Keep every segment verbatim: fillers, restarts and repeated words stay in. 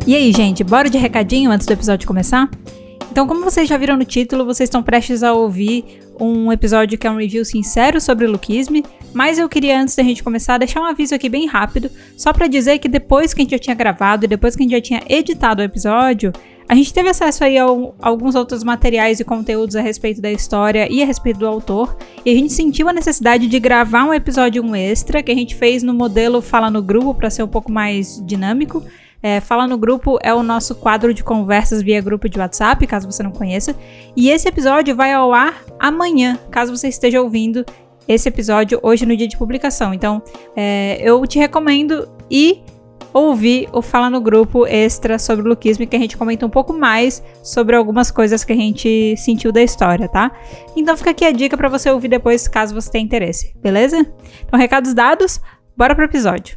E aí, gente, bora de recadinho antes do episódio começar? Então, como vocês já viram no título, vocês estão prestes a ouvir um episódio que é um review sincero sobre o Lookisme, mas eu queria, antes da gente começar, deixar um aviso aqui bem rápido, só pra dizer que depois que a gente já tinha gravado e depois que a gente já tinha editado o episódio, a gente teve acesso aí a, um, a alguns outros materiais e conteúdos a respeito da história e a respeito do autor, e a gente sentiu a necessidade de gravar um episódio um extra, que a gente fez no modelo Fala no Grupo, pra ser um pouco mais dinâmico. É, Fala no Grupo é o nosso quadro de conversas via grupo de WhatsApp, caso você não conheça. E esse episódio vai ao ar amanhã, caso você esteja ouvindo esse episódio hoje no dia de publicação. Então, é, eu te recomendo ir ouvir o Fala no Grupo extra sobre o Lookisme, que a gente comenta um pouco mais sobre algumas coisas que a gente sentiu da história, tá? Então fica aqui a dica pra você ouvir depois, caso você tenha interesse, beleza? Então, recados dados, bora pro episódio.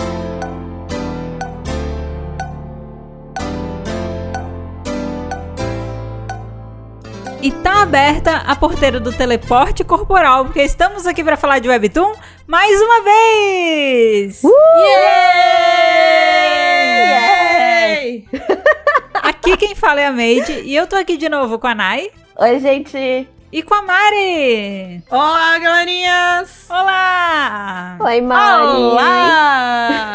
E tá aberta a porteira do teleporte corporal, porque estamos aqui para falar de Webtoon mais uma vez! Uh! Yay! Yay! Aqui quem fala é a Made, e eu tô aqui de novo com a Nai. Oi, gente! E com a Mari! Olá, galerinhas! Olá! Oi, Mari! Olá!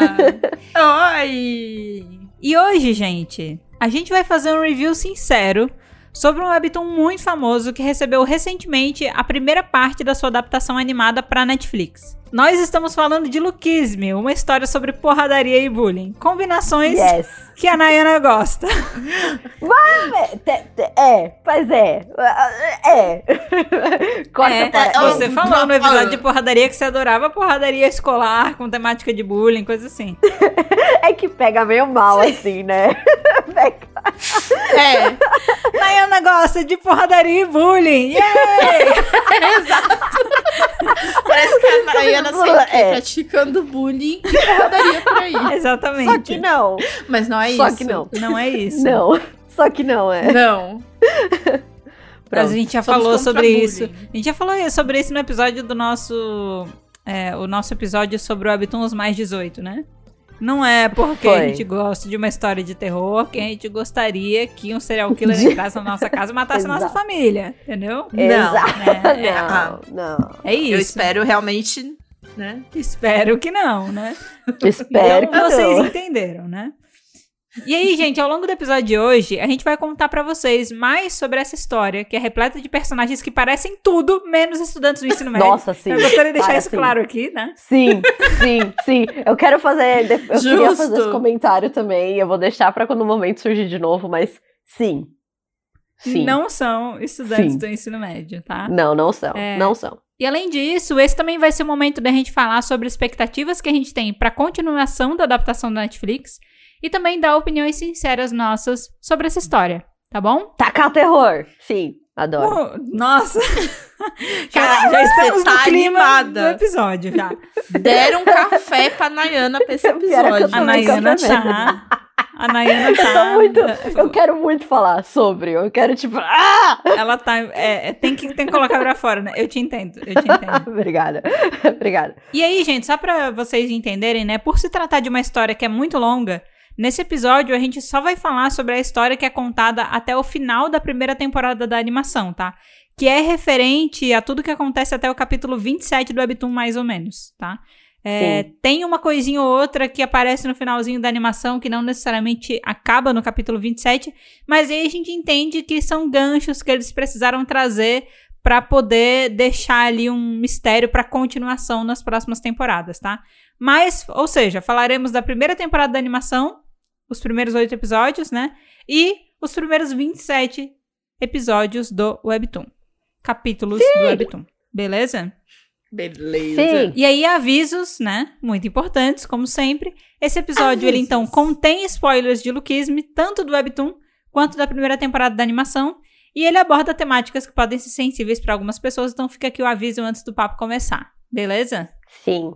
Oi! E hoje, gente, a gente vai fazer um review sincero sobre um webtoon muito famoso que recebeu recentemente a primeira parte da sua adaptação animada para Netflix. Nós estamos falando de Lookisme, uma história sobre porradaria e bullying. Combinações yes. que a Nayana gosta. Mas, é, pois é. É. Corta é para... Você falou no episódio de porradaria que você adorava porradaria escolar com temática de bullying, coisa assim. É que pega meio mal, Sim. assim, né? Pega. É. Nayana gosta de porradaria e bullying. Yay! Exato. Parece que a Nayana sempre é. praticando bullying e porradaria por aí. Exatamente. Só que não. Mas não é Só isso. Só que não. Não é isso. Não. Só que não é. Não. Mas a gente já Somos falou sobre bullying. isso. A gente já falou sobre isso no episódio do nosso... É, o nosso episódio sobre o Webtoon Os Mais dezoito, né? Não é porque Foi. a gente gosta de uma história de terror que a gente gostaria que um serial killer entrasse na nossa casa e matasse a nossa família, entendeu? Exato. Não, né? não, ah, não. É isso. Eu espero realmente, né? Espero que não, né? Espero então, que vocês não. entenderam, né? E aí, gente, ao longo do episódio de hoje, a gente vai contar pra vocês mais sobre essa história, que é repleta de personagens que parecem tudo, menos estudantes do ensino médio. Nossa, sim. Eu gostaria de deixar Para, isso sim. claro aqui, né? Sim, sim, sim. Eu quero fazer... Eu Justo. queria fazer esse comentário também, eu vou deixar pra quando o momento surgir de novo, mas sim. Sim. Não são estudantes sim. do ensino médio, tá? Não, não são, é... não são. E além disso, esse também vai ser o momento da gente falar sobre expectativas que a gente tem pra continuação da adaptação da Netflix, e também dar opiniões sinceras nossas sobre essa história, tá bom? Tacar o terror! Sim, adoro. Uh, nossa! Cara, já, já estamos tá no clima animada. do episódio, já. Deram um café pra Nayana pra esse episódio. A Nayana tá... A Nayana tá... Eu tô muito... Eu quero muito falar sobre, eu quero tipo... Ah! Ela tá... É, tem, que, tem que colocar pra fora, né? Eu te entendo, eu te entendo. Obrigada, obrigada. E aí, gente, só pra vocês entenderem, né? Por se tratar de uma história que é muito longa, nesse episódio, a gente só vai falar sobre a história que é contada até o final da primeira temporada da animação, tá? Que é referente a tudo que acontece até o capítulo vinte e sete do Webtoon, mais ou menos, tá? É, tem uma coisinha ou outra que aparece no finalzinho da animação que não necessariamente acaba no capítulo vinte e sete, mas aí a gente entende que são ganchos que eles precisaram trazer pra poder deixar ali um mistério pra continuação nas próximas temporadas, tá? Mas, ou seja, falaremos da primeira temporada da animação, os primeiros oito episódios, né? E os primeiros vinte e sete episódios do Webtoon. Capítulos Sim. do Webtoon. Beleza? Beleza. Sim. E aí, avisos, né? Muito importantes, como sempre. Esse episódio, avisos. ele então contém spoilers de Lookisme, tanto do Webtoon quanto da primeira temporada da animação. E ele aborda temáticas que podem ser sensíveis para algumas pessoas, então fica aqui o aviso antes do papo começar. Beleza? Sim.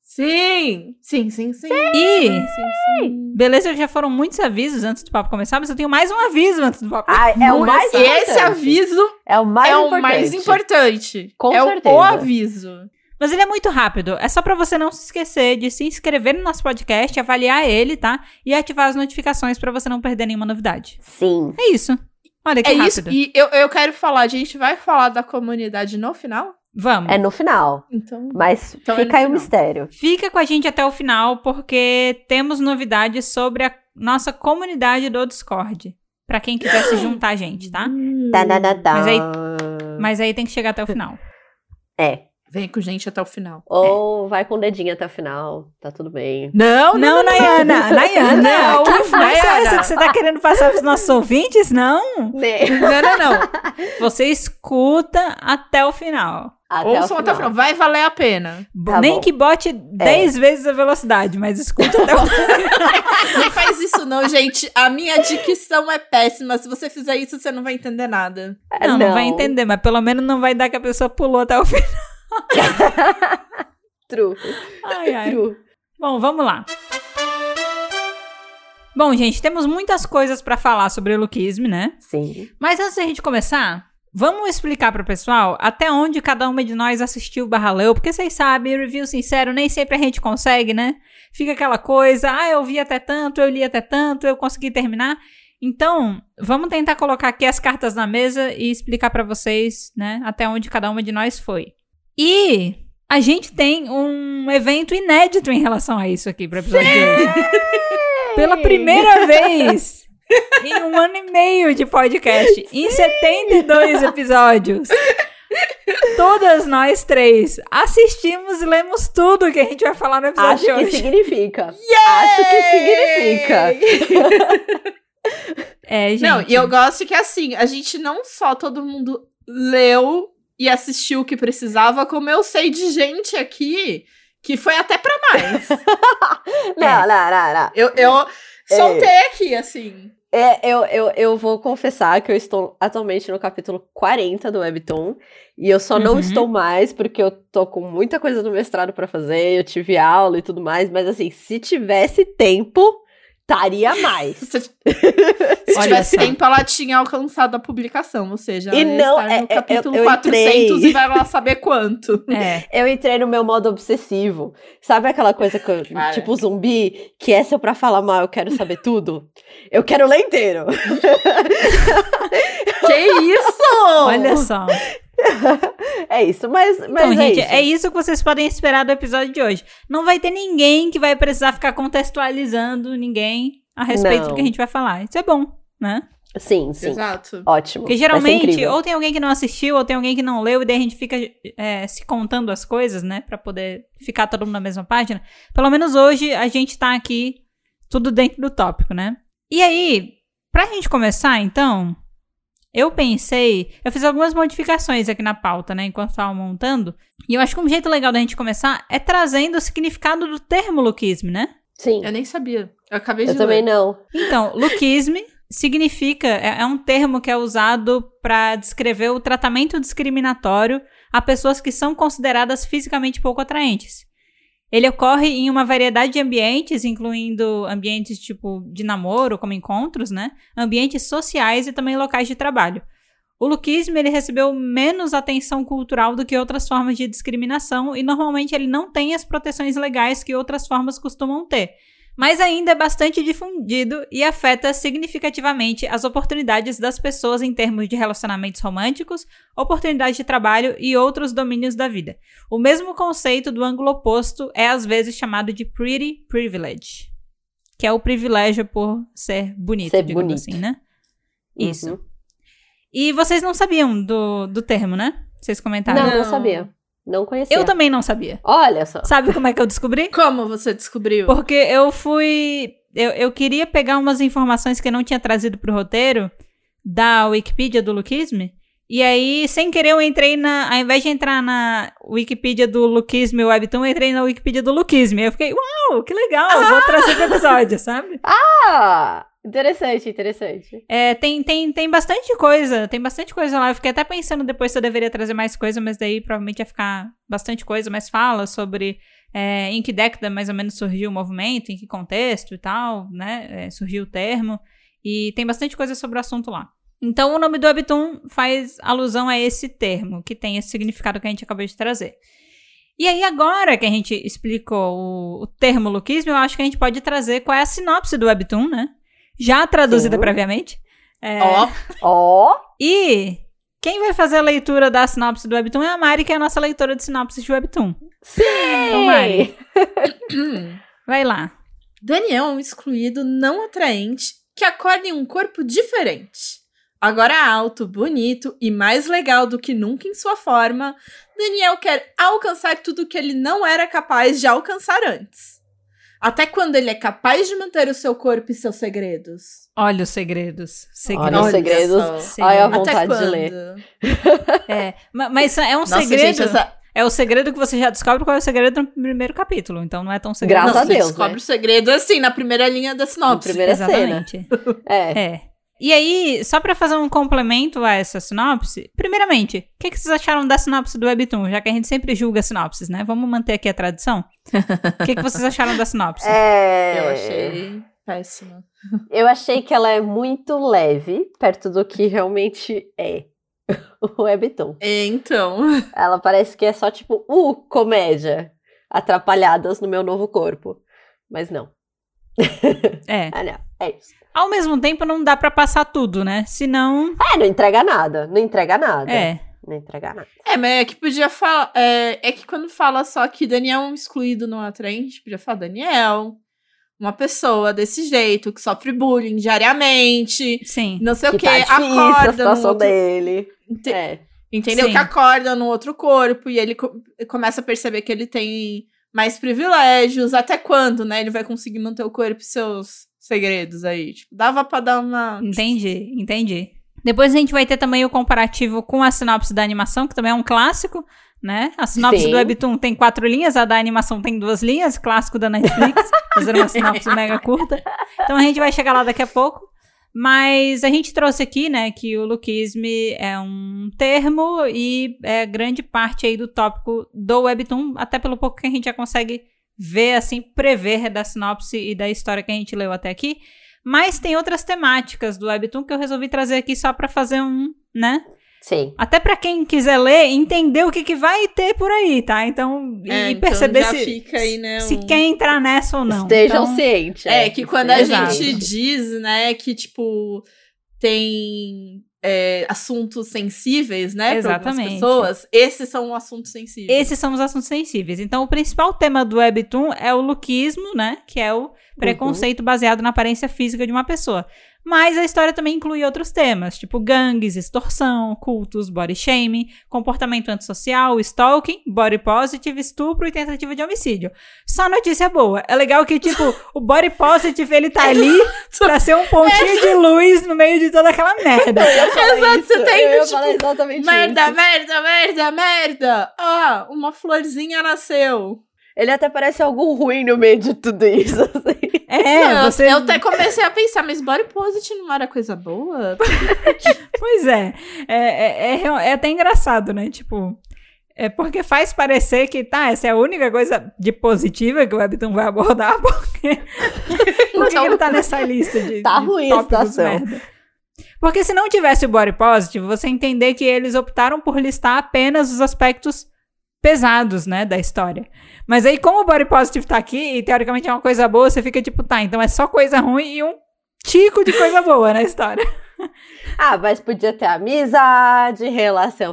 Sim! Sim, sim, sim. E, sim, sim, sim. beleza, já foram muitos avisos antes do papo começar, mas eu tenho mais um aviso antes do papo começar. Ah, é o mais importante. Esse aviso é o mais é importante. o mais importante. Com é certeza. o aviso. Mas ele é muito rápido. É só pra você não se esquecer de se inscrever no nosso podcast, avaliar ele, tá? E ativar as notificações pra você não perder nenhuma novidade. Sim. É isso. Olha que é rápido. isso. E eu, eu quero falar, a gente vai falar da comunidade no final? Vamos. É no final. Então, Mas então fica é aí o final. mistério. Fica com a gente até o final, porque temos novidades sobre a nossa comunidade do Discord. Pra quem quiser se juntar a gente, tá? Tá, tá, tá, tá. Mas aí- Mas aí tem que chegar até o final. É. Vem com gente até o final. Ou vai com o dedinho até o final. Tá tudo bem. Não, Não, Nayana! Nayana! Não, Que influência é Nayana. essa que você tá querendo passar pros nossos ouvintes? Não! Né? Não, não, não. Você escuta até o final. Até Ouçam o até o final. Vai valer a pena. Tá Nem bom. que bote dez vezes a velocidade, mas escuta até o final. Não faz isso não, gente. A minha dicção é péssima. Se você fizer isso, você não vai entender nada. Não, não vai entender, mas pelo menos não vai dar que a pessoa pulou até o final. True. Ai, ai. True. Bom, vamos lá. Bom, gente, temos muitas coisas pra falar sobre o Luquisme, né? Sim. Mas antes da gente começar, vamos explicar pro pessoal até onde cada uma de nós assistiu barra leu, porque vocês sabem, review sincero, nem sempre a gente consegue, né? Fica aquela coisa, ah, eu vi até tanto, eu li até tanto, eu consegui terminar. Então, vamos tentar colocar aqui as cartas na mesa e explicar pra vocês, né, até onde cada uma de nós foi. E a gente tem um evento inédito em relação a isso aqui pro episódio de hoje. Pela primeira vez em um ano e meio de podcast, em setenta e dois episódios, todas nós três assistimos e lemos tudo que a gente vai falar no episódio Acho de que hoje. significa. Acho que significa. É, gente. Não, e eu gosto que assim, a gente não só todo mundo leu e assistiu o que precisava, como eu sei de gente aqui que foi até pra mais. Não, não, não, não. Eu, eu soltei aqui, assim. É, eu, eu, eu vou confessar que eu estou atualmente no capítulo quarenta do Webtoon. E eu só não Uhum. estou mais porque eu tô com muita coisa no mestrado pra fazer. Eu tive aula e tudo mais. Mas assim, se tivesse tempo, estaria mais. Se, se Olha tivesse só. tempo, ela tinha alcançado a publicação. Ou seja, E ela ia não, estar é- no é- capítulo eu- eu quatrocentos entrei. e vai lá saber quanto. É. Eu entrei no meu modo obsessivo. Sabe aquela coisa que eu, Cara. tipo zumbi, que é se eu pra falar mal, eu quero saber tudo? Eu quero ler inteiro. Que isso? Olha só. É isso, mas, mas Então, é gente, isso. é isso que vocês podem esperar do episódio de hoje. Não vai ter ninguém que vai precisar ficar contextualizando ninguém a respeito Não. do que a gente vai falar. Isso é bom, né? Sim, sim. Exato. Ótimo. Porque Vai ser geralmente, incrível. ou tem alguém que não assistiu, ou tem alguém que não leu, e daí a gente fica é, se contando as coisas, né? Pra poder ficar todo mundo na mesma página. Pelo menos hoje a gente tá aqui tudo dentro do tópico, né? E aí, pra gente começar, então, eu pensei... Eu fiz algumas modificações aqui na pauta, né? Enquanto tava montando. E eu acho que um jeito legal da gente começar é trazendo o significado do termo Luquisme, né? Sim. Eu nem sabia. Eu acabei de Eu também ler. não. Então, Luquisme significa, é, é um termo que é usado para descrever o tratamento discriminatório a pessoas que são consideradas fisicamente pouco atraentes. Ele ocorre em uma variedade de ambientes, incluindo ambientes tipo de namoro, como encontros, né? Ambientes sociais e também locais de trabalho. O luquismo, ele recebeu menos atenção cultural do que outras formas de discriminação e normalmente ele não tem as proteções legais que outras formas costumam ter. Mas ainda é bastante difundido e afeta significativamente as oportunidades das pessoas em termos de relacionamentos românticos, oportunidades de trabalho e outros domínios da vida. O mesmo conceito do ângulo oposto é às vezes chamado de pretty privilege, que é o privilégio por ser bonito, Ser digamos bonito. assim, né? Isso. Uhum. E vocês não sabiam do, do termo, né? Vocês comentaram. Não, não Não. sabia. Não conhecia. Eu também não sabia. Olha só. Sabe como é que eu descobri? Como você descobriu? Porque eu fui... Eu, eu queria pegar umas informações que eu não tinha trazido pro roteiro da Wikipedia do Luquisme. E aí, sem querer, eu entrei na... Ao invés de entrar na Wikipedia do Luquisme Webtoon, eu entrei na Wikipedia do Luquisme. Eu fiquei, uau, que legal, ah! Vou trazer pro episódio, sabe? Ah! Interessante, interessante. É, tem, tem, tem bastante coisa, tem bastante coisa lá. Eu fiquei até pensando depois se eu deveria trazer mais coisa, mas daí provavelmente ia ficar bastante coisa, mas fala sobre é, em que década mais ou menos surgiu o movimento, em que contexto e tal, né, é, surgiu o termo, e tem bastante coisa sobre o assunto lá. Então o nome do Webtoon faz alusão a esse termo, que tem esse significado que a gente acabou de trazer. E aí, agora que a gente explicou o, o termo lookismo, eu acho que a gente pode trazer qual é a sinopse do Webtoon, né? Já traduzida Sim. previamente. É, Ó, Ó, E quem vai fazer a leitura da sinopse do Webtoon é a Mari, que é a nossa leitora de sinopse de Webtoon. sim! Então, Mari, vai lá. Daniel é um excluído não atraente que acorda em um corpo diferente. Agora alto, bonito e mais legal do que nunca em sua forma, Daniel quer alcançar tudo que ele não era capaz de alcançar antes. Até quando ele é capaz de manter o seu corpo e seus segredos. Olha os segredos. segredos. Olha os segredos. só. Olha a Segredos. vontade Até de quando? ler. É, ma- mas é um Nossa, segredo. gente, essa... É o segredo que você já descobre qual é o segredo no primeiro capítulo. Então não é tão segredo. Graças Não, a você Deus, descobre né? o segredo assim, na primeira linha da sinopse. Na primeira cena. Exatamente. É. É. E aí, só pra fazer um complemento a essa sinopse, primeiramente, o que, que vocês acharam da sinopse do Webtoon? Já que a gente sempre julga sinopses, né? Vamos manter aqui a tradição? O que, que vocês acharam da sinopse? É, Eu achei péssima. Eu achei que ela é muito leve, perto do que realmente é o Webtoon. Então, Ela parece que é só tipo, uh, comédia. Atrapalhadas no meu novo corpo. Mas não. É. Ah, não. É isso. Ao mesmo tempo, não dá pra passar tudo, né? Senão. É, não entrega nada. Não entrega nada. É. Não entrega nada. é, mas é que podia falar. É, é que quando fala só que Daniel é um excluído não atraente, podia falar Daniel, uma pessoa desse jeito, que sofre bullying diariamente, Sim. não sei o Que que, tá difícil a acorda no situação outro, dele. Ente- É. entendeu? Sim. Que acorda no outro corpo e ele co- começa a perceber que ele tem mais privilégios. Até quando, né? Ele vai conseguir manter o corpo e seus segredos aí. Tipo, dava pra dar uma. Entendi, entendi. Depois a gente vai ter também o comparativo com a sinopse da animação, que também é um clássico, né? A sinopse Sim. do Webtoon tem quatro linhas, a da animação tem duas linhas, clássico da Netflix, fazer uma sinopse mega curta. Então a gente vai chegar lá daqui a pouco. Mas a gente trouxe aqui, né, que o lookisme é um termo e é grande parte aí do tópico do Webtoon, até pelo pouco que a gente já consegue ver, assim, prever da sinopse e da história que a gente leu até aqui. Mas tem outras temáticas do Webtoon que eu resolvi trazer aqui só pra fazer um, né? Sim. Até pra quem quiser ler, entender o que, que vai ter por aí, tá? Então, e É, então perceber já se, fica aí, né, se um- quer entrar nessa ou não. Estejam Então, cientes. É, que quando a Exato. gente diz, né, que, tipo, tem é, assuntos sensíveis, né, para algumas Exatamente. pessoas, esses são assuntos sensíveis. Esses são os assuntos sensíveis. Então, o principal tema do Webtoon é o lookismo, né? Que é o preconceito baseado na aparência física de uma pessoa. Mas a história também inclui outros temas, tipo gangues, extorsão, cultos, body shaming, comportamento antissocial, stalking, body positive, estupro e tentativa de homicídio. Só notícia boa. É legal que, tipo, o body positive, ele tá ali pra ser um pontinho de luz no meio de toda aquela merda. Exato, você tem Eu ia tipo, falar exatamente merda, isso. merda, merda, merda. Ah, uma florzinha nasceu. Ele até parece algo ruim no meio de tudo isso. Assim. É, Não, você... Eu até comecei a pensar, mas body positive não era coisa boa? Pois é. É, é, é, é até engraçado, né? Tipo... É porque faz parecer que, tá, essa é a única coisa de positiva que o Webtoon vai abordar, porque... Por que ele tá nessa lista de, Tá de ruim a tópicos situação. merda? Porque se não tivesse o body positive, você entender que eles optaram por listar apenas os aspectos pesados, né, da história. Mas aí, como o body positive tá aqui, e teoricamente é uma coisa boa, você fica tipo, tá, então é só coisa ruim e um tico de coisa boa na história. Ah, mas podia ter amizade, relação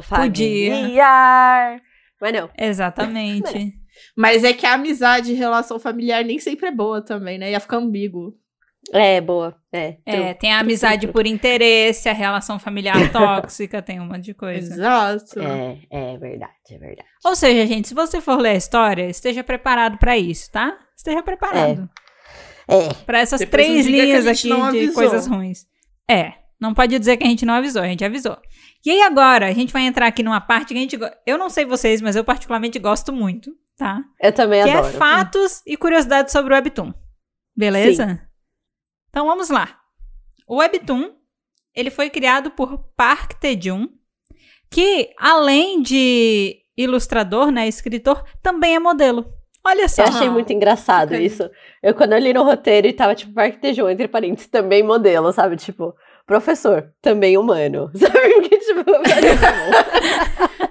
familiar. Mas não. Exatamente. Mas é que a amizade e relação familiar nem sempre é boa também, né? Ia ficar ambíguo. É, boa. É, É, true. tem a amizade por interesse, a relação familiar tóxica, tem um monte de coisa. Exato. É, é verdade, é verdade. Ou seja, gente, se você for ler a história, esteja preparado pra isso, tá? Esteja preparado. É. Pra essas Depois três não diga que a linhas gente aqui não de avisou. coisas ruins. É, não pode dizer que a gente não avisou, a gente avisou. E aí agora, a gente vai entrar aqui numa parte que a gente... go- Eu não sei vocês, mas eu particularmente gosto muito, tá? Eu também Que adoro. é fatos e curiosidades sobre o Webtoon. Beleza? Então vamos lá. O Webtoon, ele foi criado por Park Tae-jun, que além de ilustrador, né, escritor, também é modelo. Olha só. Eu achei muito engraçado Ok. isso. Eu, quando eu li no roteiro, e tava, tipo, Park Tae-jun, entre parênteses, também modelo, sabe? Tipo, professor, também humano. Sabe? Porque, tipo, parece bom.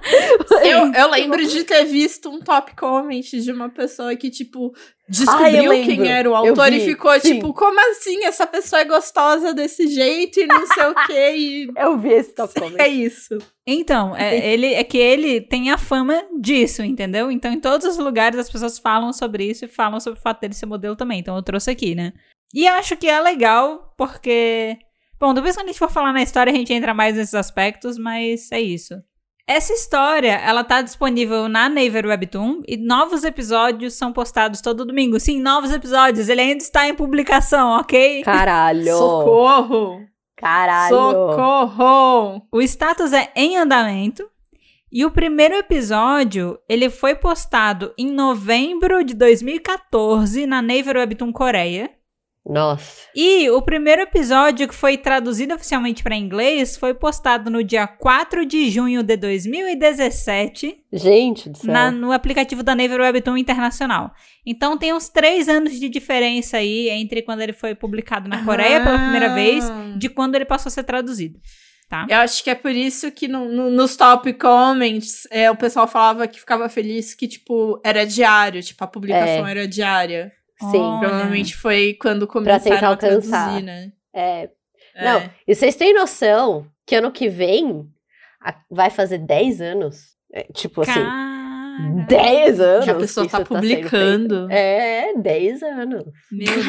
Eu, eu lembro de ter visto um top comment de uma pessoa que, tipo, Ah, descobriu eu lembro. quem era o Eu autor vi, e ficou, sim. tipo, como assim? Essa pessoa é gostosa desse jeito e não sei o quê. E Eu vi esse top comment. é isso. Então, é, ele, é que ele tem a fama disso, entendeu? Então, em todos os lugares as pessoas falam sobre isso e falam sobre o fato dele ser modelo também. Então, eu trouxe aqui, né? E acho que é legal porque... Bom, depois quando a gente for falar na história, a gente entra mais nesses aspectos, mas é isso. Essa história, ela tá disponível na Naver Webtoon e novos episódios são postados todo domingo. Sim, novos episódios. Ele ainda está em publicação, ok? Caralho. Socorro! Caralho. Socorro! O status é em andamento. E o primeiro episódio, ele foi postado em novembro de dois mil e catorze na Naver Webtoon Coreia. Nossa. E o primeiro episódio que foi traduzido oficialmente para inglês foi postado no dia quatro de junho de dois mil e dezessete Gente do céu. na, no aplicativo da Naver Webtoon Internacional. Então tem uns três anos de diferença aí entre quando ele foi publicado na Coreia pela primeira vez de quando ele passou a ser traduzido. Tá? Eu acho que é por isso que no, no, nos top comments é, o pessoal falava que ficava feliz que, tipo, era diário. Tipo, a publicação É. era diária. Sim. Olha. Provavelmente foi quando Pra tentar começaram a alcançar. traduzir, né? É. É. Não, e vocês têm noção que ano que vem a- vai fazer dez anos? É, tipo assim, Cara, dez anos. Que a pessoa que tá isso sendo publicando. feito. É, dez anos. meu Deus do céu.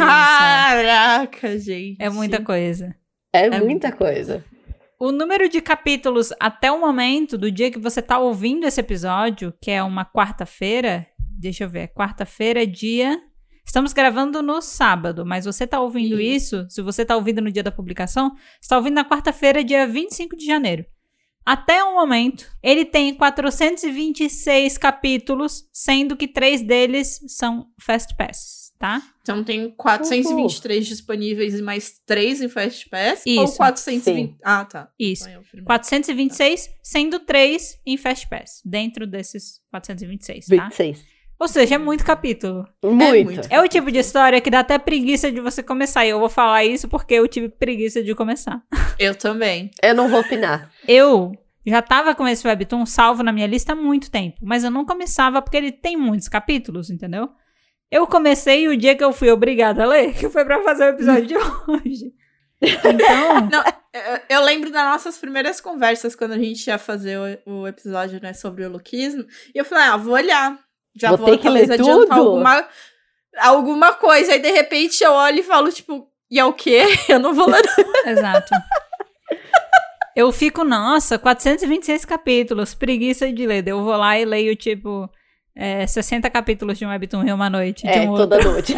Caraca, gente. É muita coisa. É, É muita muita coisa. O número de capítulos até o momento do dia que você tá ouvindo esse episódio, que é uma quarta-feira, deixa eu ver, quarta-feira, dia... Estamos gravando no sábado, mas você tá ouvindo isso, se você tá ouvindo no dia da publicação, você tá ouvindo na quarta-feira, dia vinte e cinco de janeiro. Até o momento, ele tem quatrocentos e vinte e seis capítulos, sendo que três deles são Fast Pass, tá? Então tem quatrocentos e vinte e três disponíveis e mais três em Fast Pass? Ou Isso. quatrocentos e vinte... Sim. Ah, tá. Isso. Então é o primeiro. quatrocentos e vinte e seis, sendo três em Fast Pass, dentro desses quatrocentos e vinte e seis, tá? vinte e seis. Ou seja, é muito capítulo. Muito. muito. É o tipo de história que dá até preguiça de você começar. E eu vou falar isso porque eu tive preguiça de começar. Eu também. Eu não vou opinar. Eu já tava com esse webtoon salvo na minha lista há muito tempo. Mas eu não começava porque ele tem muitos capítulos, entendeu? Eu comecei o dia que eu fui obrigada a ler, que foi pra fazer o episódio de hoje. Então... Não, eu, eu lembro das nossas primeiras conversas quando a gente ia fazer o, o episódio, né, sobre o lookismo. E eu falei, ah, vou olhar. Já Vou vou, ter que talvez ler adiantar tudo? alguma, alguma coisa. Aí, de repente, eu olho e falo, tipo, e é o quê? Eu não vou ler. Exato. Eu fico, nossa, quatrocentos e vinte e seis capítulos, preguiça de ler. Eu vou lá e leio, tipo, é, sessenta capítulos de um webtoon em uma noite. de É, um toda outro. noite.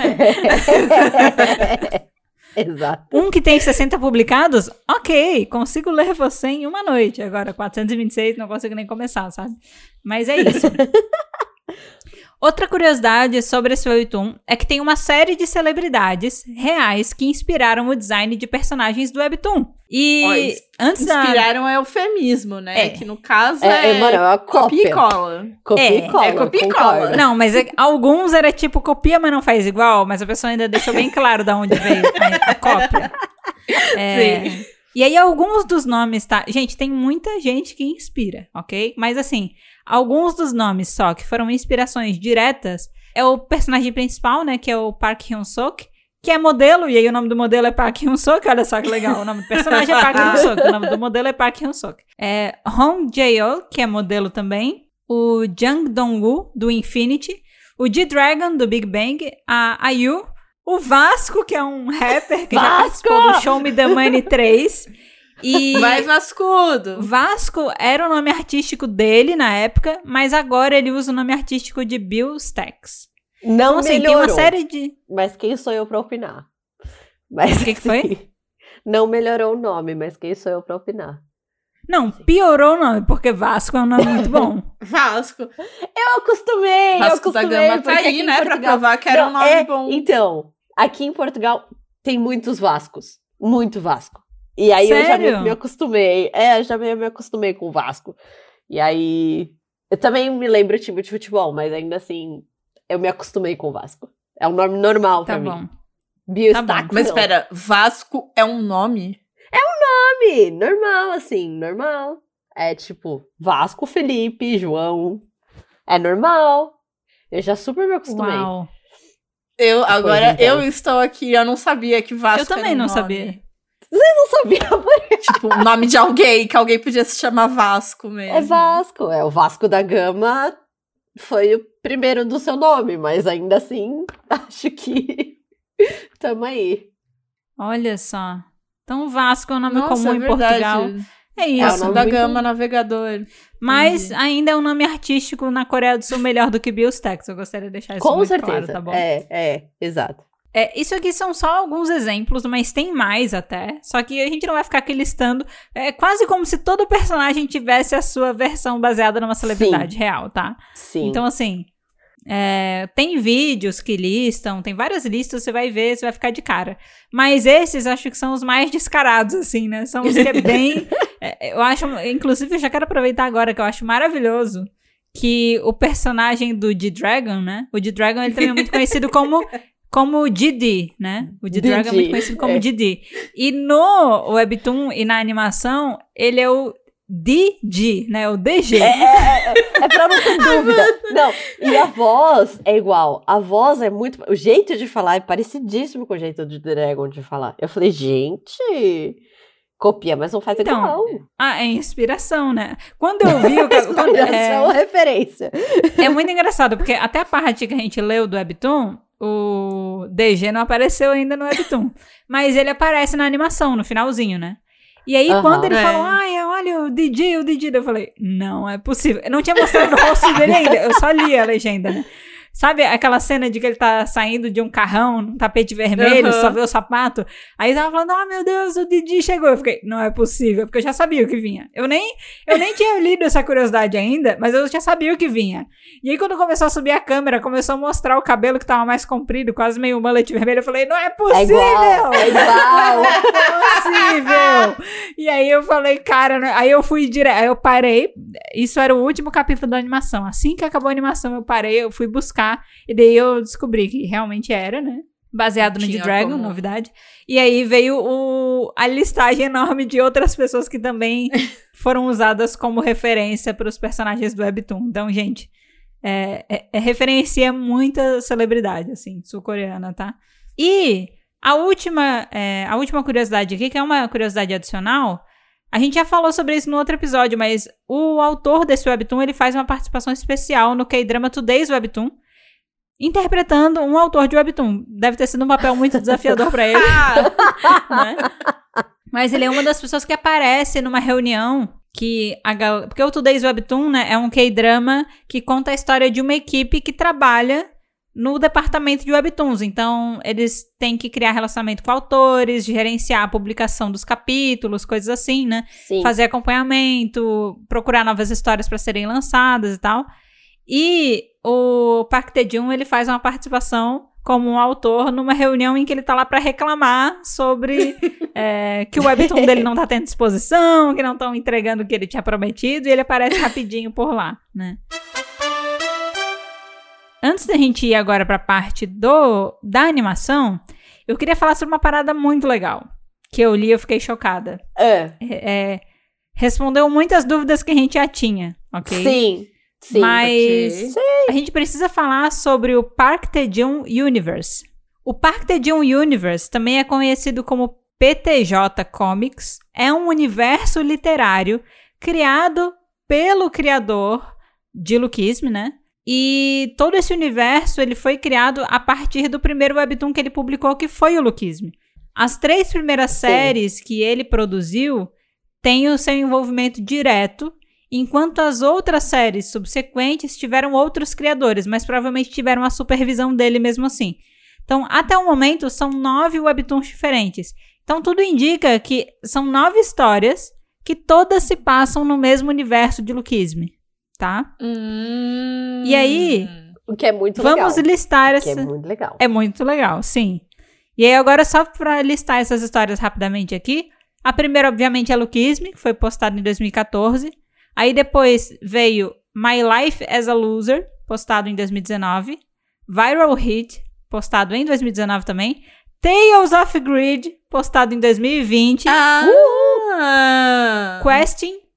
Exato. Um que tem sessenta publicados, ok, consigo ler você em uma noite. Agora, quatrocentos e vinte e seis, não consigo nem começar, sabe? Mas é isso. Outra curiosidade sobre esse webtoon é que tem uma série de celebridades reais que inspiraram o design de personagens do webtoon. E Ó, ins- antes da... Inspiraram é eufemismo, né? É. Que no caso É, é, é, mano, é uma copia e cópia. cola. Copia É, e cola. é copia e concordo. cola. Não, mas é- alguns era tipo copia, mas não faz igual. Mas a pessoa ainda deixou bem claro de onde veio a, a cópia. É, Sim. E aí alguns dos nomes, tá? Gente, tem muita gente que inspira, ok? Mas assim, alguns dos nomes só que foram inspirações diretas é o personagem principal, né? Que é o Park Hyun-suk, que é modelo, e aí o nome do modelo é Park Hyun-suk, olha só que legal, o nome do personagem é Park Hyun-suk, o nome do modelo é Park Hyun-suk. É Hong Jae-yeol, que é modelo também, o Jang Dong-woo, do Infinity, o G-Dragon, do Big Bang, a IU, o Vasco, que é um rapper que já Vasco! participou do Show Me The Money três, e... Vai Vascudo! Vasco era o nome artístico dele na época, mas agora ele usa o nome artístico de Bill Stacks. Não Então, assim, melhorou. tem uma série de... Mas quem sou eu pra opinar? Mas, O que que foi? assim, não melhorou o nome, mas quem sou eu pra opinar? Não, piorou o nome, porque Vasco é um nome muito bom. Vasco. Eu acostumei, eu Vasco da acostumei. Gama tá porque aqui aí, em né? Pra Portugal- provar que era Não, um nome é, bom. Então, aqui em Portugal tem muitos Vascos. Muito Vasco. E aí eu já Sério? meio que me acostumei. É, eu já meio me acostumei com o Vasco. E aí... Eu também me lembro o time de futebol, mas ainda assim, eu me acostumei com o Vasco. É um nome normal Tá pra bom. mim. Bill Tá bom. Stacks, Mas não. espera, Vasco é um nome? Nome normal, assim, normal. é tipo Vasco, Felipe, João. É normal. Eu já super me acostumei. Uau. Eu, Pois agora, então. eu estou aqui, eu não sabia que Vasco Eu também era um não nome. sabia. Não sabia, Tipo, o nome de alguém, que alguém podia se chamar Vasco mesmo. é Vasco. É o Vasco da Gama foi o primeiro do seu nome, mas ainda assim, acho que tamo aí. Olha só. Então, Vasco é um nome Nossa, comum é em verdade. Portugal. É É, o isso. Vasco nome da muito- Gama, navegador. Mas Entendi. ainda é um nome artístico na Coreia do Sul melhor do que BillStacks. Eu gostaria de deixar isso Com muito certeza. claro, tá bom? É, é, exato. É, isso aqui são só alguns exemplos, mas tem mais até. Só que a gente não vai ficar aqui listando. É quase como se todo personagem tivesse a sua versão baseada numa celebridade real, tá? Sim. Então, assim, é, tem vídeos que listam, tem várias listas, você vai ver, você vai ficar de cara. Mas esses acho que são os mais descarados, assim, né? São os que é bem... é, eu acho, inclusive, eu já quero aproveitar agora que eu acho maravilhoso que o personagem do D-Dragon, né? O D-Dragon, ele também é muito conhecido como... Como o Didi, né? O D-Dragon é Didi, muito conhecido como é. Didi. E no Webtoon e na animação, ele é o D G, né? O D G. É, é, é, é pra não ter dúvida. Não, e a voz é igual. A voz é muito... O jeito de falar é parecidíssimo com o jeito do Dragon de falar. Eu falei, gente... Copia, mas não faz Então, igual. Ah, é inspiração, né? Quando eu vi... o ca- quando, Essa é uma é, referência. é muito engraçado, porque até a parte que a gente leu do Webtoon, o D G não apareceu ainda no Webtoon. Mas ele aparece na animação, no finalzinho, né? E aí, Aham. quando ele É. falou, ai, olha o D J, o D J, eu falei, não é possível. Eu não tinha mostrado o rosto dele ainda, eu só li a legenda, né? Sabe aquela cena de que ele tá saindo de um carrão, num tapete vermelho, Uhum. só vê o sapato? Aí tava falando, oh meu Deus, o Didi chegou. Eu fiquei, não é possível, porque eu já sabia o que vinha. Eu nem, eu nem tinha lido essa curiosidade ainda, mas eu já sabia o que vinha. E aí quando começou a subir a câmera, começou a mostrar o cabelo que tava mais comprido, quase meio mullet vermelho, eu falei, não é É possível! igual, é igual. Possível! E aí eu falei, cara, não- aí eu fui direto, aí eu parei, isso era o último capítulo da animação. Assim que acabou a animação, eu parei, eu fui buscar, e daí eu descobri que realmente era, né? Baseado no Tinha D-Dragon, como. novidade. E aí veio o, a listagem enorme de outras pessoas que também foram usadas como referência para os personagens do Webtoon. Então, gente, é, é, é, referencia muita celebridade, assim, sul-coreana, tá? E a última, é, a última curiosidade aqui, que é uma curiosidade adicional, a gente já falou sobre isso no outro episódio, mas o autor desse Webtoon, ele faz uma participação especial no K-Drama Today's Webtoon, interpretando um autor de Webtoon. Deve ter sido um papel muito desafiador pra ele, né? Mas ele é uma das pessoas que aparece numa reunião que a gal... Porque o Today's Webtoon, né, é um K-drama que conta a história de uma equipe que trabalha no departamento de Webtoons. Então, eles têm que criar relacionamento com autores, gerenciar a publicação dos capítulos, coisas assim, né? Sim. Fazer acompanhamento, procurar novas histórias para serem lançadas e tal. E o Park Tae-jun, ele faz uma participação como um autor numa reunião em que ele tá lá para reclamar sobre é, que o Webtoon dele não tá tendo exposição, que não estão entregando o que ele tinha prometido, e ele aparece rapidinho por lá, né? Antes da gente ir agora pra parte do, da animação, eu queria falar sobre uma parada muito legal, que eu li e eu fiquei chocada. É. É, é, respondeu muitas dúvidas que a gente já tinha, ok? Sim. Sim. Mas ok. a gente precisa falar sobre o Park Tae-jun Universe. O Park Tae-jun Universe também é conhecido como P T J Comics. É um universo literário criado pelo criador de Lookism, né? E todo esse universo ele foi criado a partir do primeiro webtoon que ele publicou, que foi o Lookism. As três primeiras Sim. séries que ele produziu têm o seu envolvimento direto, enquanto as outras séries subsequentes tiveram outros criadores, mas provavelmente tiveram a supervisão dele mesmo assim. Então, até o momento, são nove webtoons diferentes. Então, tudo indica que são nove histórias que todas se passam no mesmo universo de Lookism, tá? Hum. E aí, O que é muito vamos legal. listar Que essa... é muito legal. É muito legal, sim. E aí, agora, só pra listar essas histórias rapidamente aqui. A primeira, obviamente, é Lookism, que foi postado em dois mil e catorze. Aí depois veio My Life as a Loser, postado em dois mil e dezenove. Viral Hit, postado em dois mil e dezenove também. Tales of Greed, postado em dois mil e vinte. Ah! Questing,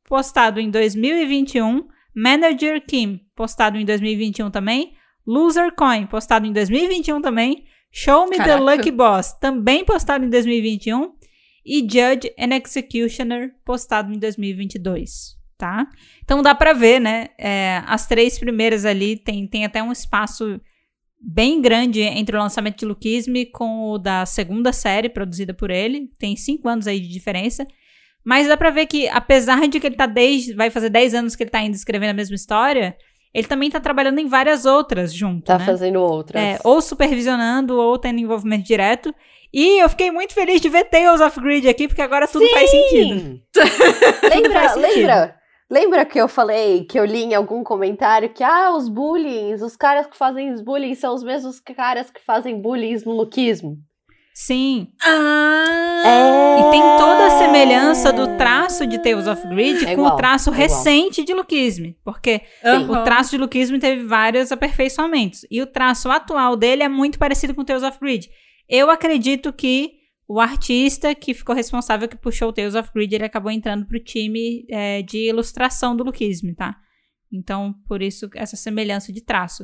postado em dois mil e vinte e um. Manager Kim, postado em dois mil e vinte e um também. Loser Coin, postado em dois mil e vinte e um também. Show Me Caraca. the Lucky Boss, também postado em dois mil e vinte e um. E Judge and Executioner, postado em dois mil e vinte e dois, tá? Então dá pra ver, né? É, as três primeiras ali tem, tem até um espaço bem grande entre o lançamento de Lookism com o da segunda série produzida por ele. Tem cinco anos aí de diferença. Mas dá pra ver que, apesar de que ele tá desde... vai fazer dez anos que ele tá ainda escrevendo a mesma história, ele também tá trabalhando em várias outras junto, Tá né? fazendo outras. É, ou supervisionando, ou tendo envolvimento direto. E eu fiquei muito feliz de ver Tales of Greed aqui, porque agora tudo Sim! faz sentido. Lembra, faz sentido. lembra, lembra que eu falei, que eu li em algum comentário que, ah, os bullying, os caras que fazem os bullying são os mesmos caras que fazem bullying no lookismo? Sim. Ah! É. E tem toda a semelhança do traço de Tales of Greed É com igual, o traço é igual. recente de Lookism. Porque Uhum. o traço de Lookism teve vários aperfeiçoamentos. E o traço atual dele é muito parecido com Tales of Greed. Eu acredito que o artista que ficou responsável, que puxou o Tales of Greed, ele acabou entrando pro time é, de ilustração do Lookism, tá? Então, por isso, essa semelhança de traço.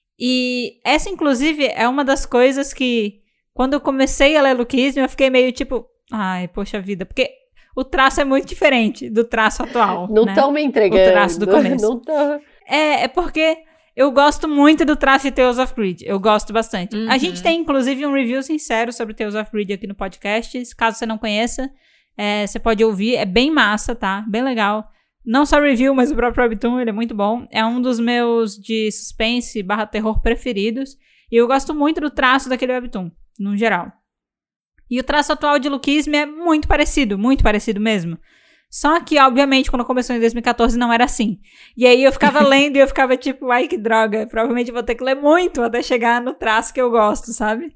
E essa, inclusive, é uma das coisas que, quando eu comecei a ler Lookism, eu fiquei meio tipo, ai, poxa vida, porque o traço é muito diferente do traço atual. Não né? estão me entregando. O traço do começo. Não tão... É, é porque eu gosto muito do traço de Tales of Greed. Eu gosto bastante. Uhum. A gente tem, inclusive, um review sincero sobre Tales of Greed aqui no podcast. Caso você não conheça, é, você pode ouvir. É bem massa, tá? Bem legal. Não só review, mas o próprio Webtoon, ele é muito bom. É um dos meus de suspense barra terror preferidos. E eu gosto muito do traço daquele Webtoon, no geral. E o traço atual de Lookism é muito parecido, muito parecido mesmo. Só que, obviamente, quando começou em dois mil e catorze não era assim. E aí eu ficava lendo e eu ficava tipo, ai que droga, provavelmente eu vou ter que ler muito até chegar no traço que eu gosto, sabe?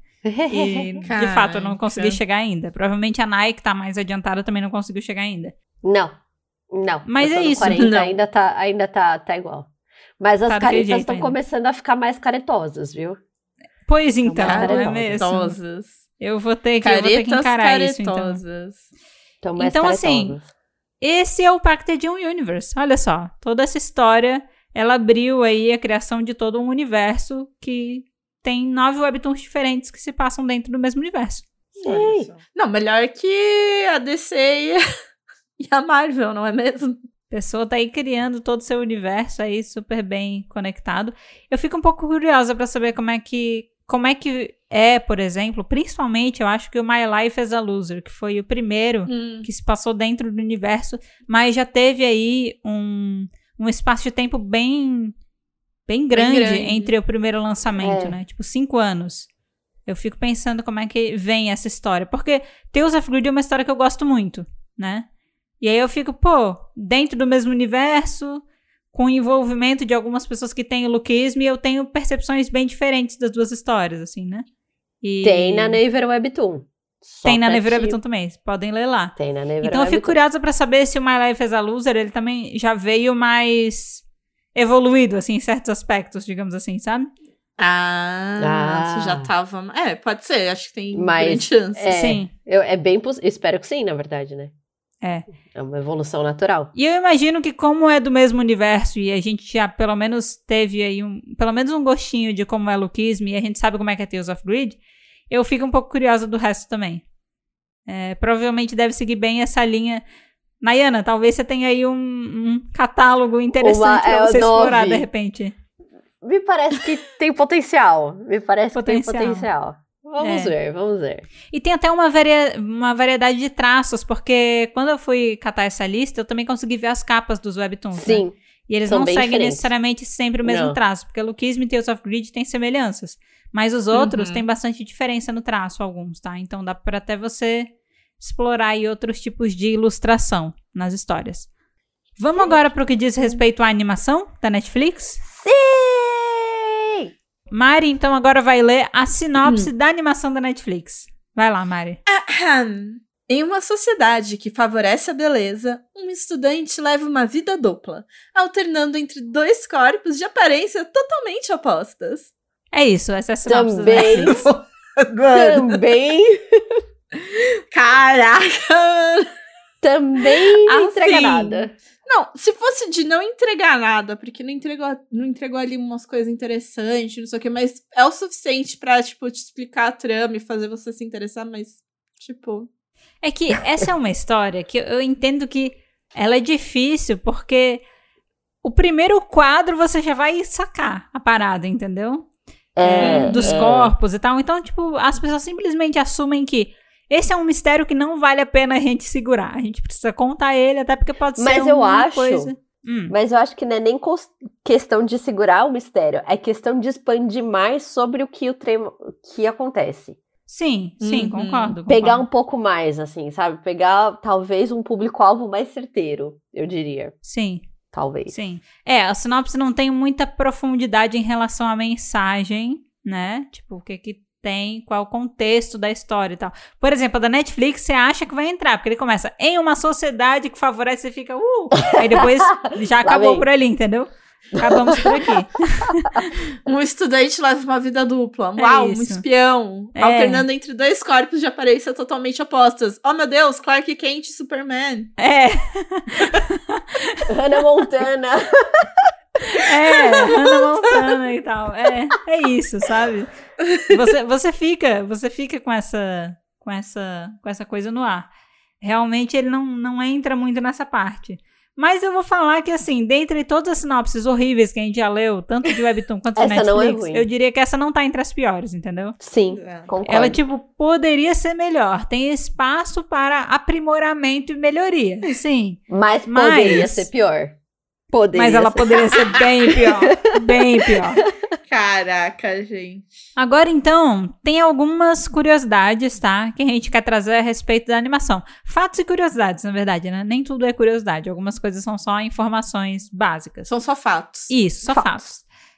E, de fato, eu não consegui Caraca. chegar ainda. Provavelmente a Nai, que tá mais adiantada, também não conseguiu chegar ainda. Não, não. Mas eu tô é no isso. quarenta, Não. ainda tá, ainda tá, tá igual. Mas as Tá daquele caretas jeito estão ainda. começando a ficar mais caretosas, viu? Pois então, mais não é caretosas. mesmo? Caretosas. Eu vou ter que, eu vou ter que Caretas encarar isso, então. caretosas. Estão mais Então, assim, caretosas. Esse é o Pacted Universe. Olha só, toda essa história, ela abriu aí a criação de todo um universo que tem nove webtoons diferentes que se passam dentro do mesmo universo. Olha só. Não, melhor que a D C e a, e a Marvel, não é mesmo? A pessoa tá aí criando todo o seu universo aí super bem conectado. Eu fico um pouco curiosa pra saber como é que como é que é, por exemplo, principalmente eu acho que o My Life as a Loser, que foi o primeiro Hum. que se passou dentro do universo, mas já teve aí um, um espaço de tempo bem, bem, grande, grande. entre o primeiro lançamento, É. né? Tipo, cinco anos. Eu fico pensando como é que vem essa história. Porque Tales of Greed é uma história que eu gosto muito, né? E aí eu fico, pô, dentro do mesmo universo, com o envolvimento de algumas pessoas que têm o Lookism, eu tenho percepções bem diferentes das duas histórias, assim, né? E Tem na Naver Webtoon. Só Tem na pra Naver te- Webtoon também, podem ler lá. Tem na Naver Então eu fico Webtoon. curiosa pra saber se o My Life as a Loser, ele também já veio mais evoluído, assim, em certos aspectos, digamos assim, sabe? Ah, Ah. você já tava... É, pode ser, acho que tem Mas, grande chance. É, Sim. eu, é bem possível. Espero que sim, na verdade, né? É. É uma evolução natural. E eu imagino que como é do mesmo universo e a gente já pelo menos teve aí um, pelo menos um gostinho de como é Lookism e a gente sabe como é que é Tales of Greed, eu fico um pouco curiosa do resto também. É, provavelmente deve seguir bem essa linha. Nayana, talvez você tenha aí um, um catálogo interessante Uma- pra é, você explorar nove. de repente. Me parece que tem potencial. Me parece Potencial. que tem potencial. Vamos É. ver, vamos ver. E tem até uma, varia- uma variedade de traços, porque quando eu fui catar essa lista, eu também consegui ver as capas dos webtoons, né? Sim. E eles São não bem seguem diferentes. necessariamente sempre o mesmo Não. traço, porque Lookism e Tales of Greed têm semelhanças. Mas os outros Uhum. têm bastante diferença no traço, alguns, tá? Então dá pra até você explorar aí outros tipos de ilustração nas histórias. Vamos agora pro que diz respeito à animação da Netflix? Sim! Mari, então, agora vai ler a sinopse Hum. da animação da Netflix. Vai lá, Mari. Ahem. Em uma sociedade que favorece a beleza, um estudante leva uma vida dupla, alternando entre dois corpos de aparência totalmente opostas. É isso, essa é a sinopse da Também. Netflix. Também. Caraca! Também não Assim, entrega nada. Não, se fosse de não entregar nada, porque não entregou, não entregou ali umas coisas interessantes, não sei o que, mas é o suficiente pra, tipo, te explicar a trama e fazer você se interessar, mas, tipo... É que essa é uma história que eu entendo que ela é difícil, porque o primeiro quadro você já vai sacar a parada, entendeu? É, Dos é. corpos e tal. Então, tipo, as pessoas simplesmente assumem que esse é um mistério que não vale a pena a gente segurar. A gente precisa contar ele, até porque pode ser Mas eu uma acho- coisa... Hum. Mas eu acho que não é nem cos- questão de segurar o mistério, é questão de expandir mais sobre o que o trem que acontece. Sim, sim, Uhum. concordo, Pegar concordo. um pouco mais, assim, sabe? Pegar talvez um público-alvo mais certeiro, eu diria. Sim, Talvez. sim. É, a sinopse não tem muita profundidade em relação à mensagem, né? Tipo, o que que tem, qual é o contexto da história e tal. Por exemplo, a da Netflix, você acha que vai entrar, porque ele começa em uma sociedade que favorece, você fica, uh! Aí depois já acabou vem. por ali, entendeu? Acabamos por aqui. Um estudante leva uma vida dupla. É Uau, um isso. espião. É. Alternando entre dois corpos de aparência totalmente opostas. Oh, meu Deus, Clark Kent e Superman. É, Hannah Montana. é, Hannah Montana e tal. É, é isso, sabe? Você, você fica, você fica com essa, com essa, com essa coisa no ar. Realmente ele não, não entra muito nessa parte. Mas eu vou falar que, assim, dentre todas as sinopses horríveis que a gente já leu, tanto de Webtoon quanto de Essa não é Netflix, ruim. eu diria que essa não tá entre as piores, entendeu? Sim, É. concordo. Ela, tipo, poderia ser melhor. Tem espaço para aprimoramento e melhoria. Sim. Mas Mas- poderia ser pior. Poderia Mas ela ser. poderia ser bem pior. Bem pior. Caraca, gente. Agora, então, tem algumas curiosidades, tá? Que a gente quer trazer a respeito da animação. Fatos e curiosidades, na verdade, né? Nem tudo é curiosidade. Algumas coisas são só informações básicas. São só fatos. Isso, só Fatos. fatos.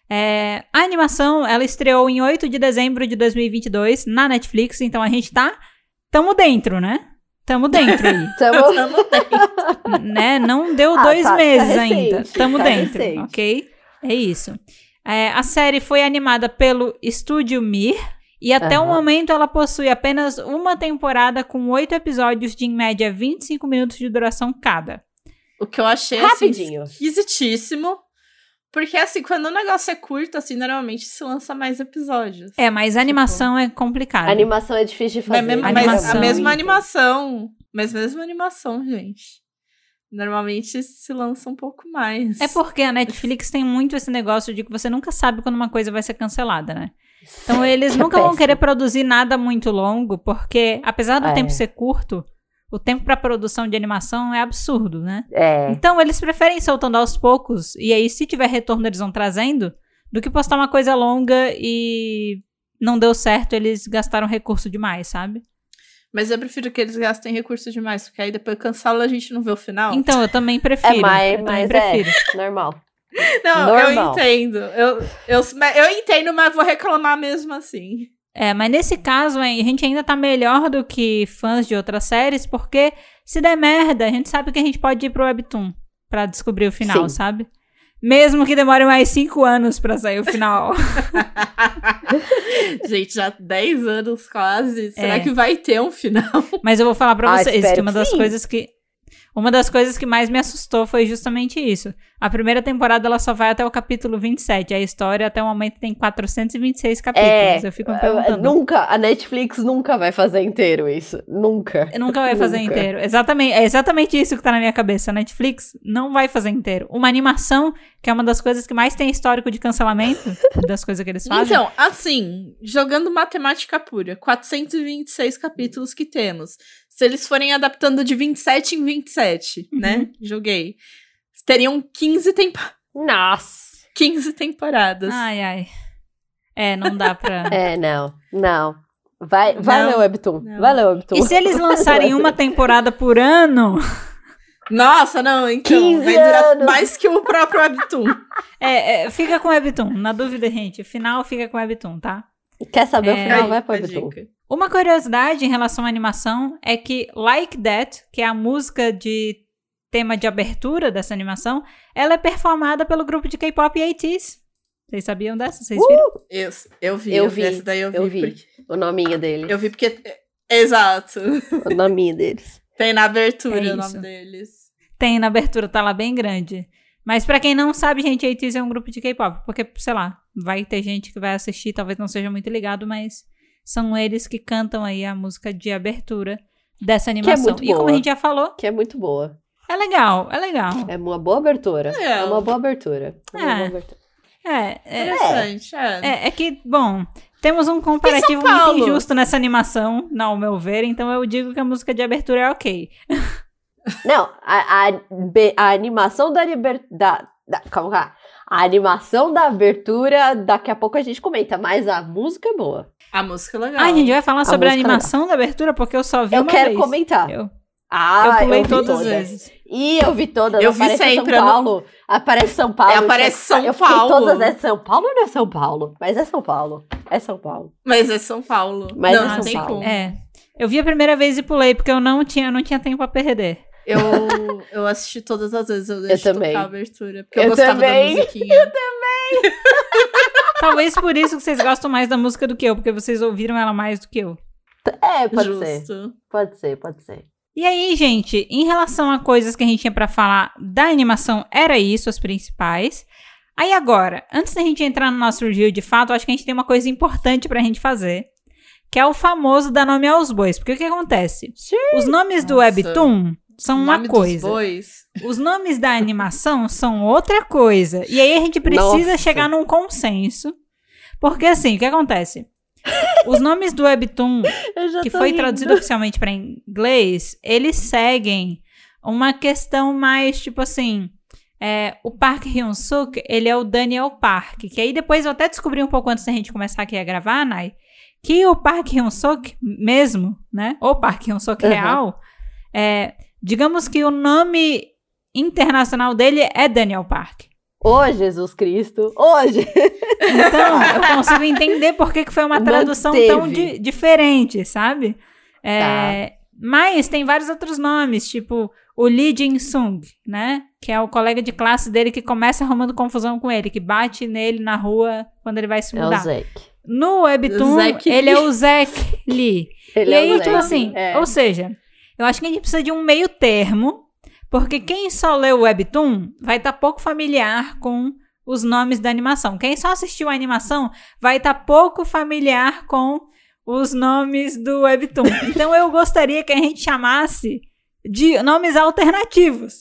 É, a animação, ela estreou em oito de dezembro de dois mil e vinte e dois na Netflix. Então, a gente tá... Tamo dentro, né? Tamo dentro aí. Tamo... Tamo bem. Né? Não deu Ah, dois tá- tá meses recente, ainda. Tamo tá dentro, recente. ok? É isso. É, a série foi animada pelo Estúdio Mir e até o Aham. momento ela possui apenas uma temporada com oito episódios de, em média, vinte e cinco minutos de duração cada. O que eu achei, assim, Rapidinho. esquisitíssimo. Porque, assim, quando o negócio é curto, assim, normalmente se lança mais episódios. É, mas a animação é complicada. A animação é difícil de fazer. Mas, mesmo, A mas animação. a mesma Muito. animação. Mas mesmo animação, gente. Normalmente se lança um pouco mais. É porque a Netflix tem muito esse negócio de que você nunca sabe quando uma coisa vai ser cancelada, né? Então eles Que é nunca vão péssimo. querer produzir nada muito longo, porque apesar do É. tempo ser curto, o tempo pra produção de animação é absurdo, né? É. Então eles preferem ir soltando aos poucos, e aí se tiver retorno eles vão trazendo, do que postar uma coisa longa e não deu certo, eles gastaram recurso demais, sabe? Mas eu prefiro que eles gastem recursos demais, porque aí depois cancela e a gente não vê o final. Então eu também prefiro. É mais, eu também mas prefiro. é normal. Não, normal. eu entendo. Eu, eu, eu entendo, mas vou reclamar mesmo assim. É, mas nesse caso, hein, a gente ainda tá melhor do que fãs de outras séries, porque se der merda, a gente sabe que a gente pode ir pro Webtoon pra descobrir o final, Sim. sabe? Mesmo que demore mais cinco anos pra sair o final. Gente, já dez anos quase. Será É. que vai ter um final? Mas eu vou falar pra Ah, vocês espero que uma que das sim. coisas que... Uma das coisas que mais me assustou foi justamente isso. A primeira temporada, ela só vai até o capítulo vinte e sete. A história, até o momento, tem quatrocentos e vinte e seis capítulos. É, Eu fico me Uh, perguntando. Nunca, a Netflix nunca vai fazer inteiro isso. Nunca. Nunca vai fazer Nunca. inteiro. Exatamente, é exatamente isso que tá na minha cabeça. A Netflix não vai fazer inteiro. Uma animação, que é uma das coisas que mais tem histórico de cancelamento, das coisas que eles fazem. Então, assim, jogando matemática pura, quatrocentos e vinte e seis capítulos que temos. Se eles forem adaptando de vinte e sete em vinte e sete, Uhum. né? Joguei. Teriam quinze, tempo... Nossa. quinze temporadas. Ai, ai. É, não dá pra... É, não. Não. Vai, vai Não, ler o Webtoon. não. Vai ler o Webtoon. E se eles lançarem uma temporada por ano... Nossa, não, então. quinze Vai durar anos. mais que o próprio Webtoon. É, é, fica com o Webtoon. Na dúvida, gente, o final fica com o Webtoon, tá? Quer saber o É, final? Aí, Vai pro a Webtoon. dica. Uma curiosidade em relação à animação é que Like That, que é a música de tema de abertura dessa animação, ela é performada pelo grupo de K-pop A T S. Vocês sabiam dessa? Vocês viram? Eu, eu vi, Eu eu vi. vi, Essa daí eu vi. eu vi. porque- O nominho deles. Eu vi porque... Exato. O nominho deles. Tem na abertura É o nome isso. deles. tem na abertura, tá lá bem grande. Mas pra quem não sabe, gente, A T E E S é um grupo de K-pop. Porque, sei lá, vai ter gente que vai assistir, talvez não seja muito ligado, mas são eles que cantam aí a música de abertura dessa animação. Que é muito e como boa. a gente já falou, Que é muito boa. é legal, é legal. É uma boa abertura. É. É uma boa abertura. É uma É. boa abertura. É, é, Interessante, é. é, é que, bom, temos um comparativo São Paulo. muito injusto nessa animação, ao meu ver, então eu digo que a música de abertura é ok. Não, a, a, be- a animação da liberdade. Da, da, calma, calma. A animação da abertura, daqui a pouco a gente comenta, mas a música é boa. A música é legal. Ah, a gente vai falar sobre a música é animação da abertura, porque eu só vi Eu uma quero vez. comentar. Eu, Ah, eu pulei vi todas as todas. vezes. E eu vi todas. Eu vi aparece sempre, São eu não- Paulo. Aparece São Paulo. É, aparece eu São fiquei- eu fiquei Paulo. todas. É São Paulo ou não é São Paulo? Mas é São Paulo. É São Paulo. Mas é São Paulo. Mas não, é não São tem Paulo. como. É. Eu vi a primeira vez e pulei, porque eu não tinha, não tinha tempo a perder. Eu, eu assisti todas as vezes, eu deixo também. tocar a abertura. Porque eu, Eu gostava também. da musiquinha. Talvez por isso que vocês gostam mais da música do que eu, porque vocês ouviram ela mais do que eu. É, pode ser. Justo. Pode ser, pode ser. E aí, gente, em relação a coisas que a gente tinha pra falar da animação, era isso, as principais. Aí agora, antes da gente entrar no nosso review de fato, acho que a gente tem uma coisa importante pra gente fazer, que é o famoso dar nome aos bois. Porque o que acontece? Os nomes do Nossa. Webtoon são uma Nome coisa. Dos bois. Os nomes da animação são outra coisa. E aí a gente precisa Nossa. chegar num consenso. Porque assim, o que acontece? Os nomes do Webtoon, Eu já que tô foi rindo. traduzido oficialmente para inglês, eles seguem uma questão mais, tipo assim, é, o Park Hyun-suk, ele é o Daniel Park, que aí depois eu até descobri um pouco antes da gente começar aqui a gravar, Nai, que o Park Hyun-suk mesmo, né, o Park Hyun-suk Uhum. real, é, digamos que o nome internacional dele é Daniel Park. Ô, Jesus Cristo. Hoje. Então, eu consigo entender por que que foi uma tradução Manteve. tão di- diferente, sabe? É, mas tem vários outros nomes, tipo o Lee Jin-sung, né? Que é o colega de classe dele que começa arrumando confusão com ele, que bate nele na rua quando ele vai se É o mudar. Zeke. No Webtoon, Zack ele Lee. é o Zack Lee. Ele E é o aí, Zeke. tipo assim, É. ou seja, eu acho que a gente precisa de um meio termo, porque quem só lê o Webtoon vai estar pouco familiar com os nomes da animação. Quem só assistiu a animação vai estar pouco familiar com os nomes do Webtoon. Então eu gostaria que a gente chamasse de nomes alternativos.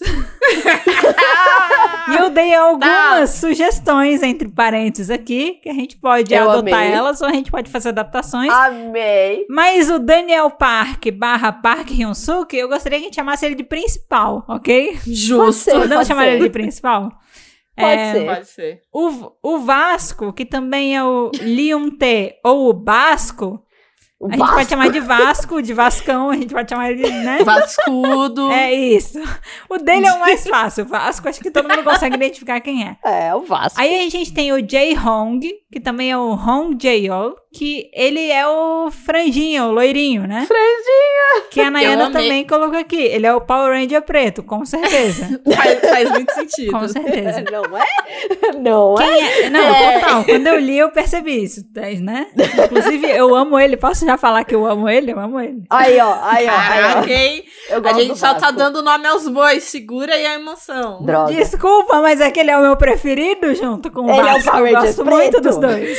E eu dei algumas sugestões, entre parênteses aqui, que a gente pode Eu adotar amei. elas ou a gente pode fazer adaptações. Amei. Mas o Daniel Park barra Park Hyun-suk, eu gostaria que a gente chamasse ele de principal, ok? Justo. ser. Podemos pode chamar ser. ele de principal? Pode É, ser. Pode ser. O, o Vasco, que também é o Lium-T, ou o Basco, O a gente Vasco. pode chamar de Vasco, de Vascão, a gente pode chamar ele, né? Vascudo. É isso. O dele é o mais fácil. O Vasco, acho que todo mundo consegue identificar quem é. É, o Vasco. Aí a gente tem o Jae-hong, que também é o Hong Jae-ol, que ele é o franjinho, o loirinho, né? Franjinha. Que a Nayana amei. também colocou aqui. Ele é o Power Ranger preto, com certeza. Faz, faz muito sentido. Com certeza. Não é? Não é? Quem é? Não, total. Quando eu li, eu percebi isso, né? Inclusive, eu amo ele. Posso já falar que eu amo ele? Eu amo ele. Aí, ó, aí, ó, aí, Caraca, ó. hein? Eu A gosto gente do só tá Vasco. dando nome aos bois. Segura aí a emoção. Droga. Desculpa, mas é que ele é o meu preferido junto com o Ele é o Vasco. Power Eu Ranger gosto muito preto. dos dois.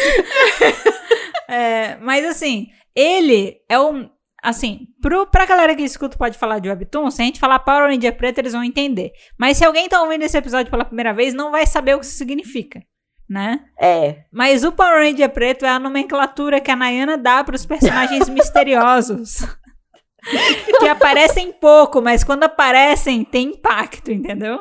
É, mas assim, ele é um... Assim, pro, pra galera que escuta pode falar de Webtoon, se a gente falar Power Ranger preto, eles vão entender. Mas se alguém tá ouvindo esse episódio pela primeira vez, não vai saber o que isso significa, né? É. Mas o Power Ranger preto é a nomenclatura que a Nayana dá pros personagens misteriosos. Que aparecem pouco, mas quando aparecem, tem impacto, entendeu?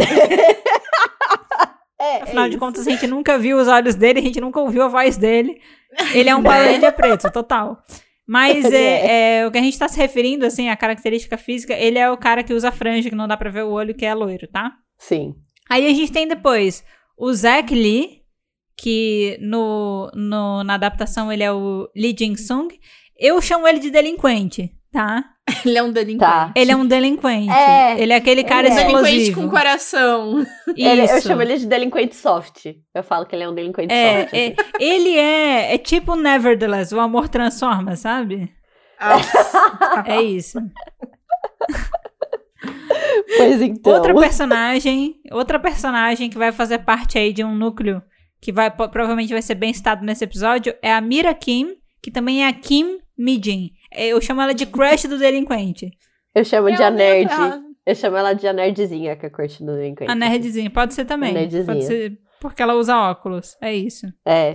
É, Afinal é de isso. contas, a gente nunca viu os olhos dele, a gente nunca ouviu a voz dele. Ele é um Power Ranger preto, total. Mas Ele é, é, o que a gente tá se referindo, assim, a característica física, ele é o cara que usa franja, que não dá pra ver o olho, que é loiro, tá? Sim. Aí a gente tem depois o Zack Lee, que no, no, na adaptação ele é o Lee Jin-sung. Eu chamo ele de delinquente, tá? Ele é um delinquente. Tá. Ele é um delinquente. É, ele é aquele cara ele é. Delinquente explosivo. com coração. Ele- Isso. eu chamo ele de delinquente soft. Eu falo que ele é um delinquente É, soft. é, ele é, é tipo Nevertheless, o amor transforma, sabe? Ah, É isso. Pois então. Outra personagem, outra personagem que vai fazer parte aí de um núcleo que vai, provavelmente vai ser bem citado nesse episódio é a Mira Kim, que também é a Kim Mi-jin. Eu chamo ela de crush do delinquente. Eu chamo Eu de a não- nerd. ah. Eu chamo ela de a nerdzinha, que é curte do delinquente. A nerdzinha, pode ser também. A nerdzinha. Pode ser porque ela usa óculos, é isso. É.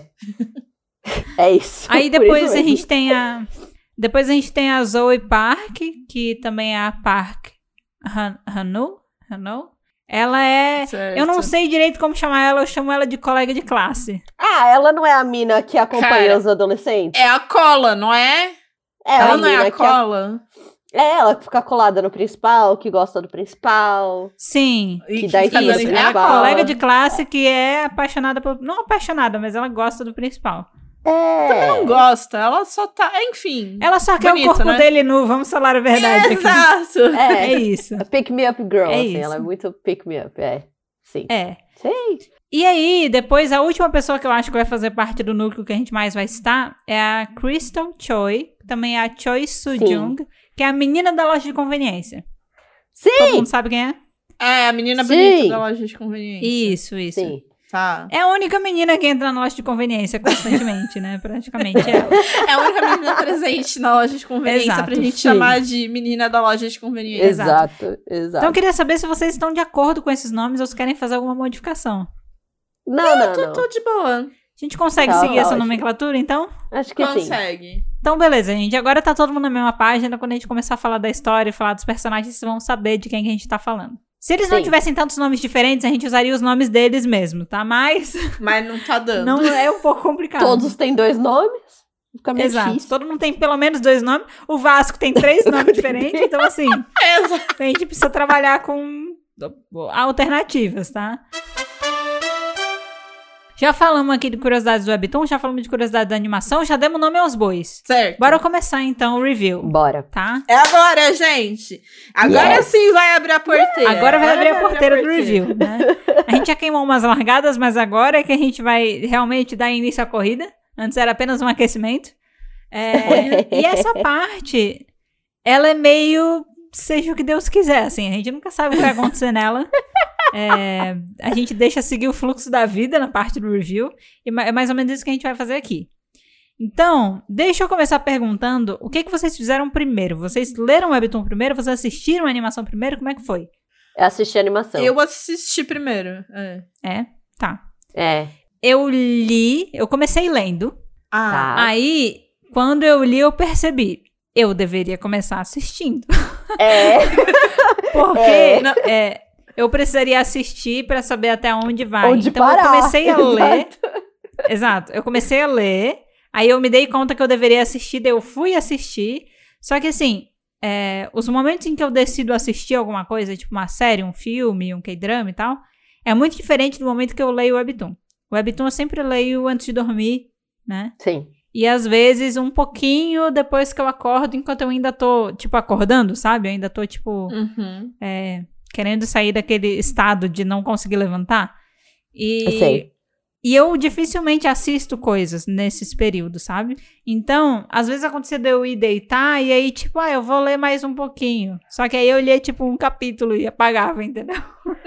É isso. Aí por depois isso a mesmo. gente tem a... Depois a gente tem a Zoe Park, que também é a Park Han- Hanu. Hanu. Ela é... Certo. Eu não sei direito como chamar ela, eu chamo ela de colega de classe. Ah, ela não é a mina que acompanha Cara, os adolescentes? É a cola, não é? É Ela a não é mina a que cola? É ela que fica colada no principal, que gosta do principal. Sim. E Que daí fica fica dando no Isso, é a principal. colega de classe que é apaixonada por... Não apaixonada, mas ela gosta do principal. É. Não gosta, ela só tá. Enfim. Ela só quer Bonito, o corpo né? dele nu, vamos falar a verdade aqui. Exato. É É. isso. Pick me up girl, É assim. isso. Ela é muito pick me up, é. Sim. É. Sim. E aí, depois, a última pessoa que eu acho que vai fazer parte do núcleo que a gente mais vai citar é a Crystal Choi, que também é a Choi Soo-jung, que é a menina da loja de conveniência. Todo Sim, mundo sabe quem é? É, a menina Sim. bonita da loja de conveniência. Isso, isso. sim. Tá. É a única menina que entra na loja de conveniência constantemente, né? Praticamente ela. É a única menina presente na loja de conveniência Exato, pra gente sim. chamar de menina da loja de conveniência. Exato. Exato, exato. Então eu queria saber se vocês estão de acordo com esses nomes ou se querem fazer alguma modificação. Não, não, Tô, não. tô de boa. A gente consegue Tá, seguir tá essa ótimo. nomenclatura, então? Acho que sim. Consegue. Então, beleza, gente. Agora tá todo mundo na mesma página. Quando a gente começar a falar da história e falar dos personagens, vocês vão saber de quem que a gente tá falando. Se eles não Sim. tivessem tantos nomes diferentes, a gente usaria os nomes deles mesmo, tá? Mas Mas não tá dando. não é um pouco complicado. Todos têm dois nomes? Fica meio Exato. difícil. Todo mundo tem pelo menos dois nomes. O Vasco tem três nomes diferentes. Então, assim, Exato. a gente precisa trabalhar com alternativas, tá? Já falamos aqui de curiosidades do Webtoon, já falamos de curiosidades da animação, já demos nome aos bois. Certo. Bora começar, então, o review, Bora. tá? É agora, gente. Agora Yes. sim vai abrir a porteira. Agora vai abrir a porteira do porteira. review, né? A gente já queimou umas largadas, mas agora é que a gente vai realmente dar início à corrida. Antes era apenas um aquecimento. É, e essa parte, ela é meio seja o que Deus quiser, assim. A gente nunca sabe o que vai acontecer nela. É, a gente deixa seguir o fluxo da vida na parte do review. E é mais ou menos isso que a gente vai fazer aqui. Então, deixa eu começar perguntando o que, que vocês fizeram primeiro. Vocês leram o Webtoon primeiro? Vocês assistiram a animação primeiro? Como é que foi? Eu assisti a animação. Eu assisti primeiro. É. É? Tá. É. Eu li, eu comecei lendo. Ah, Tá. Aí, quando eu li, eu percebi. Eu deveria começar assistindo. É. Porque É. não, é, eu precisaria assistir pra saber até onde vai. Onde então parar. eu comecei a ler. Exato. Exato. Eu comecei a ler. Aí eu me dei conta que eu deveria assistir, daí eu fui assistir. Só que assim, é, os momentos em que eu decido assistir alguma coisa, tipo uma série, um filme, um K-drama e tal, é muito diferente do momento que eu leio o Webtoon. O Webtoon eu sempre leio antes de dormir, né? Sim. E às vezes um pouquinho depois que eu acordo, enquanto eu ainda tô, tipo, acordando, sabe? Eu ainda tô, tipo, Uhum. é, querendo sair daquele estado de não conseguir levantar. E, Eu sei. e eu dificilmente assisto coisas nesses períodos, sabe? Então, às vezes acontecia de eu ir deitar e aí, tipo, ah, eu vou ler mais um pouquinho. Só que aí eu lia, tipo, um capítulo e apagava, entendeu?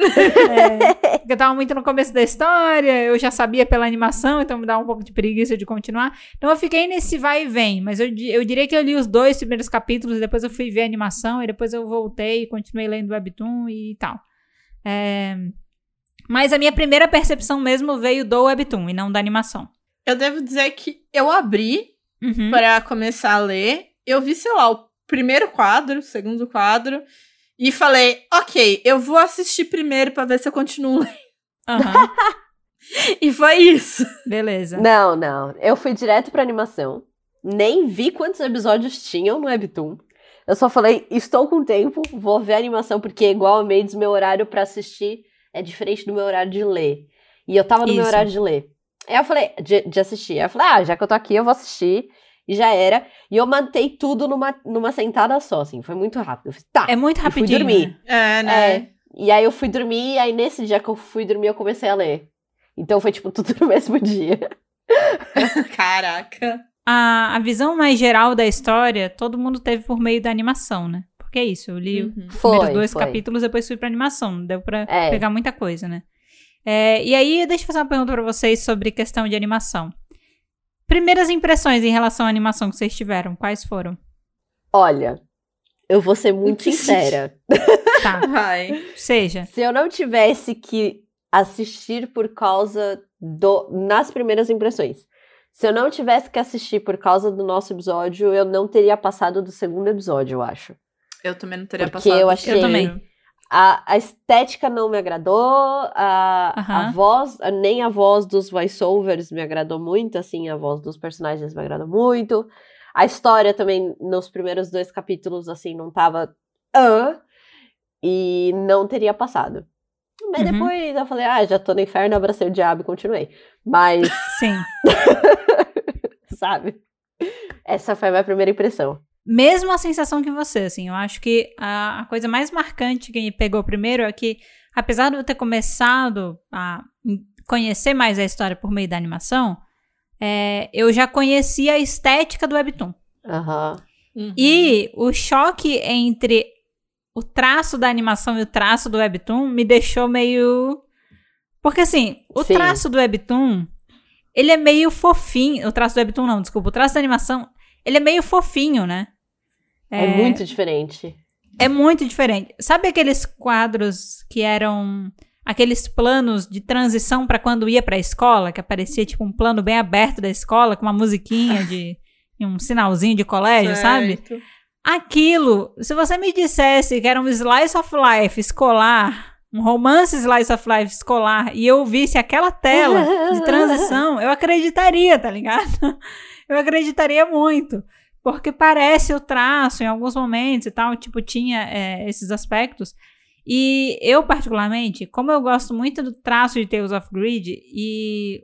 É, porque eu tava muito no começo da história, eu já sabia pela animação, então me dava um pouco de preguiça de continuar. Então eu fiquei nesse vai e vem, mas eu, di- eu diria que eu li os dois primeiros capítulos, depois eu fui ver a animação, e depois eu voltei e continuei lendo o Webtoon e tal. É, mas a minha primeira percepção mesmo veio do Webtoon e não da animação. Eu devo dizer que eu abri Uhum. pra começar a ler. Eu vi, sei lá, o primeiro quadro, o segundo quadro. E falei, ok, eu vou assistir primeiro pra ver se eu continuo lendo. Aham. E foi isso. Beleza. Não, não. Eu fui direto pra animação. Nem vi quantos episódios tinham no Webtoon. Eu só falei, estou com tempo, vou ver a animação, porque igual a Maids, meu horário pra assistir é diferente do meu horário de ler. E eu tava no meu Isso. horário de ler. Aí eu falei, de, de assistir. Aí eu falei, ah, já que eu tô aqui, eu vou assistir. E já era. E eu mantei tudo numa, numa sentada só, assim. Foi muito rápido. Eu falei, tá. É muito e fui rapidinho. dormir. né? É, né? É. E aí eu fui dormir, e aí nesse dia que eu fui dormir, eu comecei a ler. Então foi, tipo, tudo no mesmo dia. Caraca. A, a visão mais geral da história, todo mundo teve por meio da animação, né? porque é isso, eu li Uhum. os Foi, primeiros dois foi. capítulos, depois fui pra animação, não deu pra É. pegar muita coisa, né? É, e aí, deixa eu fazer uma pergunta pra vocês sobre questão de animação. Primeiras impressões em relação à animação que vocês tiveram, quais foram? Olha, eu vou ser muito que sincera. Tá, Vai. seja. Se eu não tivesse que assistir por causa do... Nas primeiras impressões. Se eu não tivesse que assistir por causa do nosso episódio, eu não teria passado do segundo episódio, eu acho. Eu também não teria Porque passado. eu achei- Eu também. A, a estética não me agradou, a, a Aham. voz, nem a voz dos voiceovers me agradou muito, assim, a voz dos personagens me agradou muito. A história também, nos primeiros dois capítulos, assim, não tava... Ah, e não teria passado. Mas Uhum. depois eu falei, ah, já tô no inferno, abracei o diabo e continuei. Mas, Sim. sabe? Essa foi a minha primeira impressão. Mesmo a sensação que você, assim, eu acho que a, a coisa mais marcante que me pegou primeiro é que, apesar de eu ter começado a conhecer mais a história por meio da animação, é, eu já conhecia a estética do Webtoon. Aham. Uhum. E o choque entre o traço da animação e o traço do Webtoon me deixou meio... Porque, assim, o Sim. traço do Webtoon, ele é meio fofinho. O traço do Webtoon não, desculpa. O traço da animação, ele é meio fofinho, né? É, muito diferente. É muito diferente. Sabe aqueles quadros que eram... Aqueles planos de transição pra quando ia pra escola, que aparecia tipo um plano bem aberto da escola, com uma musiquinha de... e um sinalzinho de colégio, sabe? Certo. Aquilo, se você me dissesse que era um slice of life escolar, um romance slice of life escolar, e eu visse aquela tela de transição, eu acreditaria, tá ligado? Eu acreditaria muito. Porque parece o traço em alguns momentos e tal, tipo, tinha é, esses aspectos. E eu, particularmente, como eu gosto muito do traço de Tales of Greed, e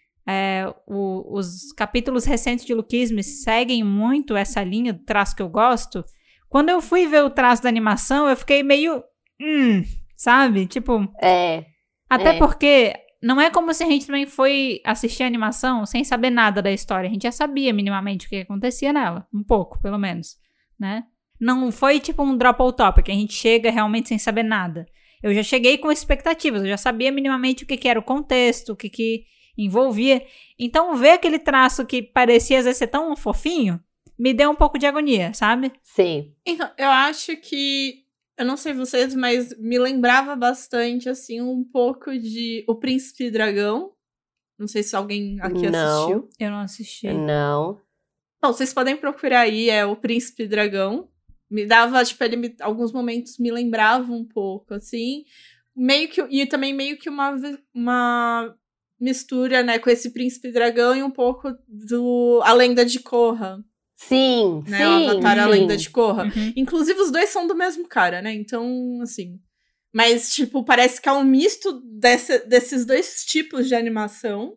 é, o, os capítulos recentes de Lookism seguem muito essa linha do traço que eu gosto, quando eu fui ver o traço da animação, eu fiquei meio... Hum, sabe? Tipo... É. Até É. porque não é como se a gente também foi assistir a animação sem saber nada da história. A gente já sabia minimamente o que acontecia nela. Um pouco, pelo menos, né? Não foi tipo um drop ou top, que a gente chega realmente sem saber nada. Eu já cheguei com expectativas, eu já sabia minimamente o que, que era o contexto, o que, que envolvia. Então, ver aquele traço que parecia às vezes ser tão fofinho, me deu um pouco de agonia, sabe? Sim. Então, eu acho que, eu não sei vocês, mas me lembrava bastante, assim, um pouco de O Príncipe Dragão. Não sei se alguém aqui Não. assistiu. Eu não assisti. Não. Não, vocês podem procurar aí, é O Príncipe Dragão. Me dava, tipo, ele me, alguns momentos me lembrava um pouco, assim. Meio que, e também meio que uma, uma mistura, né, com esse Príncipe Dragão e um pouco do A Lenda de Korra. Sim, Né, sim, o Avatar, A sim. Lenda de Korra. Uhum. Inclusive, os dois são do mesmo cara, né? Então, assim... Mas, tipo, parece que é um misto desse, desses dois tipos de animação.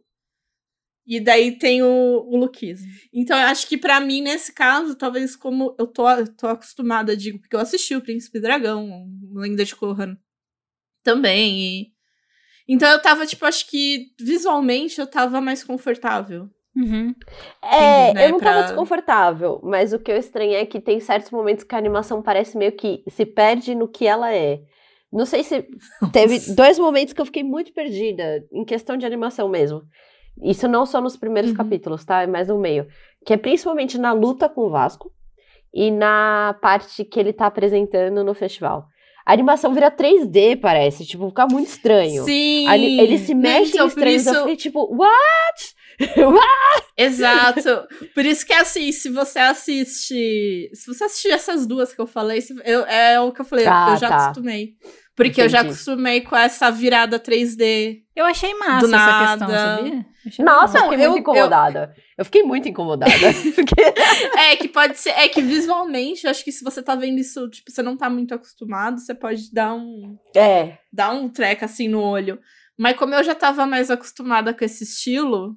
E daí tem o, o Lookism. Então, eu acho que pra mim, nesse caso, talvez como eu tô, eu tô acostumada, digo, porque eu assisti o Príncipe Dragão, Lenda de Korra também. E... Então, eu tava, tipo, acho que visualmente eu tava mais confortável. Uhum. É, Entendi, né, eu não tava pra- desconfortável, mas o que eu estranhei é que tem certos momentos que a animação parece meio que se perde no que ela é. Não sei se teve dois momentos que eu fiquei muito perdida, em questão de animação mesmo. Isso não só nos primeiros Uhum. capítulos, tá? É mais no meio. Que é principalmente na luta com o Vasco e na parte que ele tá apresentando no festival. A animação vira três D, parece. Tipo, fica muito estranho. Sim! A ani- Ele se Não, mexe então, em por estranhos, eu isso- fiquei tipo, what? What? Exato. Por isso que, assim, se você assiste... Se você assistir essas duas que eu falei, se- eu, é o que eu falei, Ah, eu já tá. acostumei. Porque eu já Entendi. acostumei com essa virada três D. Eu achei massa Do essa questão, nada. sabia? Achei Nossa, eu legal. fiquei eu- muito incomodada. Eu... fiquei muito incomodada. Porque... É, que pode ser... É que visualmente, eu acho que se você tá vendo isso, tipo, você não tá muito acostumado, você pode dar um... É, Dar um treco, assim, no olho. Mas como eu já tava mais acostumada com esse estilo...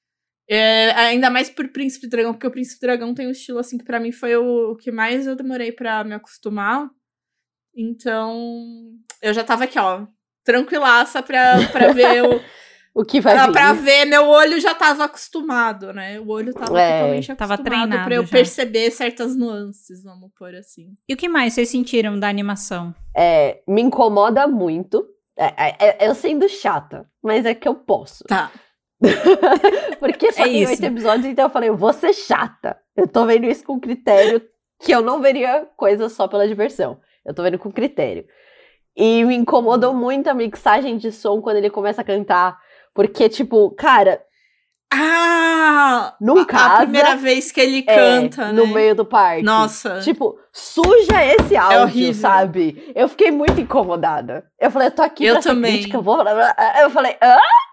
É, ainda mais por Príncipe Dragão, porque o Príncipe Dragão tem um estilo, assim, que pra mim foi o, o que mais eu demorei pra me acostumar. Então, eu já tava aqui, ó, tranquilaça pra, pra ver o, o que vai Ah, vir. pra ver, meu olho já tava acostumado, né? O olho tava É, totalmente tava acostumado treinado pra eu já. perceber certas nuances, vamos pôr assim. E o que mais vocês sentiram da animação? É, me incomoda muito. É, é, é, eu sendo chata, mas é que eu posso. Tá. Porque só É tem isso. oito episódios, então eu falei, eu vou ser chata. Eu tô vendo isso com critério que eu não veria coisa só pela diversão. Eu tô vendo com critério. E me incomodou muito a mixagem de som quando ele começa a cantar. Porque, tipo, cara, Ah! Não a, casa, a primeira vez que ele é, canta, né? no meio do parque. Nossa. Tipo, suja esse áudio, horrível. sabe? Eu fiquei muito incomodada. Eu falei, eu tô aqui Eu pra ser também. crítica, eu vou... Eu falei, hã?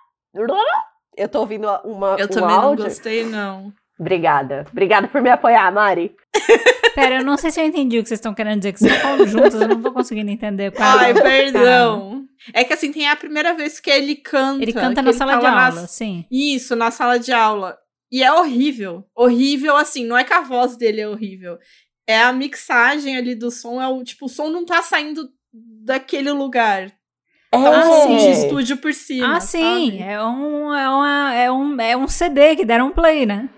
Eu tô ouvindo uma, Eu um também áudio. não gostei, não. Obrigada. Obrigada por me apoiar, Mari. Pera, eu não sei se eu entendi o que vocês estão querendo dizer, que vocês estão falando juntos, eu não tô conseguindo entender. Qual Ai, é o- perdão. É que assim, tem a primeira vez que ele canta. Ele canta que na ele sala tá de lá aula, nas- sim. Isso, na sala de aula. E é horrível. Horrível, assim, não é que a voz dele é horrível. É a mixagem ali do som, é o tipo, o som não tá saindo daquele lugar. Tá um Ah, som sim. de estúdio por cima. Ah, sim, sabe? é um, é, uma, é, um, é um C D que deram play, né?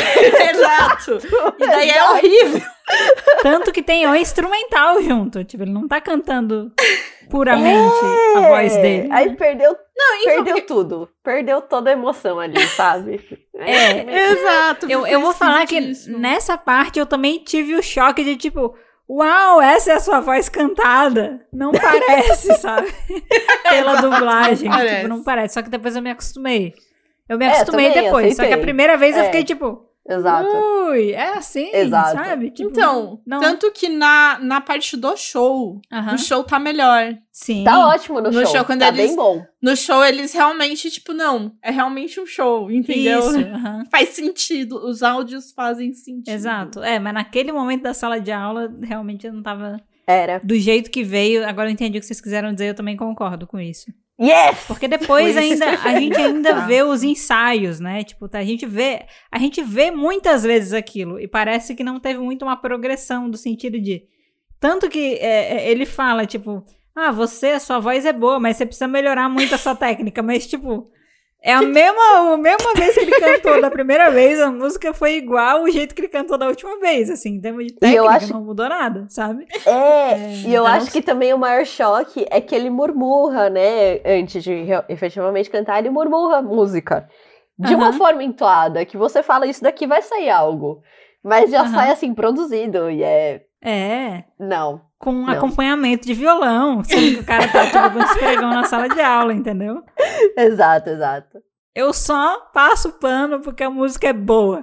Exato. E daí é horrível. Tanto que tem o instrumental junto, tipo, ele não tá cantando puramente a voz dele. É, Aí perdeu, Não, então, perdeu porque- tudo. Perdeu toda a emoção ali, sabe? É. Exato. Eu, fica eu vou falar que esquisitíssimo. nessa parte eu também tive o choque de tipo, uau, essa é a sua voz cantada. Não parece, sabe? Pela dublagem. Não parece. Tipo, não parece. Só que depois eu me acostumei. Eu me É, acostumei também, depois. Só que a aceitei. primeira vez eu É. fiquei tipo, Exato. ui, é assim, Exato. sabe? Tipo, Então, não. tanto que na, na parte do show, Aham. o show tá melhor. Sim. Tá ótimo no, No show. show, quando tá eles- bem bom. No show, eles realmente, tipo, não, é realmente um show, entendeu? Isso, aham. Faz sentido, os áudios fazem sentido. Exato. É, mas naquele momento da sala de aula, realmente eu não tava Era. do jeito que veio. Agora eu entendi o que vocês quiseram dizer, eu também concordo com isso. Yes! Porque depois Foi ainda, a gente ainda Tá. vê os ensaios, né? Tipo, tá, a gente vê, a gente vê muitas vezes aquilo e parece que não teve muito uma progressão do sentido de tanto que é, é, ele fala, tipo, ah, você, a sua voz é boa, mas você precisa melhorar muito a sua técnica, mas tipo, é a mesma, a mesma vez que ele cantou da primeira vez, a música foi igual o jeito que ele cantou da última vez, assim, em termos de E eu técnica, acho- não mudou nada, sabe? É, e eu então- acho que também o maior choque é que ele murmurra, né? Antes de re- efetivamente cantar, ele murmurra a música. De uma Aham. forma entoada, que você fala, isso daqui vai sair algo. Mas já Aham. sai assim, produzido, e é... É, Não. com Não. acompanhamento de violão, sendo que o cara tá tipo com esse pregão na sala de aula, entendeu? Exato, exato. Eu só passo pano porque a música é boa.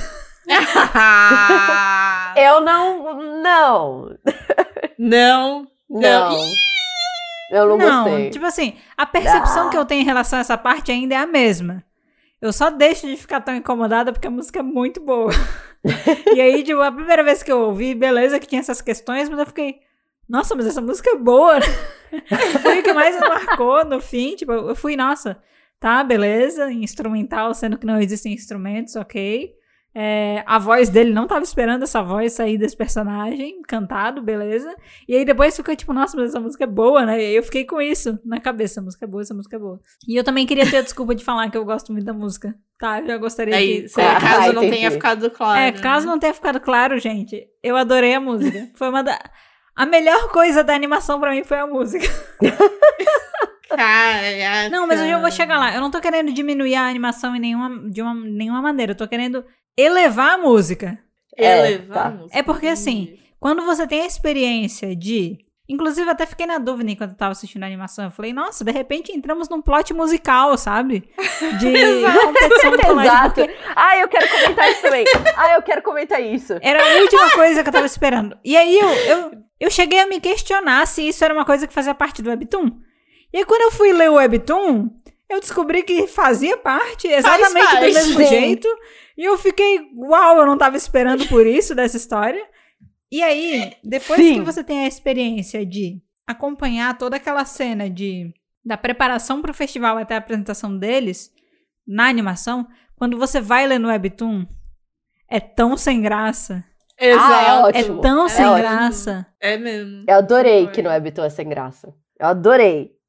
Eu não... Não. Não, Não. Eu não, gostei. tipo assim, a percepção Ah. que eu tenho em relação a essa parte ainda é a mesma. Eu só deixo de ficar tão incomodada porque a música é muito boa. E aí, tipo, a primeira vez que eu ouvi, beleza que tinha essas questões, mas eu fiquei, nossa, mas essa música é boa. Foi o que mais me marcou no fim, tipo, eu fui, nossa, tá, beleza, instrumental, sendo que não existem instrumentos, ok. É, a voz dele não tava esperando essa voz sair desse personagem, cantado, beleza. E aí depois ficou tipo, nossa, mas essa música é boa, né? E aí eu fiquei com isso na cabeça, essa música é boa, essa música é boa. E eu também queria ter a desculpa de falar que eu gosto muito da música, tá? Eu já gostaria Aí, de... se Ah, caso não entendi. tenha ficado claro. É, caso né? não tenha ficado claro, gente, eu adorei a música. Foi uma da... A melhor coisa da animação pra mim foi a música. Caraca. Não, mas eu já vou chegar lá. Eu não tô querendo diminuir a animação em nenhuma, de uma, nenhuma maneira. Eu tô querendo elevar a música. É, Elevar tá. a música. É porque, assim, quando você tem a experiência de... Inclusive, eu até fiquei na dúvida enquanto eu tava assistindo a animação. Eu falei, nossa, de repente entramos num plot musical, sabe? De competição de colégio. Exato. Porque Ah, eu quero comentar isso também. Ah, eu quero comentar isso. era a última coisa que eu tava esperando. E aí, eu, eu, eu cheguei a me questionar se isso era uma coisa que fazia parte do Webtoon. E aí, quando eu fui ler o Webtoon, eu descobri que fazia parte exatamente parte, do mesmo sim. jeito. E eu fiquei, uau, eu não tava esperando por isso, dessa história. E aí, depois Sim. que você tem a experiência de acompanhar toda aquela cena de, da preparação pro festival até a apresentação deles, na animação, quando você vai ler no Webtoon, é tão sem graça. Exato. Ah, é É ótimo. tão É sem ótimo. graça. É mesmo. Eu adorei Foi. que no Webtoon é sem graça. Eu adorei.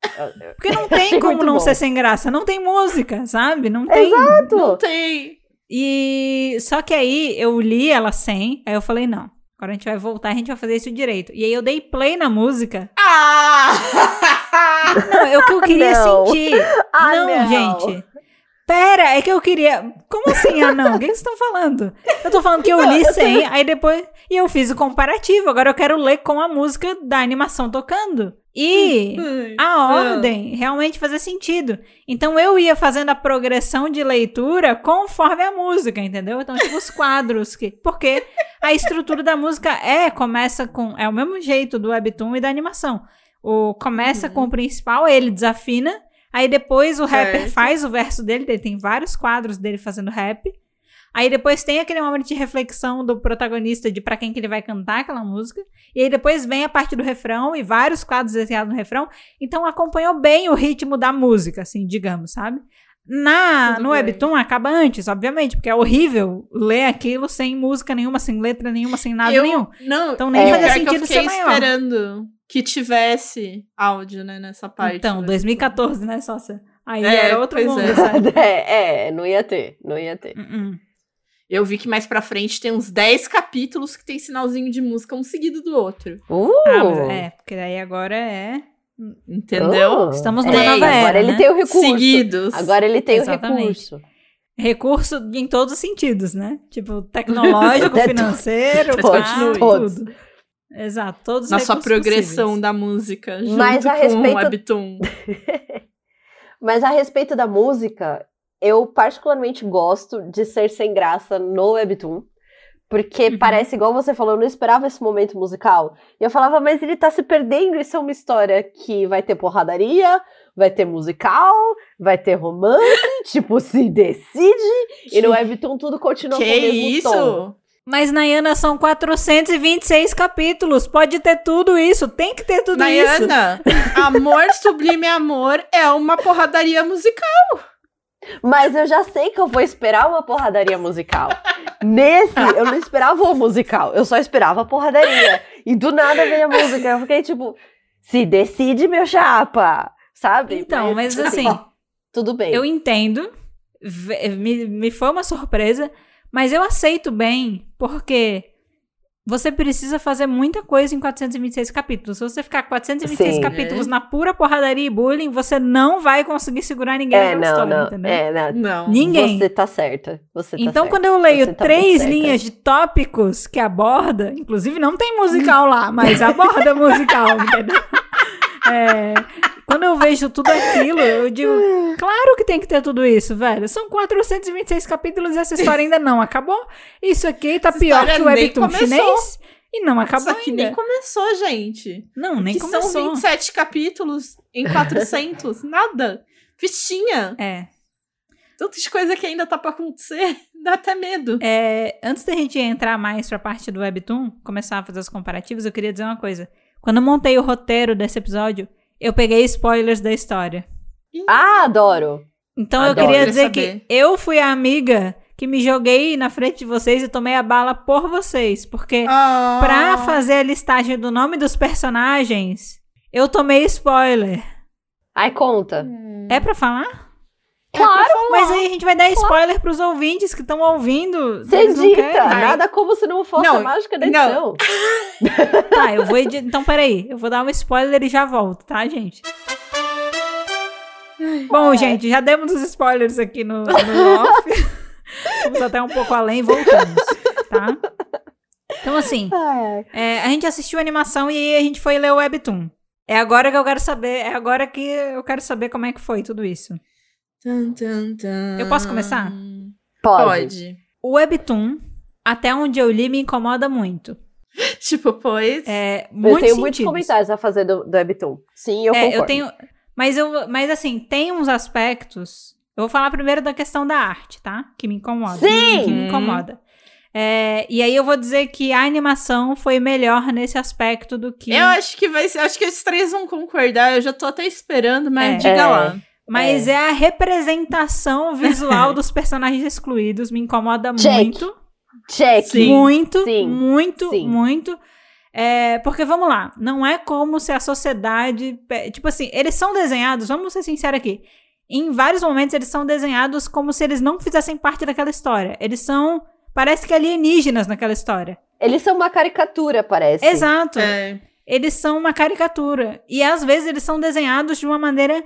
Porque não tem Achei como muito não bom. ser sem graça. Não tem música, sabe? Não tem. Exato. Não tem. E só que aí eu li ela sem, aí eu falei, não, agora a gente vai voltar, a gente vai fazer isso direito. E aí eu dei play na música. Ah! Não, é o que eu queria Não. sentir. Ah, não, não. gente. Pera, é que eu queria... Como assim, ah, não? O que vocês estão falando? Eu tô falando que eu li sem, aí depois... E eu fiz o comparativo, agora eu quero ler com a música da animação tocando. E a ordem realmente fazia sentido. Então eu ia fazendo a progressão de leitura conforme a música, entendeu? Então, tipo, os quadros. Que, porque a estrutura da música é, começa com... É o mesmo jeito do webtoon e da animação. O, começa Uhum. com o principal, ele desafina. Aí depois o rapper Certo. faz o verso dele, ele tem vários quadros dele fazendo rap. Aí depois tem aquele momento de reflexão do protagonista de pra quem que ele vai cantar aquela música. E aí depois vem a parte do refrão e vários quadros desenhados no refrão. Então acompanhou bem o ritmo da música, assim, digamos, sabe? Na, Tudo no bem. webtoon acaba antes, obviamente, porque é horrível ler aquilo sem música nenhuma, sem letra nenhuma, sem nada eu, nenhum. Não, Então nem É. fazia pior que sentido eu fiquei ser maior. esperando que tivesse áudio, né, nessa parte. Então, né? dois mil e catorze, né, Sócia? Aí É, era outro pois mundo, é. sabe? É, é, não ia ter, não ia ter. Uh-uh. Eu vi que mais pra frente tem uns dez capítulos que tem sinalzinho de música um seguido do outro. Uh! Ah, mas é, porque daí agora é... Entendeu? Uh, Estamos é, numa nova agora era, ele né? tem o recurso. Seguidos. Agora ele tem Exatamente. o recurso. Recurso em todos os sentidos, né? Tipo, tecnológico, É, financeiro, Mas pá, continue. tudo. Exato, todos os Na sua recursos progressão possíveis. da música, junto Mas a com respeito- o webtoon. Mas a respeito da música, eu particularmente gosto de ser sem graça no webtoon. Porque Uhum. parece, igual você falou, eu não esperava esse momento musical. E eu falava, mas ele tá se perdendo, isso é uma história que vai ter porradaria, vai ter musical, vai ter romance, tipo, se decide. E no webtoon tudo continua Que com o mesmo isso? tom. Mas, Nayana, são quatrocentos e vinte e seis capítulos. Pode ter tudo isso. Tem que ter tudo isso. Nayana, Amor Sublime Amor é uma porradaria musical. Mas eu já sei que eu vou esperar uma porradaria musical. Nesse, eu não esperava o musical, eu só esperava a porradaria. E do nada veio a música. Eu fiquei tipo, se decide, meu chapa, sabe? Então, mas assim, tudo bem. eu entendo. V- Me, me foi uma surpresa. Mas eu aceito bem, porque você precisa fazer muita coisa em quatrocentos e vinte e seis capítulos. Se você ficar quatrocentos e vinte e seis Sim. capítulos na pura porradaria e bullying, você não vai conseguir segurar ninguém É, naquela não, história, não. entendeu? É, não. Não. Ninguém. Você tá certa. Você tá Então, certa. quando eu leio Você tá três muito certa. linhas de tópicos que aborda, inclusive não tem musical lá, mas aborda musical, entendeu? É, quando eu vejo tudo aquilo, eu digo, claro que tem que ter tudo isso, velho. São quatrocentos e vinte e seis capítulos e essa história ainda não acabou. Isso aqui tá Essa pior história que o nem webtoon começou. chinês e não acabou Isso aqui ainda. nem começou, gente. Não, nem que começou. são vinte e sete capítulos em quatrocentos. Nada. Fichinha. É. Tanta de coisa que ainda tá pra acontecer. Dá até medo. É, antes da gente entrar mais pra parte do webtoon, começar a fazer os comparativos, eu queria dizer uma coisa. Quando eu montei o roteiro desse episódio, eu peguei spoilers da história. Ah, adoro. Então Adoro. eu queria Queria dizer saber. que eu fui a amiga que me joguei na frente de vocês e tomei a bala por vocês. Porque Ah. pra fazer a listagem do nome dos personagens, eu tomei spoiler. Ai, conta. Hum. É pra falar? Claro, Mas aí a gente vai dar spoiler pros ouvintes que estão ouvindo. você Eles não edita. querem. Nada como se não fosse Não, a mágica da não. edição. Tá, eu vou editar. Então, peraí. Eu vou dar um spoiler e já volto, tá, gente? Bom, É. gente, já demos os spoilers aqui no, no off. Vamos até um pouco além e voltamos, tá? Então, assim, Ai, ai. é, a gente assistiu a animação e aí a gente foi ler o webtoon. É agora que eu quero saber, é agora que eu quero saber como é que foi tudo isso. Tum, tum, tum. Eu posso começar? Pode. Pode. O webtoon, até onde eu li, me incomoda muito. Tipo, pois. É, Eu muitos tenho muitos sentidos. comentários a fazer do, do webtoon. Sim, eu É, concordo. eu tenho. Mas, eu, mas assim, tem uns aspectos. Eu vou falar primeiro da questão da arte, tá? Que me incomoda. Sim! Que me incomoda. É, e aí eu vou dizer que a animação foi melhor nesse aspecto do que. Eu acho que vai ser. Acho que os três vão concordar. Eu já tô até esperando, mas É. diga É. lá. Mas é. a representação visual dos personagens excluídos me incomoda Check. muito. Check. Sim. Muito, Sim. muito, Sim. muito. É, porque, vamos lá, não é como se a sociedade... Tipo assim, eles são desenhados, vamos ser sinceros aqui, em vários momentos eles são desenhados como se eles não fizessem parte daquela história. Eles são, parece que alienígenas naquela história. Eles são uma caricatura, parece. Exato. É. Eles são uma caricatura. E às vezes eles são desenhados de uma maneira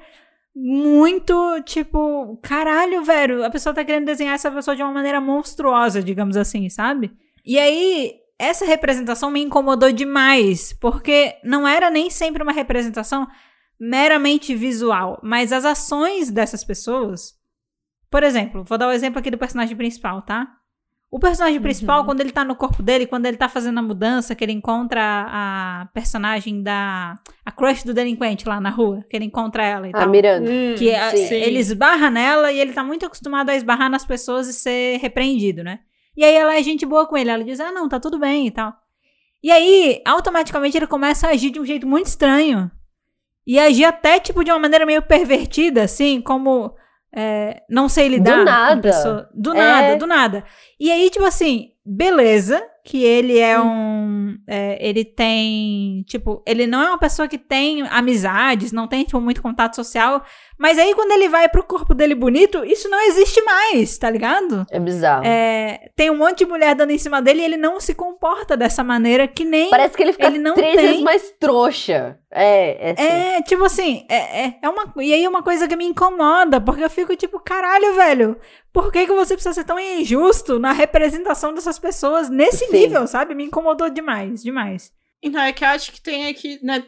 muito, tipo, caralho, velho, a pessoa tá querendo desenhar essa pessoa de uma maneira monstruosa, digamos assim, sabe? E aí, essa representação me incomodou demais, porque não era nem sempre uma representação meramente visual, mas as ações dessas pessoas... Por exemplo, vou dar o exemplo aqui do personagem principal, tá? O personagem principal, uhum. quando ele tá no corpo dele, quando ele tá fazendo a mudança, que ele encontra a personagem da... A crush do delinquente lá na rua, que ele encontra ela e a tal. A Miranda. Hum, que a, ele esbarra nela e ele tá muito acostumado a esbarrar nas pessoas e ser repreendido, né? E aí ela é gente boa com ele, ela diz, ah, não, tá tudo bem e tal. E aí, automaticamente, ele começa a agir de um jeito muito estranho. E agir até, tipo, de uma maneira meio pervertida, assim, como... É, não sei lidar do nada. com pessoa. Do é. nada, do nada. E aí, tipo assim, beleza, que ele é hum. um... É, ele tem, tipo, ele não é uma pessoa que tem amizades, não tem, tipo, muito contato social, mas aí quando ele vai pro corpo dele bonito, isso não existe mais, tá ligado? É bizarro. É, tem um monte de mulher dando em cima dele e ele não se comporta dessa maneira que nem... Parece que ele fica ele não três tem... vezes mais trouxa. É, é assim. É, tipo assim, é, é, é uma... E aí é uma coisa que me incomoda, porque eu fico tipo, caralho, velho, por que que você precisa ser tão injusto na representação dessas pessoas nesse Sim. nível, sabe? Me incomodou demais, demais. Então, é que eu acho que tem aqui, né,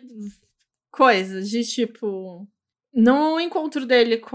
coisas de tipo... No encontro dele com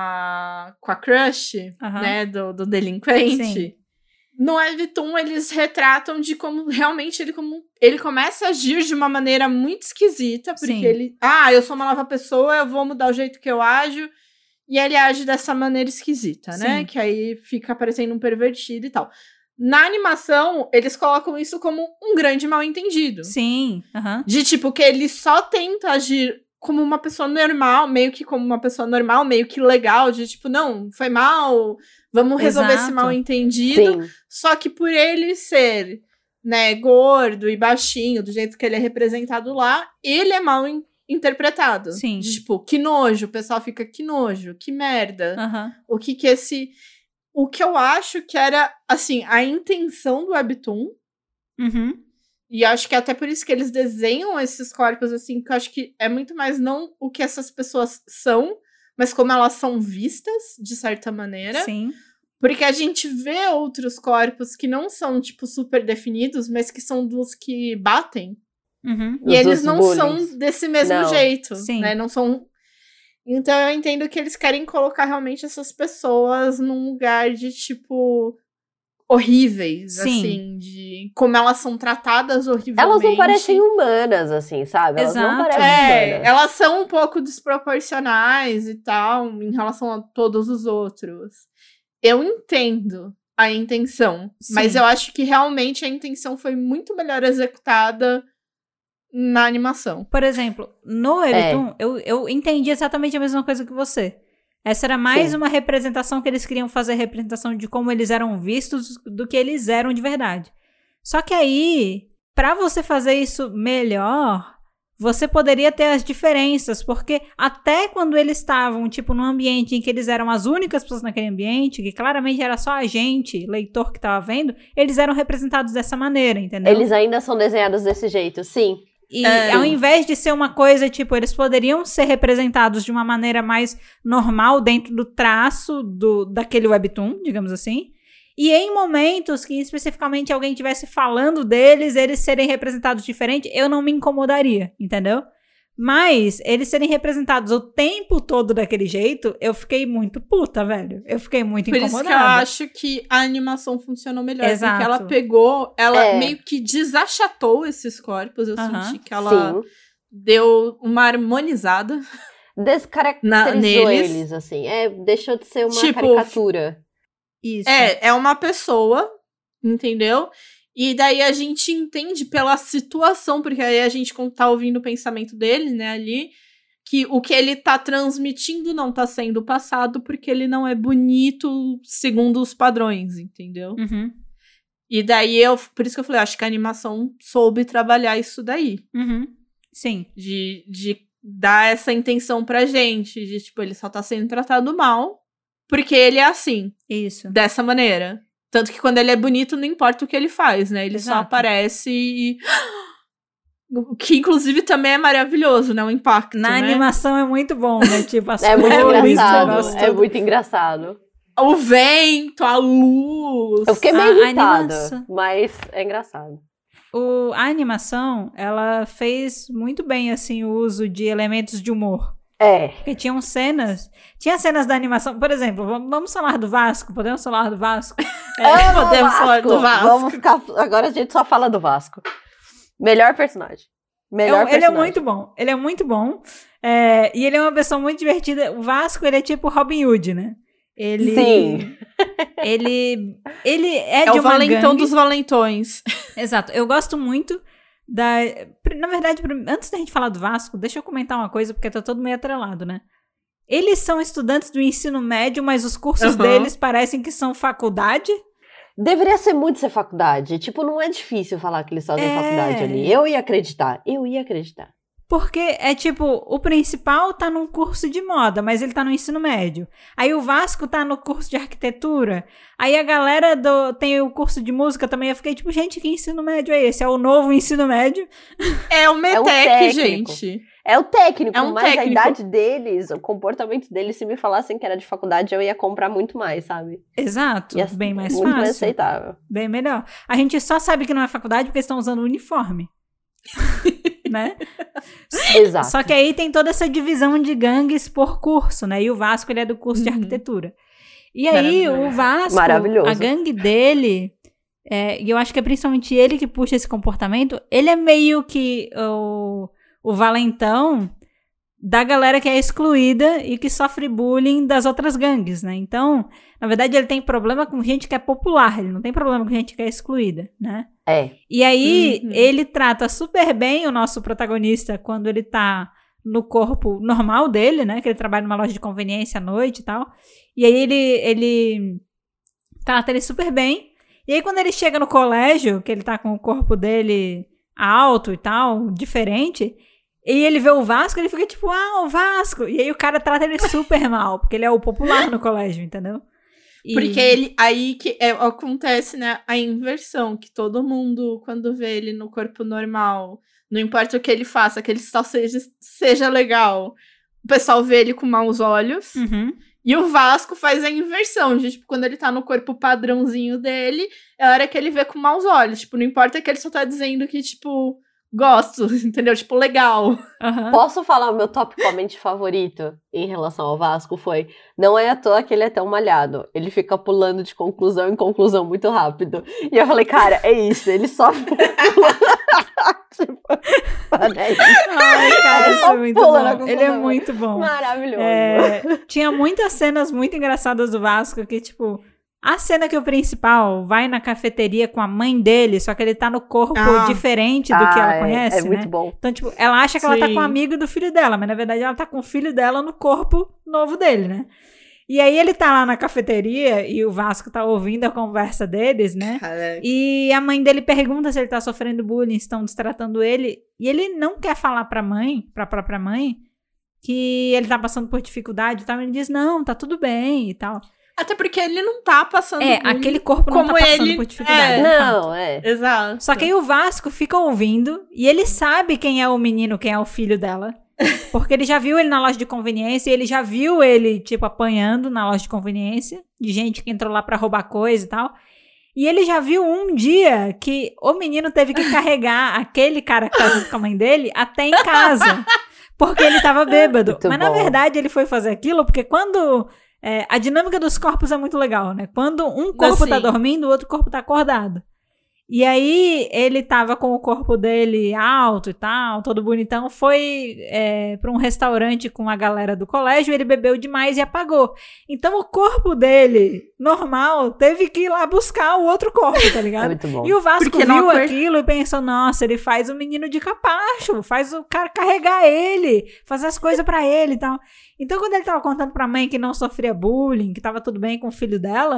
a com a crush, uhum. né, do, do delinquente, Sim. no webtoon eles retratam de como realmente ele como ele começa a agir de uma maneira muito esquisita, porque Sim. ele, ah, eu sou uma nova pessoa, eu vou mudar o jeito que eu ajo, e ele age dessa maneira esquisita, Sim. né, que aí fica parecendo um pervertido e tal. Na animação, eles colocam isso como um grande mal-entendido. Sim, uhum. De tipo, que ele só tenta agir como uma pessoa normal, meio que como uma pessoa normal, meio que legal, de tipo, não, foi mal, vamos resolver Exato. esse mal-entendido. Sim. Só que por ele ser, né, gordo e baixinho, do jeito que ele é representado lá, ele é mal in- interpretado. Sim. De tipo, que nojo, o pessoal fica, que nojo, que merda. Uhum. O que que esse... O que eu acho que era, assim, a intenção do webtoon. Uhum. E acho que é até por isso que eles desenham esses corpos, assim, que eu acho que é muito mais não o que essas pessoas são, mas como elas são vistas, de certa maneira. Sim. Porque a gente vê outros corpos que não são, tipo, super definidos, mas que são dos que batem. Uhum. E Os eles não bullies. são desse mesmo não. jeito, Sim. né? Não são... Então eu entendo que eles querem colocar realmente essas pessoas num lugar de, tipo... horríveis, Sim. assim, de como elas são tratadas horrivelmente. Elas não parecem humanas, assim, sabe? Elas Exato. não parecem é, humanas. elas são um pouco desproporcionais e tal, em relação a todos os outros. Eu entendo a intenção, Sim. mas eu acho que realmente a intenção foi muito melhor executada na animação. Por exemplo, no webtoon, é. eu, eu entendi exatamente a mesma coisa que você. Essa era mais Sim. uma representação que eles queriam fazer, representação de como eles eram vistos do que eles eram de verdade. Só que aí, pra você fazer isso melhor, você poderia ter as diferenças, porque até quando eles estavam, tipo, num ambiente em que eles eram as únicas pessoas naquele ambiente, que claramente era só a gente, leitor, que tava vendo, eles eram representados dessa maneira, entendeu? Eles ainda são desenhados desse jeito, sim. E é. ao invés de ser uma coisa, tipo, eles poderiam ser representados de uma maneira mais normal dentro do traço do, daquele webtoon, digamos assim. E em momentos que especificamente alguém estivesse falando deles, eles serem representados diferente, eu não me incomodaria, entendeu? Mas eles serem representados o tempo todo daquele jeito, eu fiquei muito puta, velho. Eu fiquei muito Por incomodada. Por isso que eu acho que a animação funcionou melhor. Exato. Porque ela pegou, ela é. meio que desachatou esses corpos. Eu uh-huh. senti que ela Sim. deu uma harmonizada. Descaracterizou eles, assim. É, deixou de ser uma tipo, caricatura. Isso. É, é uma pessoa, entendeu? E daí a gente entende pela situação, porque aí a gente tá ouvindo o pensamento dele, né, ali, que o que ele tá transmitindo não tá sendo passado porque ele não é bonito segundo os padrões, entendeu? Uhum. E daí, eu, por isso que eu falei, acho que a animação soube trabalhar isso daí. Uhum. Sim. De, de dar essa intenção pra gente, de, tipo, ele só tá sendo tratado mal, porque ele é assim. Isso. Dessa maneira. Tanto que quando ele é bonito, não importa o que ele faz, né? Ele Exato. só aparece e... O que, inclusive, também é maravilhoso, né? O impacto, Na né? animação é muito bom, né? Tipo, as É muito cores, engraçado, o negócio é todo. muito engraçado. O vento, a luz. Eu fiquei meio A- a irritada, animação. mas é engraçado. O, a animação, ela fez muito bem, assim, o uso de elementos de humor. É. Porque tinham cenas... Tinha cenas da animação... Por exemplo, vamos, vamos falar do Vasco? Podemos falar do Vasco? É, Amo o podemos falar do Vasco. Vamos ficar... Agora a gente só fala do Vasco. Melhor personagem. Melhor É um- personagem. ele é muito bom. Ele é muito bom. É, e ele é uma pessoa muito divertida. O Vasco, ele é tipo Robin Hood, né? Ele... Sim. Ele... Ele é, É de o uma valentão gangue. dos valentões. Exato. Eu gosto muito da... Na verdade, antes da gente falar do Vasco, deixa eu comentar uma coisa, porque tá todo meio atrelado, né? Eles são estudantes do ensino médio, mas os cursos Uhum. deles parecem que são faculdade. Deveria ser muito ser faculdade. Tipo, não é difícil falar que eles fazem É. faculdade ali. Eu ia acreditar. Eu ia acreditar. Porque é tipo, o principal tá num curso de moda, mas ele tá no ensino médio. Aí o Vasco tá no curso de arquitetura. Aí a galera do, tem o curso de música também. Eu fiquei tipo, gente, que ensino médio é esse? É o novo ensino médio? É o Metec, técnico. gente. É o técnico, É um mas técnico. a idade deles, o comportamento deles, se me falassem que era de faculdade, eu ia comprar muito mais, sabe? Exato, Ia bem mais muito fácil. mais aceitável. Bem melhor. A gente só sabe que não é faculdade porque estão usando uniforme. Né? Exato. Só que aí tem toda essa divisão de gangues por curso, né? E o Vasco, ele é do curso de Uhum. arquitetura. E aí, Maravilhoso. o Vasco, Maravilhoso. a gangue dele, é, e eu acho que é principalmente ele que puxa esse comportamento, ele é meio que o, o valentão da galera que é excluída e que sofre bullying das outras gangues, né? Então, na verdade, ele tem problema com gente que é popular, ele não tem problema com gente que é excluída, né? É. E aí, Uhum. ele trata super bem o nosso protagonista quando ele tá no corpo normal dele, né? Que ele trabalha numa loja de conveniência à noite e tal. E aí, ele, ele trata ele super bem. E aí, quando ele chega no colégio, que ele tá com o corpo dele alto e tal, diferente, e ele vê o Vasco, ele fica tipo, ah, o Vasco. E aí, o cara trata ele super mal, porque ele é o popular no colégio, entendeu? E- Porque ele, aí que é, acontece, né, a inversão, que todo mundo, quando vê ele no corpo normal, não importa o que ele faça, que ele só seja, seja legal, o pessoal vê ele com maus olhos, Uhum. e o Vasco faz a inversão, de, tipo, quando ele tá no corpo padrãozinho dele, é a hora que ele vê com maus olhos, tipo, não importa que ele só tá dizendo que, tipo, gosto, entendeu? Tipo, legal. Aham. Posso falar o meu top comment favorito em relação ao Vasco? Foi, não é à toa que ele é tão malhado. Ele fica pulando de conclusão em conclusão muito rápido. E eu falei, cara, é isso, ele só tipo, mano, é isso. Ai, cara, Ele isso só é muito pula na bom. conclusão. Ele é muito bom. Maravilhoso. É, tinha muitas cenas muito engraçadas do Vasco que, tipo, a cena que o principal vai na cafeteria com a mãe dele, só que ele tá no corpo Ah. diferente do que Ah, ela é- conhece, é né? muito bom. Então, tipo, ela acha que ela tá Sim. com um amigo do filho dela, mas na verdade ela tá com o filho dela no corpo novo dele, né? E aí ele tá lá na cafeteria e o Vasco tá ouvindo a conversa deles, né? Cara, E a mãe dele pergunta se ele tá sofrendo bullying, estão destratando ele. E ele não quer falar pra mãe, pra própria mãe, que ele tá passando por dificuldade e tal. Ele diz, não, tá tudo bem e tal. até porque ele não tá passando É, bullying aquele corpo não como tá passando ele- por dificuldade. é. de fato. Não, é. Exato. Só que aí o Vasco fica ouvindo e ele sabe quem é o menino, quem é o filho dela. Porque ele já viu ele na loja de conveniência e ele já viu ele, tipo, apanhando na loja de conveniência, de gente que entrou lá pra roubar coisa e tal. E ele já viu um dia que o menino teve que carregar aquele cara que tá junto com a mãe dele até em casa. Porque ele tava bêbado. Muito Mas na bom. verdade ele foi fazer aquilo porque quando... é, a dinâmica dos corpos é muito legal, né? Quando um corpo tá Assim. dormindo, o outro corpo tá acordado. E aí, ele tava com o corpo dele alto e tal, todo bonitão, foi é, pra um restaurante com a galera do colégio, ele bebeu demais e apagou. Então, o corpo dele, normal, teve que ir lá buscar o outro corpo, tá É ligado? muito bom. E o Vasco Porque não viu acor- aquilo e pensou, nossa, ele faz o menino de capacho, faz o cara carregar ele, fazer as coisas pra ele e tal. Então, quando ele tava contando pra mãe que não sofria bullying, que tava tudo bem com o filho dela,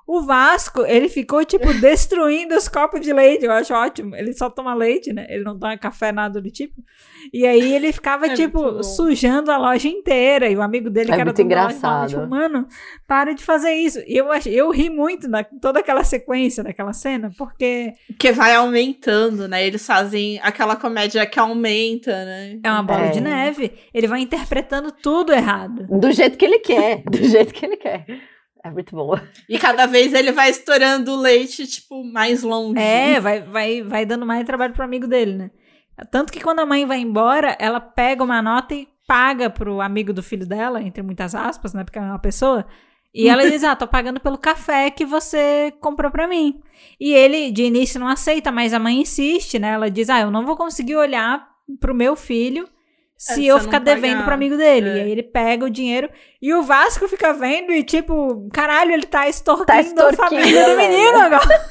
O Vasco, ele ficou, tipo, destruindo os copos de leite. Eu acho ótimo. Ele só toma leite, né? Ele não toma café, nada do tipo. E aí ele ficava, é tipo, sujando a loja inteira. E o amigo dele, é que era muito engraçado. Loja, tipo, mano, para de fazer isso. E eu, ach... eu ri muito na toda aquela sequência daquela cena, porque... Porque vai aumentando, né? Eles fazem aquela comédia que aumenta, né? É uma bola é. de neve. Ele vai interpretando tudo errado. Do jeito que ele quer. Do jeito que ele quer. É muito bom. E cada vez ele vai estourando o leite, tipo, mais longe. É, vai, vai, vai dando mais trabalho pro amigo dele, né? Tanto que quando a mãe vai embora, ela pega uma nota e paga pro amigo do filho dela, entre muitas aspas, né? Porque é uma pessoa. E ela diz, ah, tô pagando pelo café que você comprou pra mim. E ele, de início, não aceita, mas a mãe insiste, né? Ela diz, ah, eu não vou conseguir olhar pro meu filho se é, eu ficar devendo pagar. pro amigo dele. É. E aí ele pega o dinheiro e o Vasco fica vendo e tipo, caralho, ele tá extorquindo, tá extorquindo a família do velho. menino agora.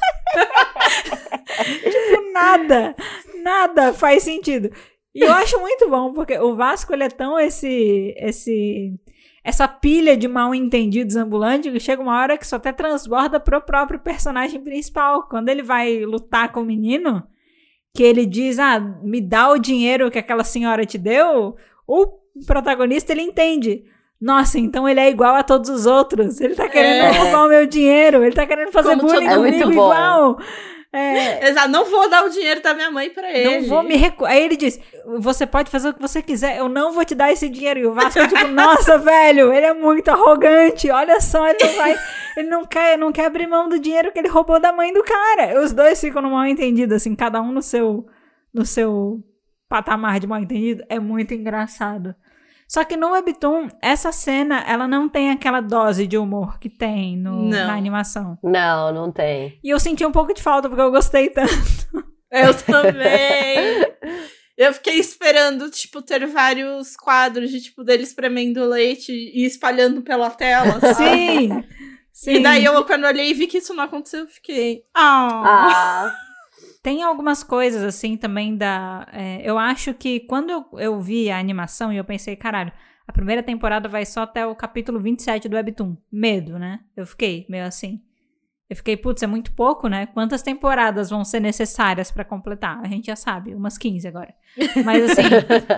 Tipo, nada, nada faz sentido. E eu acho muito bom, porque o Vasco, ele é tão esse, esse, essa pilha de mal entendidos ambulantes que chega uma hora que só até transborda pro próprio personagem principal. Quando ele vai lutar com o menino, que ele diz, ah, me dá o dinheiro que aquela senhora te deu, o protagonista, ele entende. Nossa, então ele é igual a todos os outros. Ele tá querendo É. roubar o meu dinheiro, ele tá querendo fazer Como bullying todo- é muito comigo bom. igual. É, Exato, não vou dar o dinheiro da minha mãe pra ele. não vou me recu... Aí ele diz, você pode fazer o que você quiser, eu não vou te dar esse dinheiro. E o Vasco é tipo, nossa, velho, ele é muito arrogante, olha só, ele não vai, ele não quer, não quer abrir mão do dinheiro que ele roubou da mãe do cara. Os dois ficam no mal entendido, assim, cada um no seu, no seu patamar de mal entendido. É muito engraçado. Só que no Webtoon, essa cena, ela não tem aquela dose de humor que tem no, Não. na animação. Não, não tem. E eu senti um pouco de falta, porque eu gostei tanto. Eu também. Eu fiquei esperando, tipo, ter vários quadros de, tipo, dele espremendo leite e espalhando pela tela, sabe? Sim! Sim. E daí, eu, quando olhei e vi que isso não aconteceu, eu fiquei... Ah. Ah, Tem algumas coisas, assim, também da... É, eu acho que quando eu, eu vi a animação e eu pensei, caralho, a primeira temporada vai só até o capítulo vinte e sete do Webtoon. Medo, né? Eu fiquei meio assim. Eu fiquei, putz, é muito pouco, né? Quantas temporadas vão ser necessárias pra completar? A gente já sabe, umas quinze agora. Mas, assim,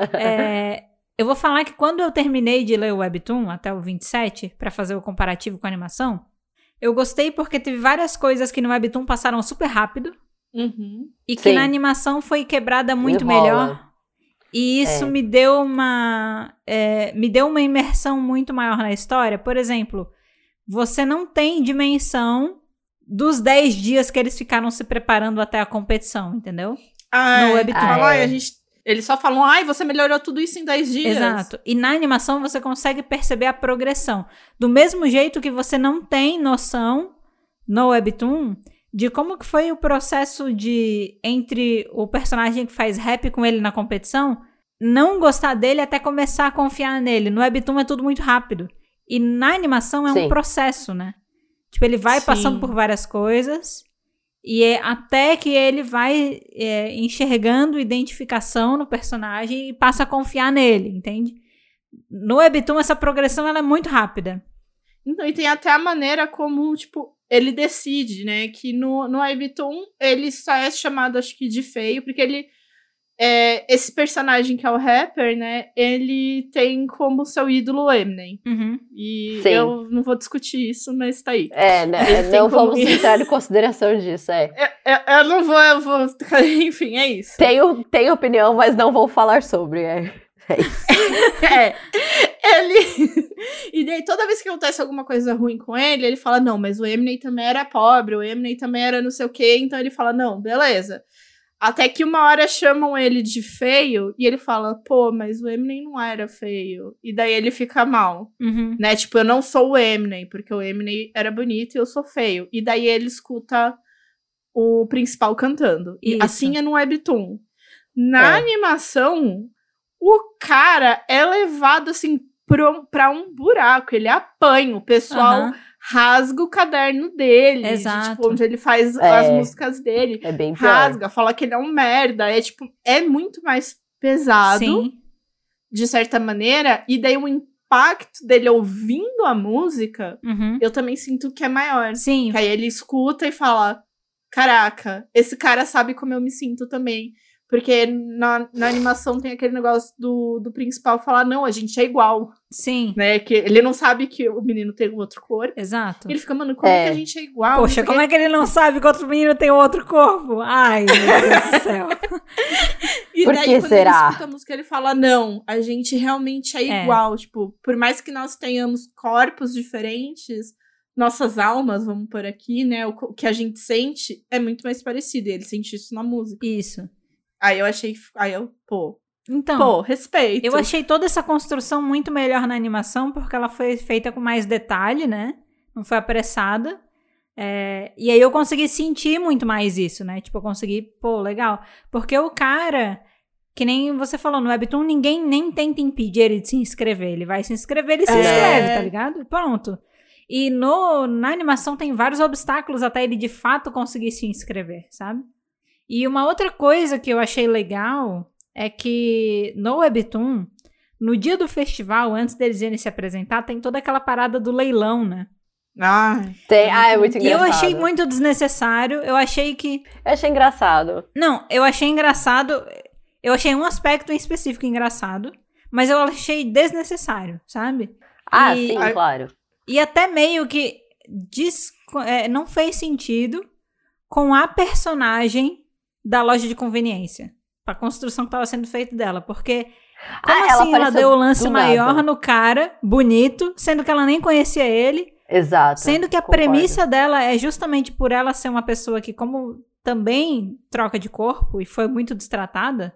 é, eu vou falar que quando eu terminei de ler o Webtoon, até o vinte e sete, pra fazer o comparativo com a animação, eu gostei porque teve várias coisas que no Webtoon passaram super rápido. Uhum. E que Sim. na animação foi quebrada muito Enrola. melhor. E isso É. me deu uma... é, me deu uma imersão muito maior na história. Por exemplo, você não tem dimensão dos dez dias que eles ficaram se preparando até a competição, entendeu? Ah, No é. Webtoon. Fala, Ah, ai, é. a gente... Eles só falam, ai, você melhorou tudo isso em dez dias. Exato. E na animação você consegue perceber a progressão. Do mesmo jeito que você não tem noção no Webtoon de como que foi o processo de entre o personagem que faz rap com ele na competição, não gostar dele até começar a confiar nele. No Webtoon é tudo muito rápido. E na animação é Sim. um processo, né? Tipo, ele vai Sim. passando por várias coisas e é até que ele vai é, enxergando identificação no personagem e passa a confiar nele, entende? No Webtoon essa progressão ela é muito rápida. Então, e tem até a maneira como, tipo, ele decide, né? Que no, no Webtoon ele só é chamado, acho que, de feio, porque ele... É, esse personagem que é o rapper, né? Ele tem como seu ídolo o Eminem. Uhum. E Sim. eu não vou discutir isso, mas tá aí. é, né? Ele tem Não como vamos ir. entrar em consideração disso, é. Eu, eu- eu não vou, eu vou... Enfim, é isso. Tenho, tenho opinião, mas não vou falar sobre, é. É isso. É, ele... E daí, toda vez que acontece alguma coisa ruim com ele, ele fala, não, mas o Eminem também era pobre, o Eminem também era não sei o quê, então ele fala, não, beleza. Até que uma hora chamam ele de feio, e ele fala, pô, mas o Eminem não era feio. E daí ele fica mal, Uhum. né? Tipo, eu não sou o Eminem, porque o Eminem era bonito e eu sou feio. E daí ele escuta o principal cantando. E Isso. assim é no Webtoon. Na É. animação, o cara é levado, assim, pra um, pra um buraco. Ele apanha, o pessoal Aham. rasga o caderno dele. de, Exato. tipo, onde ele faz É. as músicas dele. É bem pior. Rasga, fala que ele é um merda. É, tipo, é muito mais pesado, Sim. de certa maneira. E daí o, im- impacto dele ouvindo a música, Uhum. eu também sinto que é maior. Sim. Que aí ele escuta e fala, caraca, esse cara sabe como eu me sinto também. Porque na, na animação tem aquele negócio do, do principal falar, não, a gente é igual. Sim. Né? Que ele não sabe que o menino tem um outro corpo. Exato. Ele fica, mano, como é. que a gente é igual? Poxa, como é que ele não sabe que outro menino tem outro corpo? Ai, meu Deus do céu. E Por daí, que quando será? ele escuta a música, ele fala, não, a gente realmente é É. igual. Tipo, por mais que nós tenhamos corpos diferentes, nossas almas, vamos por aqui, né? O, o que a gente sente é muito mais parecido. E ele sente isso na música. Isso. Aí eu achei, aí eu, pô, Então, pô, respeito. eu achei toda essa construção muito melhor na animação, porque ela foi feita com mais detalhe, né? Não foi apressada. É, e aí eu consegui sentir muito mais isso, né? Tipo, eu consegui, pô, legal. Porque o cara, que nem você falou, no Webtoon, ninguém nem tenta impedir ele de se inscrever. Ele vai se inscrever, ele se É. inscreve, tá ligado? Pronto. E no, na animação tem vários obstáculos até ele de fato conseguir se inscrever, sabe? E uma outra coisa que eu achei legal é que no Webtoon, no dia do festival, antes deles irem se apresentar, tem toda aquela parada do leilão, né? Ah, Tem, ah, é muito E engraçado. eu achei muito desnecessário, eu achei que... Eu achei engraçado. Não, eu achei engraçado, eu achei um aspecto em específico engraçado, mas eu achei desnecessário, sabe? Ah, E- sim, Ai- claro. E até meio que des- é, não fez sentido com a personagem da loja de conveniência. A construção que estava sendo feita dela. Porque, como Ah, ela assim ela apareceu deu o lance do maior nada. no cara, bonito, sendo que ela nem conhecia ele, Exato. sendo que a concordo. premissa dela é justamente por ela ser uma pessoa que, como também troca de corpo e foi muito destratada,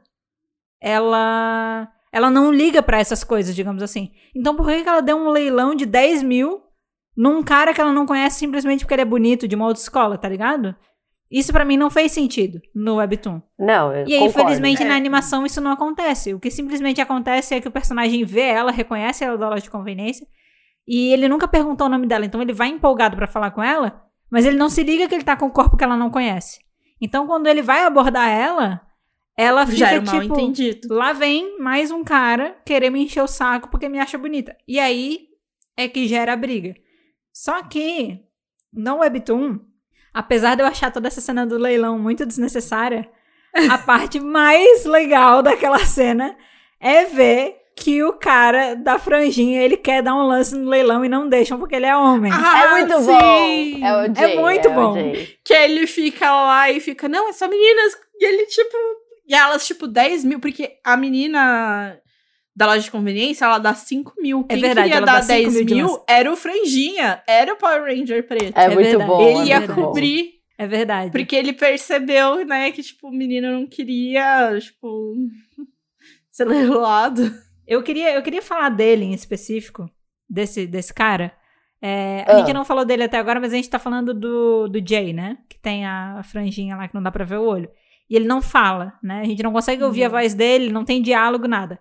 ela, ela não liga pra essas coisas, digamos assim. Então por que que ela deu um leilão de dez mil num cara que ela não conhece simplesmente porque ele é bonito, de uma outra escola, tá ligado? Isso pra mim não fez sentido no Webtoon. Não, eu E aí, concordo. infelizmente, É. na animação isso não acontece. O que simplesmente acontece é que o personagem vê ela, reconhece ela da loja de conveniência, e ele nunca perguntou o nome dela, então ele vai empolgado pra falar com ela, mas ele não se liga que ele tá com um corpo que ela não conhece. Então, quando ele vai abordar ela, ela já era fica um mal tipo, entendido. lá vem mais um cara querer me encher o saco porque me acha bonita. E aí é que gera a briga. Só que, no Webtoon, apesar de eu achar toda essa cena do leilão muito desnecessária, a parte mais legal daquela cena é ver que o cara da franjinha, ele quer dar um lance no leilão e não deixam porque ele é homem. Ah, É muito sim! bom. É o Jay. muito é bom. O Jay. Que ele fica lá e fica, não, é só meninas. E ele, tipo... E elas, tipo, dez mil. Porque a menina da loja de conveniência, ela dá cinco mil. É Quem verdade, queria ela dar dá cinco dez mil de mil lance. era o Franjinha. Era o Power Ranger preto. É, É muito verdade. bom. ele é ia muito bom. cobrir, É verdade. porque ele percebeu, né, que, tipo, o menino não queria, tipo, ser leilado. Eu queria, eu queria falar dele em específico, desse, desse cara. É, a Ah. gente não falou dele até agora, mas a gente tá falando do, do Jay, né? Que tem a franjinha lá que não dá pra ver o olho. E ele não fala, né? A gente não consegue ouvir a Uhum. voz dele, não tem diálogo, nada.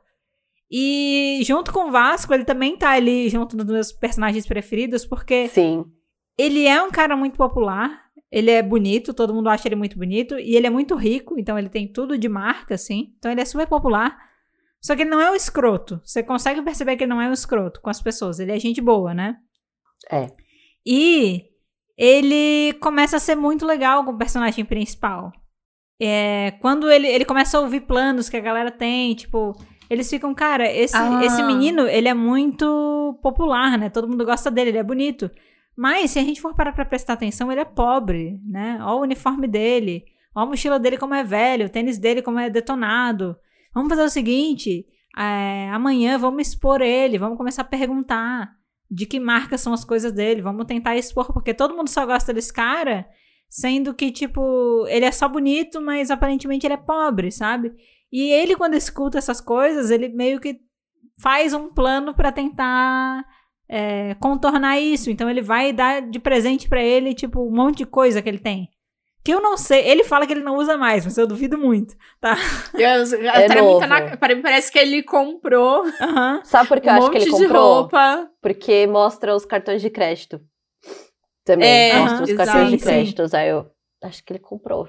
E junto com o Vasco, ele também tá ali junto dos meus personagens preferidos, porque Sim. ele é um cara muito popular, ele é bonito, todo mundo acha ele muito bonito, e ele é muito rico, então ele tem tudo de marca, assim. Então ele é super popular. Só que ele não é um escroto. Você consegue perceber que ele não é um escroto com as pessoas. Ele é gente boa, né? É. E ele começa a ser muito legal com o personagem principal. É, quando ele, ele começa a ouvir planos que a galera tem, tipo... Eles ficam, cara, esse, Ah. esse menino, ele é muito popular, né? Todo mundo gosta dele, ele é bonito. Mas, se a gente for parar pra prestar atenção, ele é pobre, né? Olha o uniforme dele, olha a mochila dele como é velho, o tênis dele como é detonado. Vamos fazer o seguinte, é, amanhã vamos expor ele, vamos começar a perguntar de que marca são as coisas dele, vamos tentar expor, porque todo mundo só gosta desse cara, sendo que, tipo, ele é só bonito, mas aparentemente ele é pobre, sabe? E ele, quando escuta essas coisas, ele meio que faz um plano pra tentar é, contornar isso. Então ele vai dar de presente pra ele, tipo, um monte de coisa que ele tem. Que eu não sei, ele fala que ele não usa mais, mas eu duvido muito, tá? Eu, É pra, mim novo. tá na, pra mim parece que ele comprou Aham. Sabe por que eu um acho que monte ele de comprou? roupa. Porque mostra os cartões de crédito. Também. É, mostra os exato. cartões de Sim, sim. créditos. Aí eu acho que ele comprou.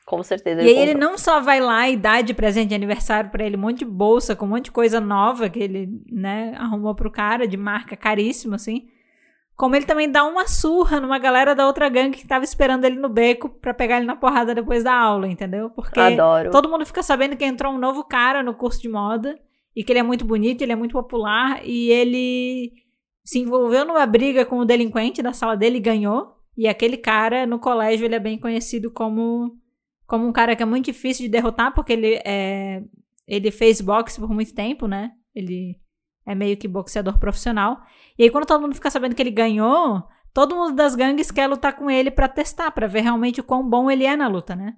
com certeza. E aí ele não só vai lá e dá de presente de aniversário pra ele um monte de bolsa com um monte de coisa nova que ele, né, arrumou pro cara, de marca caríssima, assim. Como ele também dá uma surra numa galera da outra gangue que tava esperando ele no beco pra pegar ele na porrada depois da aula, entendeu? Porque Adoro. todo mundo fica sabendo que entrou um novo cara no curso de moda e que ele é muito bonito, ele é muito popular e ele se envolveu numa briga com o delinquente da sala dele e ganhou. E aquele cara, no colégio, ele é bem conhecido como, como um cara que é muito difícil de derrotar porque ele, é, ele fez boxe por muito tempo, né? Ele é meio que boxeador profissional. E aí, quando todo mundo fica sabendo que ele ganhou, todo mundo das gangues quer lutar com ele pra testar, pra ver realmente o quão bom ele é na luta, né?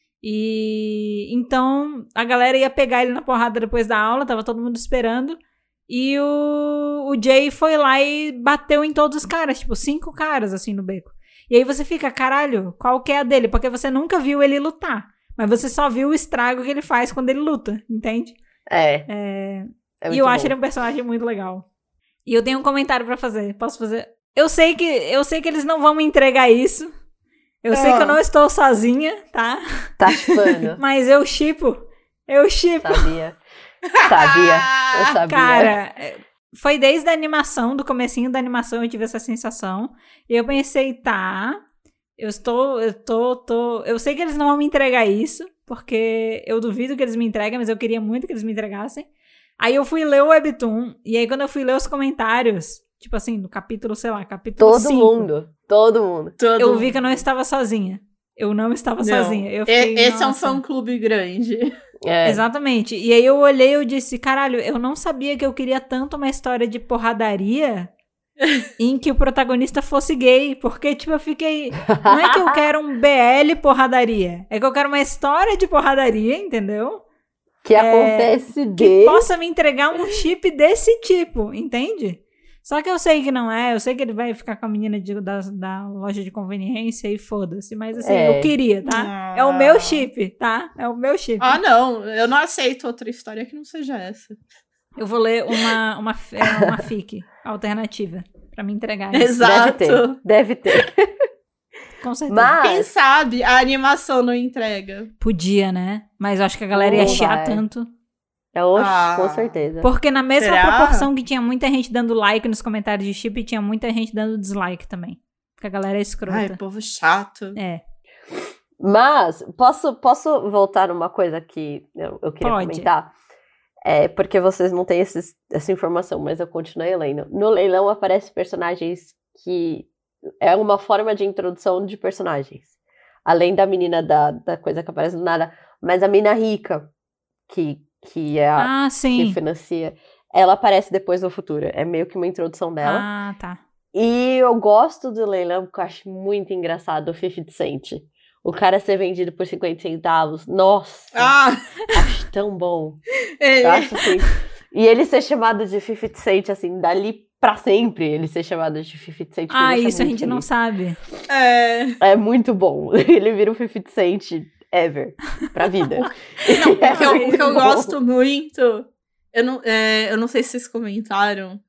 E então, a galera ia pegar ele na porrada depois da aula, tava todo mundo esperando. E o, o Jay foi lá e bateu em todos os caras, tipo, cinco caras, assim, no beco. E aí você fica, caralho, qual que é a dele? Porque você nunca viu ele lutar. Mas você só viu o estrago que ele faz quando ele luta, entende? É. É... é e eu bom. acho ele um personagem muito legal. E eu tenho um comentário pra fazer. Posso fazer? Eu sei que, eu sei que eles não vão me entregar isso. Eu sei que eu não estou sozinha, tá? Tá chipando. Mas eu chipo. Eu chipo. Sabia. Sabia. Eu sabia. Cara, foi desde a animação, do comecinho da animação, eu tive essa sensação. E eu pensei, tá, eu estou, eu tô, tô... Eu sei que eles não vão me entregar isso, porque eu duvido que eles me entreguem, mas eu queria muito que eles me entregassem. Aí eu fui ler o Webtoon, e aí quando eu fui ler os comentários, tipo assim, no capítulo, sei lá, capítulo Todo cinco, mundo. Todo mundo. Todo eu mundo. vi que eu não estava sozinha. Eu não estava Não. sozinha. Eu fiquei, E- Esse é um nossa. fã-clube grande. É. Exatamente. E aí eu olhei e eu disse, caralho, eu não sabia que eu queria tanto uma história de porradaria em que o protagonista fosse gay. Porque, tipo, eu fiquei... Não é que eu quero um B L porradaria. É que eu quero uma história de porradaria, entendeu? Que acontece Que de... possa me entregar um chip desse tipo, entende? Só que eu sei que não é. Eu sei que ele vai ficar com a menina de- da, da loja de conveniência e foda-se. Mas assim, É. eu queria, tá? É o meu chip, tá? É o meu chip. Ah, não. Eu não aceito outra história que não seja essa. Eu vou ler uma, uma, é, uma fic alternativa pra me entregar isso. Exato. Deve ter. Deve ter. Com certeza. Mas... Quem sabe a animação não entrega. Podia, né? Mas eu acho que a galera ia Não chiar vai. tanto. É hoje, Ah. com certeza. Porque na mesma Será? proporção que tinha muita gente dando like nos comentários de chip, tinha muita gente dando dislike também. Porque a galera é escrota. Ai, povo chato. É. Mas, posso, posso voltar numa coisa que eu, eu queria Pode. comentar? É, porque vocês não têm esses, essa informação, mas eu continuei lendo. No leilão aparecem personagens que... É uma forma de introdução de personagens. Além da menina da, da coisa que aparece do nada. Mas a mina rica, que, que é a Ah, sim. que financia, ela aparece depois no futuro. É meio que uma introdução dela. Ah, tá. E eu gosto do leilão, porque eu acho muito engraçado o fifty Cent. O cara ser vendido por cinquenta centavos. Nossa, Ah, acho tão bom. ele... Eu acho assim. E ele ser chamado de fifty Cent, assim, dali pra sempre, ele ser chamado de fifty Cent. me Ah, deixa isso a muito gente não feliz. sabe. É... É muito bom. Ele vira o fifty Cent ever. Pra vida. Não, o que eu, o que eu Bom. gosto muito... Eu não, é, eu não sei se vocês comentaram,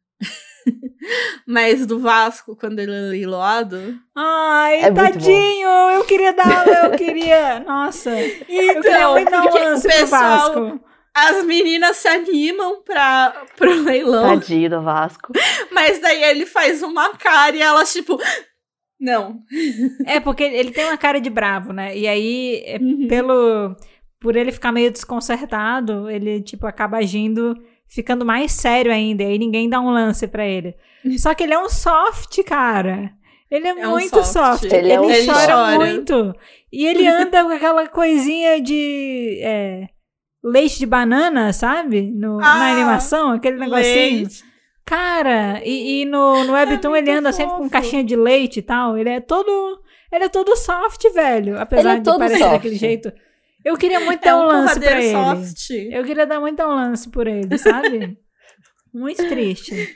mas do Vasco, quando ele é leiloado... Ai, É muito tadinho! Eu queria dar, eu queria. Nossa. eu queria Então, muito dar um porque lance o pro pessoal- Vasco. As meninas se animam pra, pro leilão, Tadinho do Vasco. mas daí ele faz uma cara e elas, tipo... Não. É, porque ele tem uma cara de bravo, né? E aí, é Uhum. pelo... Por ele ficar meio desconcertado, ele, tipo, acaba agindo... Ficando mais sério ainda. E aí ninguém dá um lance pra ele. Só que ele é um soft, cara. Ele é, É um muito soft. soft. Ele Ele, é um Ele chora, chora. muito. E ele anda com aquela coisinha de... é, leite de banana, sabe? No, Ah, na animação, aquele negocinho. Leite. Cara, e, e no, no Webtoon É ele muito anda sempre com fofo. caixinha de leite e tal. Ele é todo... Ele é todo soft, velho. Apesar Ele é de todo parecer soft. daquele jeito. Eu queria muito É dar um um lance pra porradeiro ele. soft. Eu queria dar muito um lance por ele, sabe? Muito triste.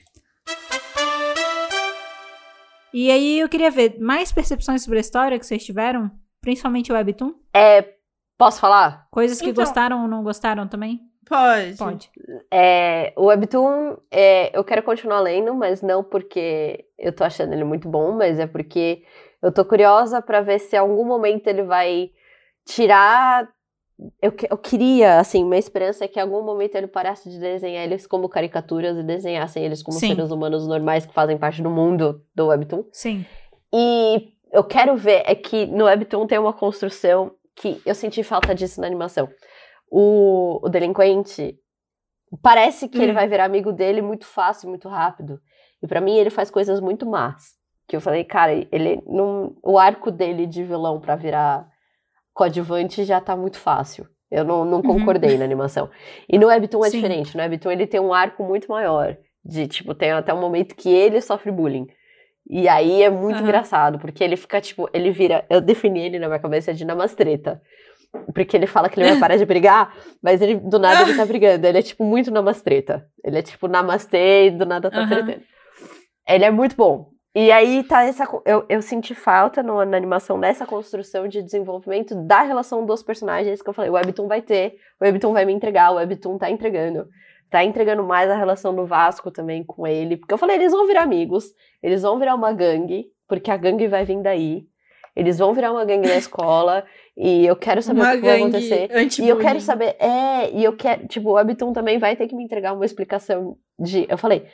E aí eu queria ver mais percepções sobre a história que vocês tiveram, principalmente o Webtoon. É, posso falar? Coisas que Então- gostaram ou não gostaram também? Pode. Pode. É, o Webtoon, é, eu quero continuar lendo, mas não porque eu tô achando ele muito bom, mas é porque eu tô curiosa pra ver se em algum momento ele vai tirar... Eu, eu queria, assim, minha esperança é que em algum momento ele parasse de desenhar eles como caricaturas e desenhassem eles como Sim. seres humanos normais que fazem parte do mundo do Webtoon. Sim. E eu quero ver, é que no Webtoon tem uma construção que eu senti falta disso na animação. O, o delinquente, parece que hum. ele vai virar amigo dele muito fácil, muito rápido. E pra mim ele faz coisas muito más. Que eu falei, cara, ele não, o arco dele de vilão pra virar coadjuvante já tá muito fácil. Eu não, não concordei uhum. na animação. E no Webtoon é Sim. diferente. No Webtoon ele tem um arco muito maior. De, tipo, tem até um momento que ele sofre bullying. E aí é muito uhum. engraçado, porque ele fica, tipo, ele vira... Eu defini ele na minha cabeça de namastreta. Porque ele fala que ele vai parar de brigar, mas ele, do nada ele tá brigando. Ele é, tipo, muito namastreta. Ele é, tipo, namastê e do nada tá uhum. tretando. Ele é muito bom. E aí tá essa... Eu, eu senti falta no, na animação dessa construção de desenvolvimento da relação dos personagens que eu falei, o Webtoon vai ter, o Webtoon vai me entregar, o Webtoon tá entregando. Tá entregando mais a relação do Vasco também com ele. Porque eu falei, eles vão virar amigos, eles vão virar uma gangue, porque a gangue vai vir daí. Eles vão virar uma gangue na escola, e eu quero saber uma o que vai acontecer. E eu quero saber, é, e eu quero, tipo, o Webtoon também vai ter que me entregar uma explicação de... Eu falei,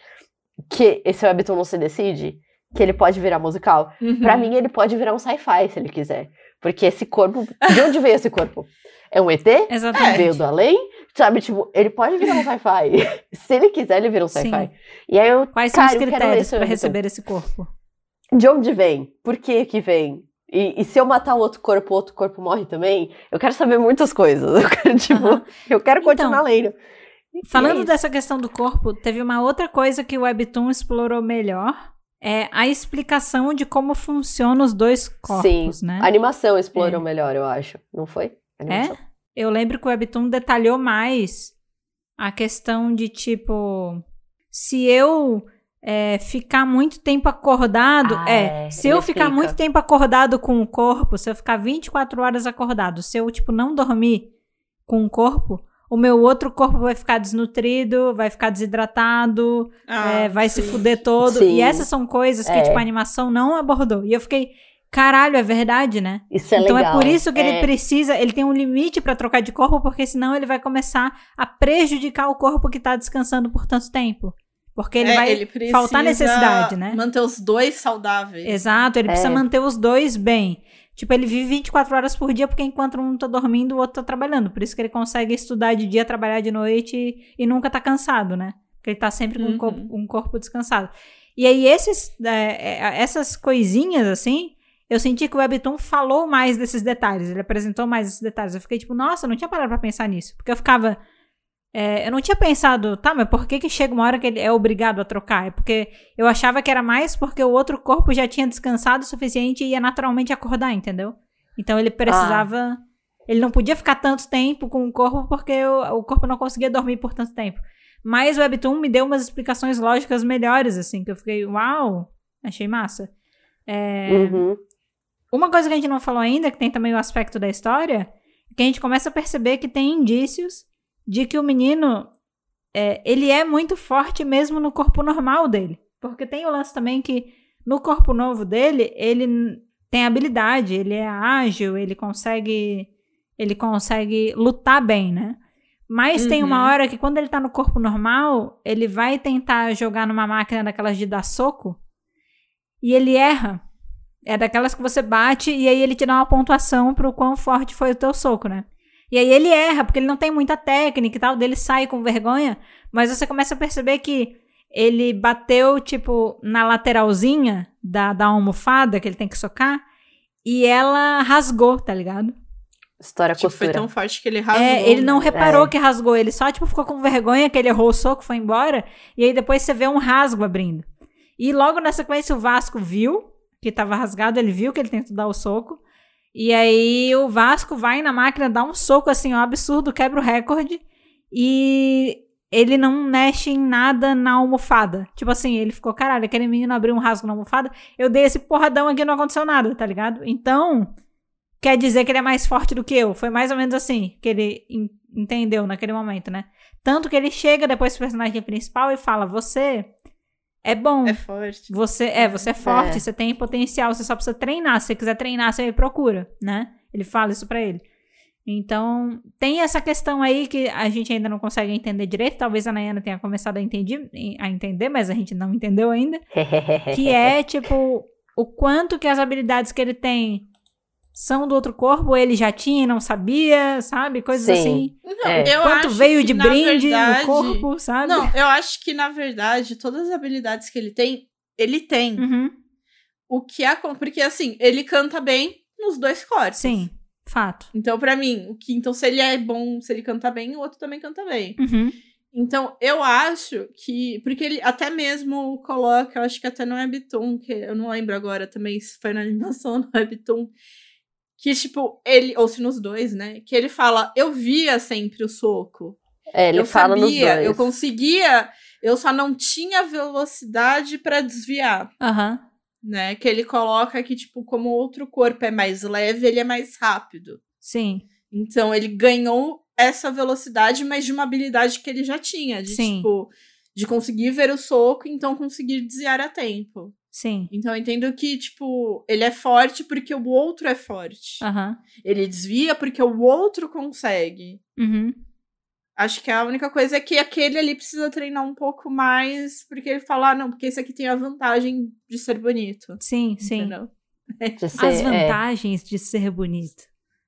que esse Webtoon não se decide... que ele pode virar musical. Uhum. Pra mim, ele pode virar um sci-fi, se ele quiser. Porque esse corpo... De onde veio esse corpo? É um E T? Exatamente. Veio do além? Sabe, tipo, ele pode virar um sci-fi. Se ele quiser, ele vira um sci-fi. Sim. E aí eu, Quais cara, são os critérios pra Webtoon. receber esse corpo? De onde vem? Por que que vem? E, e se eu matar o outro corpo, o outro corpo morre também? Eu quero saber muitas coisas. Eu quero, tipo... Uhum. Eu quero continuar então, lendo. Falando é dessa questão do corpo, teve uma outra coisa que o Webtoon explorou melhor... É a explicação de como funcionam os dois corpos, Sim, né? A animação explorou é. melhor, eu acho. Não foi? É? Eu lembro que o Webtoon detalhou mais a questão de, tipo... Se eu é, ficar muito tempo acordado... Ah, é, é, se eu ficar explica. muito tempo acordado com o corpo, se eu ficar vinte e quatro horas acordado, se eu, tipo, não dormir com o corpo... O meu outro corpo vai ficar desnutrido, vai ficar desidratado, ah, é, vai sim. se fuder todo. Sim. E essas são coisas que, é. tipo, a animação não abordou. E eu fiquei, caralho, é verdade, né? Isso é então legal. Então é por isso que é. ele precisa, ele tem um limite pra trocar de corpo, porque senão ele vai começar a prejudicar o corpo que tá descansando por tanto tempo. Porque ele é, vai ele faltar necessidade, né? Manter os dois saudáveis. Exato, ele é. precisa manter os dois bem. Tipo, ele vive vinte e quatro horas por dia, porque enquanto um tá dormindo, o outro tá trabalhando. Por isso que ele consegue estudar de dia, trabalhar de noite e, e nunca tá cansado, né? Porque ele tá sempre com uhum. um, corpo, um corpo descansado. E aí, esses, é, essas coisinhas, assim, eu senti que o Webtoon falou mais desses detalhes. Ele apresentou mais esses detalhes. Eu fiquei tipo, nossa, eu não tinha parado pra pensar nisso. Porque eu ficava... É, eu não tinha pensado, tá, mas por que que chega uma hora que ele é obrigado a trocar? É porque eu achava que era mais porque o outro corpo já tinha descansado o suficiente e ia naturalmente acordar, entendeu? Então ele precisava... Ah. Ele não podia ficar tanto tempo com o corpo porque o, o corpo não conseguia dormir por tanto tempo. Mas o Webtoon me deu umas explicações lógicas melhores, assim, que eu fiquei, uau, achei massa. É, uhum. Uma coisa que a gente não falou ainda, que tem também o aspecto da história, é que a gente começa a perceber que tem indícios de que o menino, é, ele é muito forte mesmo no corpo normal dele. Porque tem o lance também que no corpo novo dele, ele tem habilidade, ele é ágil, ele consegue, ele consegue lutar bem, né? Mas uhum. tem uma hora que quando ele tá no corpo normal, ele vai tentar jogar numa máquina daquelas de dar soco e ele erra. É daquelas que você bate e aí ele te dá uma pontuação pro quão forte foi o teu soco, né? E aí ele erra, porque ele não tem muita técnica e tal, dele sai com vergonha, mas você começa a perceber que ele bateu, tipo, na lateralzinha da, da almofada que ele tem que socar, e ela rasgou, tá ligado? História tipo, costura. Foi tão forte que ele rasgou. É, ele não reparou é. que rasgou, ele só, tipo, ficou com vergonha que ele errou o soco, foi embora, e aí depois você vê um rasgo abrindo. E logo na sequência o Vasco viu que tava rasgado, ele viu que ele tentou dar o soco, e aí o Vasco vai na máquina, dá um soco assim, ó, absurdo, quebra o recorde, e ele não mexe em nada na almofada. Tipo assim, ele ficou, caralho, aquele menino abriu um rasgo na almofada, eu dei esse porradão aqui e não aconteceu nada, tá ligado? Então, quer dizer que ele é mais forte do que eu. Foi mais ou menos assim que ele in- entendeu naquele momento, né? Tanto que ele chega depois pro personagem principal e fala, você é bom. É forte. Você é, você é forte, é. você tem potencial, você só precisa treinar. Se você quiser treinar, você me procura, né? Ele fala isso pra ele. Então, tem essa questão aí que a gente ainda não consegue entender direito. Talvez a Nayana tenha começado a, entendi, a entender, mas a gente não entendeu ainda. Que é, tipo, o quanto que as habilidades que ele tem são do outro corpo, ele já tinha e não sabia, sabe? Coisas Sim. assim. Não, É. eu Quanto acho veio que, de na brinde verdade, no corpo, sabe? Não, eu acho que, na verdade, todas as habilidades que ele tem, ele tem. Uhum. O que é... Porque, assim, ele canta bem nos dois corpos. Sim, fato. Então, pra mim, o que, então, se ele é bom, se ele canta bem, o outro também canta bem. Uhum. Então, eu acho que... Porque ele até mesmo coloca, eu acho que até no Webtoon, que eu não lembro agora também se foi na animação ou no Webtoon, que, tipo, ele... Ou se nos dois, né? Que ele fala, eu via sempre o soco. É, ele eu fala sabia, nos dois. eu conseguia... Eu só não tinha velocidade pra desviar. Aham. Uhum. Né? Que ele coloca que, tipo, como o outro corpo é mais leve, ele é mais rápido. Sim. Então, ele ganhou essa velocidade, mas de uma habilidade que ele já tinha. De, Sim. tipo, de conseguir ver o soco, então conseguir desviar a tempo. Sim. Então, eu entendo que, tipo, ele é forte porque o outro é forte. Aham. Uhum. Ele desvia porque o outro consegue. Uhum. Acho que a única coisa é que aquele ali precisa treinar um pouco mais, porque ele fala, ah, não, porque esse aqui tem a vantagem de ser bonito. Sim, sim. Entendeu? De ser, As é. vantagens de ser bonito.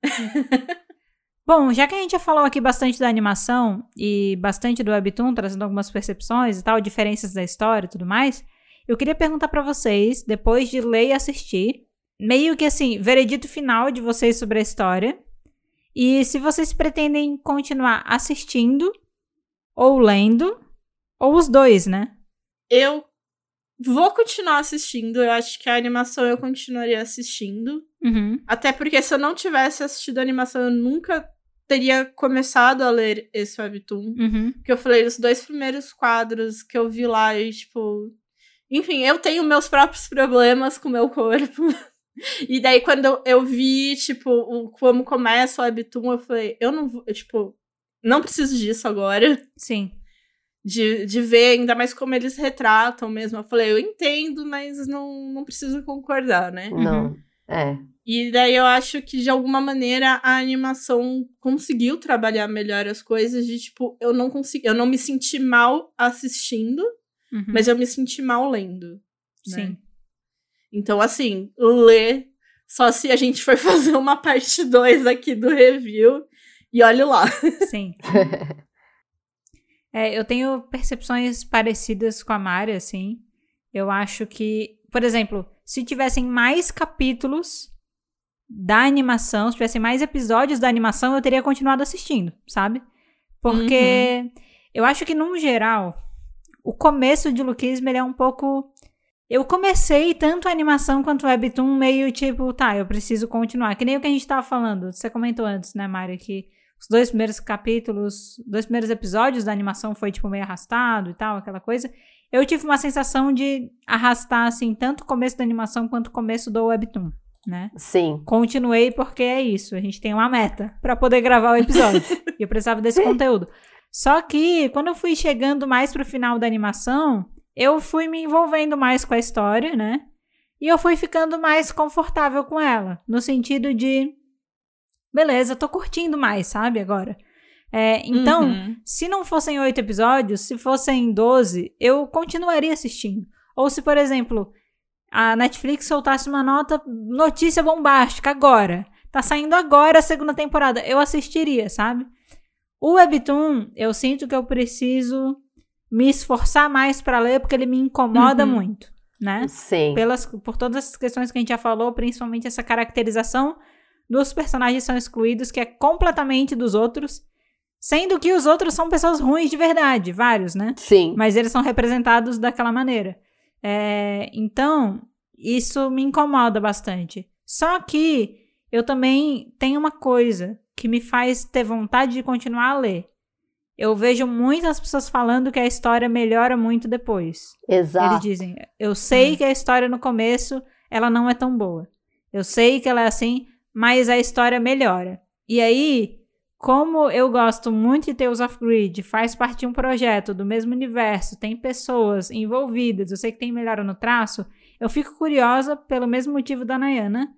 Bom, já que a gente já falou aqui bastante da animação e bastante do Webtoon, trazendo algumas percepções e tal, diferenças da história e tudo mais, eu queria perguntar pra vocês, depois de ler e assistir, meio que assim, veredito final de vocês sobre a história. E se vocês pretendem continuar assistindo, ou lendo, ou os dois, né? Eu vou continuar assistindo. Eu acho que a animação eu continuaria assistindo. Uhum. Até porque se eu não tivesse assistido a animação, eu nunca teria começado a ler esse Webtoon. Uhum. Porque eu falei, os dois primeiros quadros que eu vi lá e, tipo... Enfim, eu tenho meus próprios problemas com o meu corpo. E daí, quando eu vi, tipo, o, como começa o Webtoon, eu falei, eu não vou, eu, tipo, não preciso disso agora. Sim. De, de ver ainda mais como eles retratam mesmo. Eu falei, eu entendo, mas não, não preciso concordar, né? Não, Uhum. é. E daí eu acho que, de alguma maneira, a animação conseguiu trabalhar melhor as coisas de, tipo, eu não consegui, eu não me senti mal assistindo, Uhum. mas eu me senti mal lendo. Né? Sim. Então, assim, ler só se a gente for fazer uma parte dois aqui do review e olhe lá. Sim. É, eu tenho percepções parecidas com a Mari, assim. Eu acho que, por exemplo, se tivessem mais capítulos da animação, se tivessem mais episódios da animação, eu teria continuado assistindo, sabe? Porque uhum. eu acho que, num geral, o começo de Lookism, ele é um pouco... Eu comecei tanto a animação quanto o Webtoon meio tipo, tá, eu preciso continuar. Que nem o que a gente tava falando. Você comentou antes, né, Mari, que os dois primeiros capítulos, dois primeiros episódios da animação foi, tipo, meio arrastado e tal, aquela coisa. Eu tive uma sensação de arrastar, assim, tanto o começo da animação quanto o começo do Webtoon, né? Sim. Continuei porque é isso, a gente tem uma meta pra poder gravar o episódio. E eu precisava desse conteúdo. Só que, quando eu fui chegando mais pro final da animação... eu fui me envolvendo mais com a história, né? E eu fui ficando mais confortável com ela. No sentido de... beleza, tô curtindo mais, sabe? Agora. É, então, uhum. se não fossem oito episódios, se fossem doze, eu continuaria assistindo. Ou se, por exemplo, a Netflix soltasse uma nota, notícia bombástica agora. Tá saindo agora a segunda temporada. Eu assistiria, sabe? O Webtoon, eu sinto que eu preciso... me esforçar mais pra ler, porque ele me incomoda uhum. muito, né? Sim. Pelas, por todas as questões que a gente já falou, principalmente essa caracterização dos personagens são excluídos, que é completamente dos outros, sendo que os outros são pessoas ruins de verdade, vários, né? Sim. Mas eles são representados daquela maneira. É, então, isso me incomoda bastante. Só que eu também tenho uma coisa que me faz ter vontade de continuar a ler. Eu vejo muitas pessoas falando que a história melhora muito depois. Exato. Eles dizem, eu sei hum. que a história no começo, ela não é tão boa. Eu sei que ela é assim, mas a história melhora. E aí, como eu gosto muito de Tales of Greed, faz parte de um projeto do mesmo universo, tem pessoas envolvidas, eu sei que tem melhora no traço, eu fico curiosa pelo mesmo motivo da Nayana,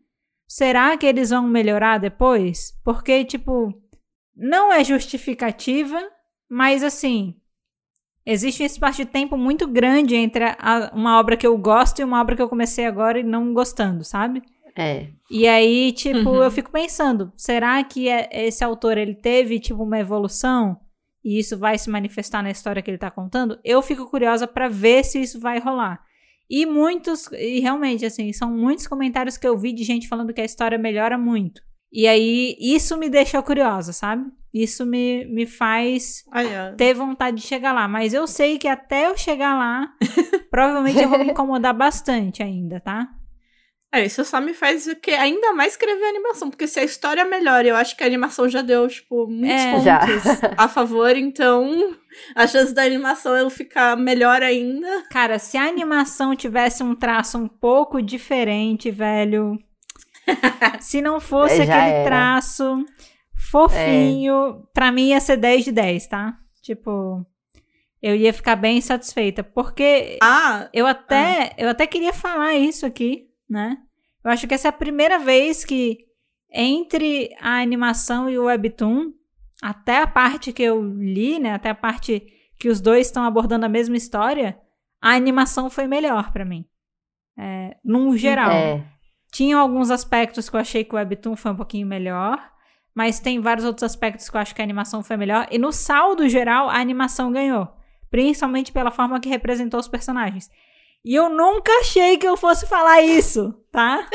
será que eles vão melhorar depois? Porque, tipo, não é justificativa, mas, assim, existe um espaço de tempo muito grande entre a, uma obra que eu gosto e uma obra que eu comecei agora e não gostando, sabe? É. E aí, tipo, Uhum. eu fico pensando, será que é, esse autor, ele teve, tipo, uma evolução e isso vai se manifestar na história que ele tá contando? Eu fico curiosa pra ver se isso vai rolar. E muitos, e realmente, assim, são muitos comentários que eu vi de gente falando que a história melhora muito. E aí, isso me deixou curiosa, sabe? Isso me, me faz Ai, ai. ter vontade de chegar lá. Mas eu sei que até eu chegar lá, provavelmente eu vou me incomodar bastante ainda, tá? É, isso só me faz o quê? Ainda mais escrever animação, porque se a história melhora, eu acho que a animação já deu, tipo, muitos É. pontos Já. a favor, então a chance da animação eu ficar melhor ainda. Cara, se a animação tivesse um traço um pouco diferente, velho. Se não fosse É, já aquele era. traço fofinho, pra mim ia ser dez de dez, tá? Tipo, eu ia ficar bem satisfeita. Porque Ah, eu até, eu até queria falar isso aqui, né? Eu acho que essa é a primeira vez que entre a animação e o webtoon, até a parte que eu li, né? Até a parte que os dois estão abordando a mesma história, a animação foi melhor pra mim. É, num geral. É. Tinham alguns aspectos que eu achei que o webtoon foi um pouquinho melhor, mas tem vários outros aspectos que eu acho que a animação foi melhor. E no saldo geral, a animação ganhou. Principalmente pela forma que representou os personagens. E eu nunca achei que eu fosse falar isso, tá?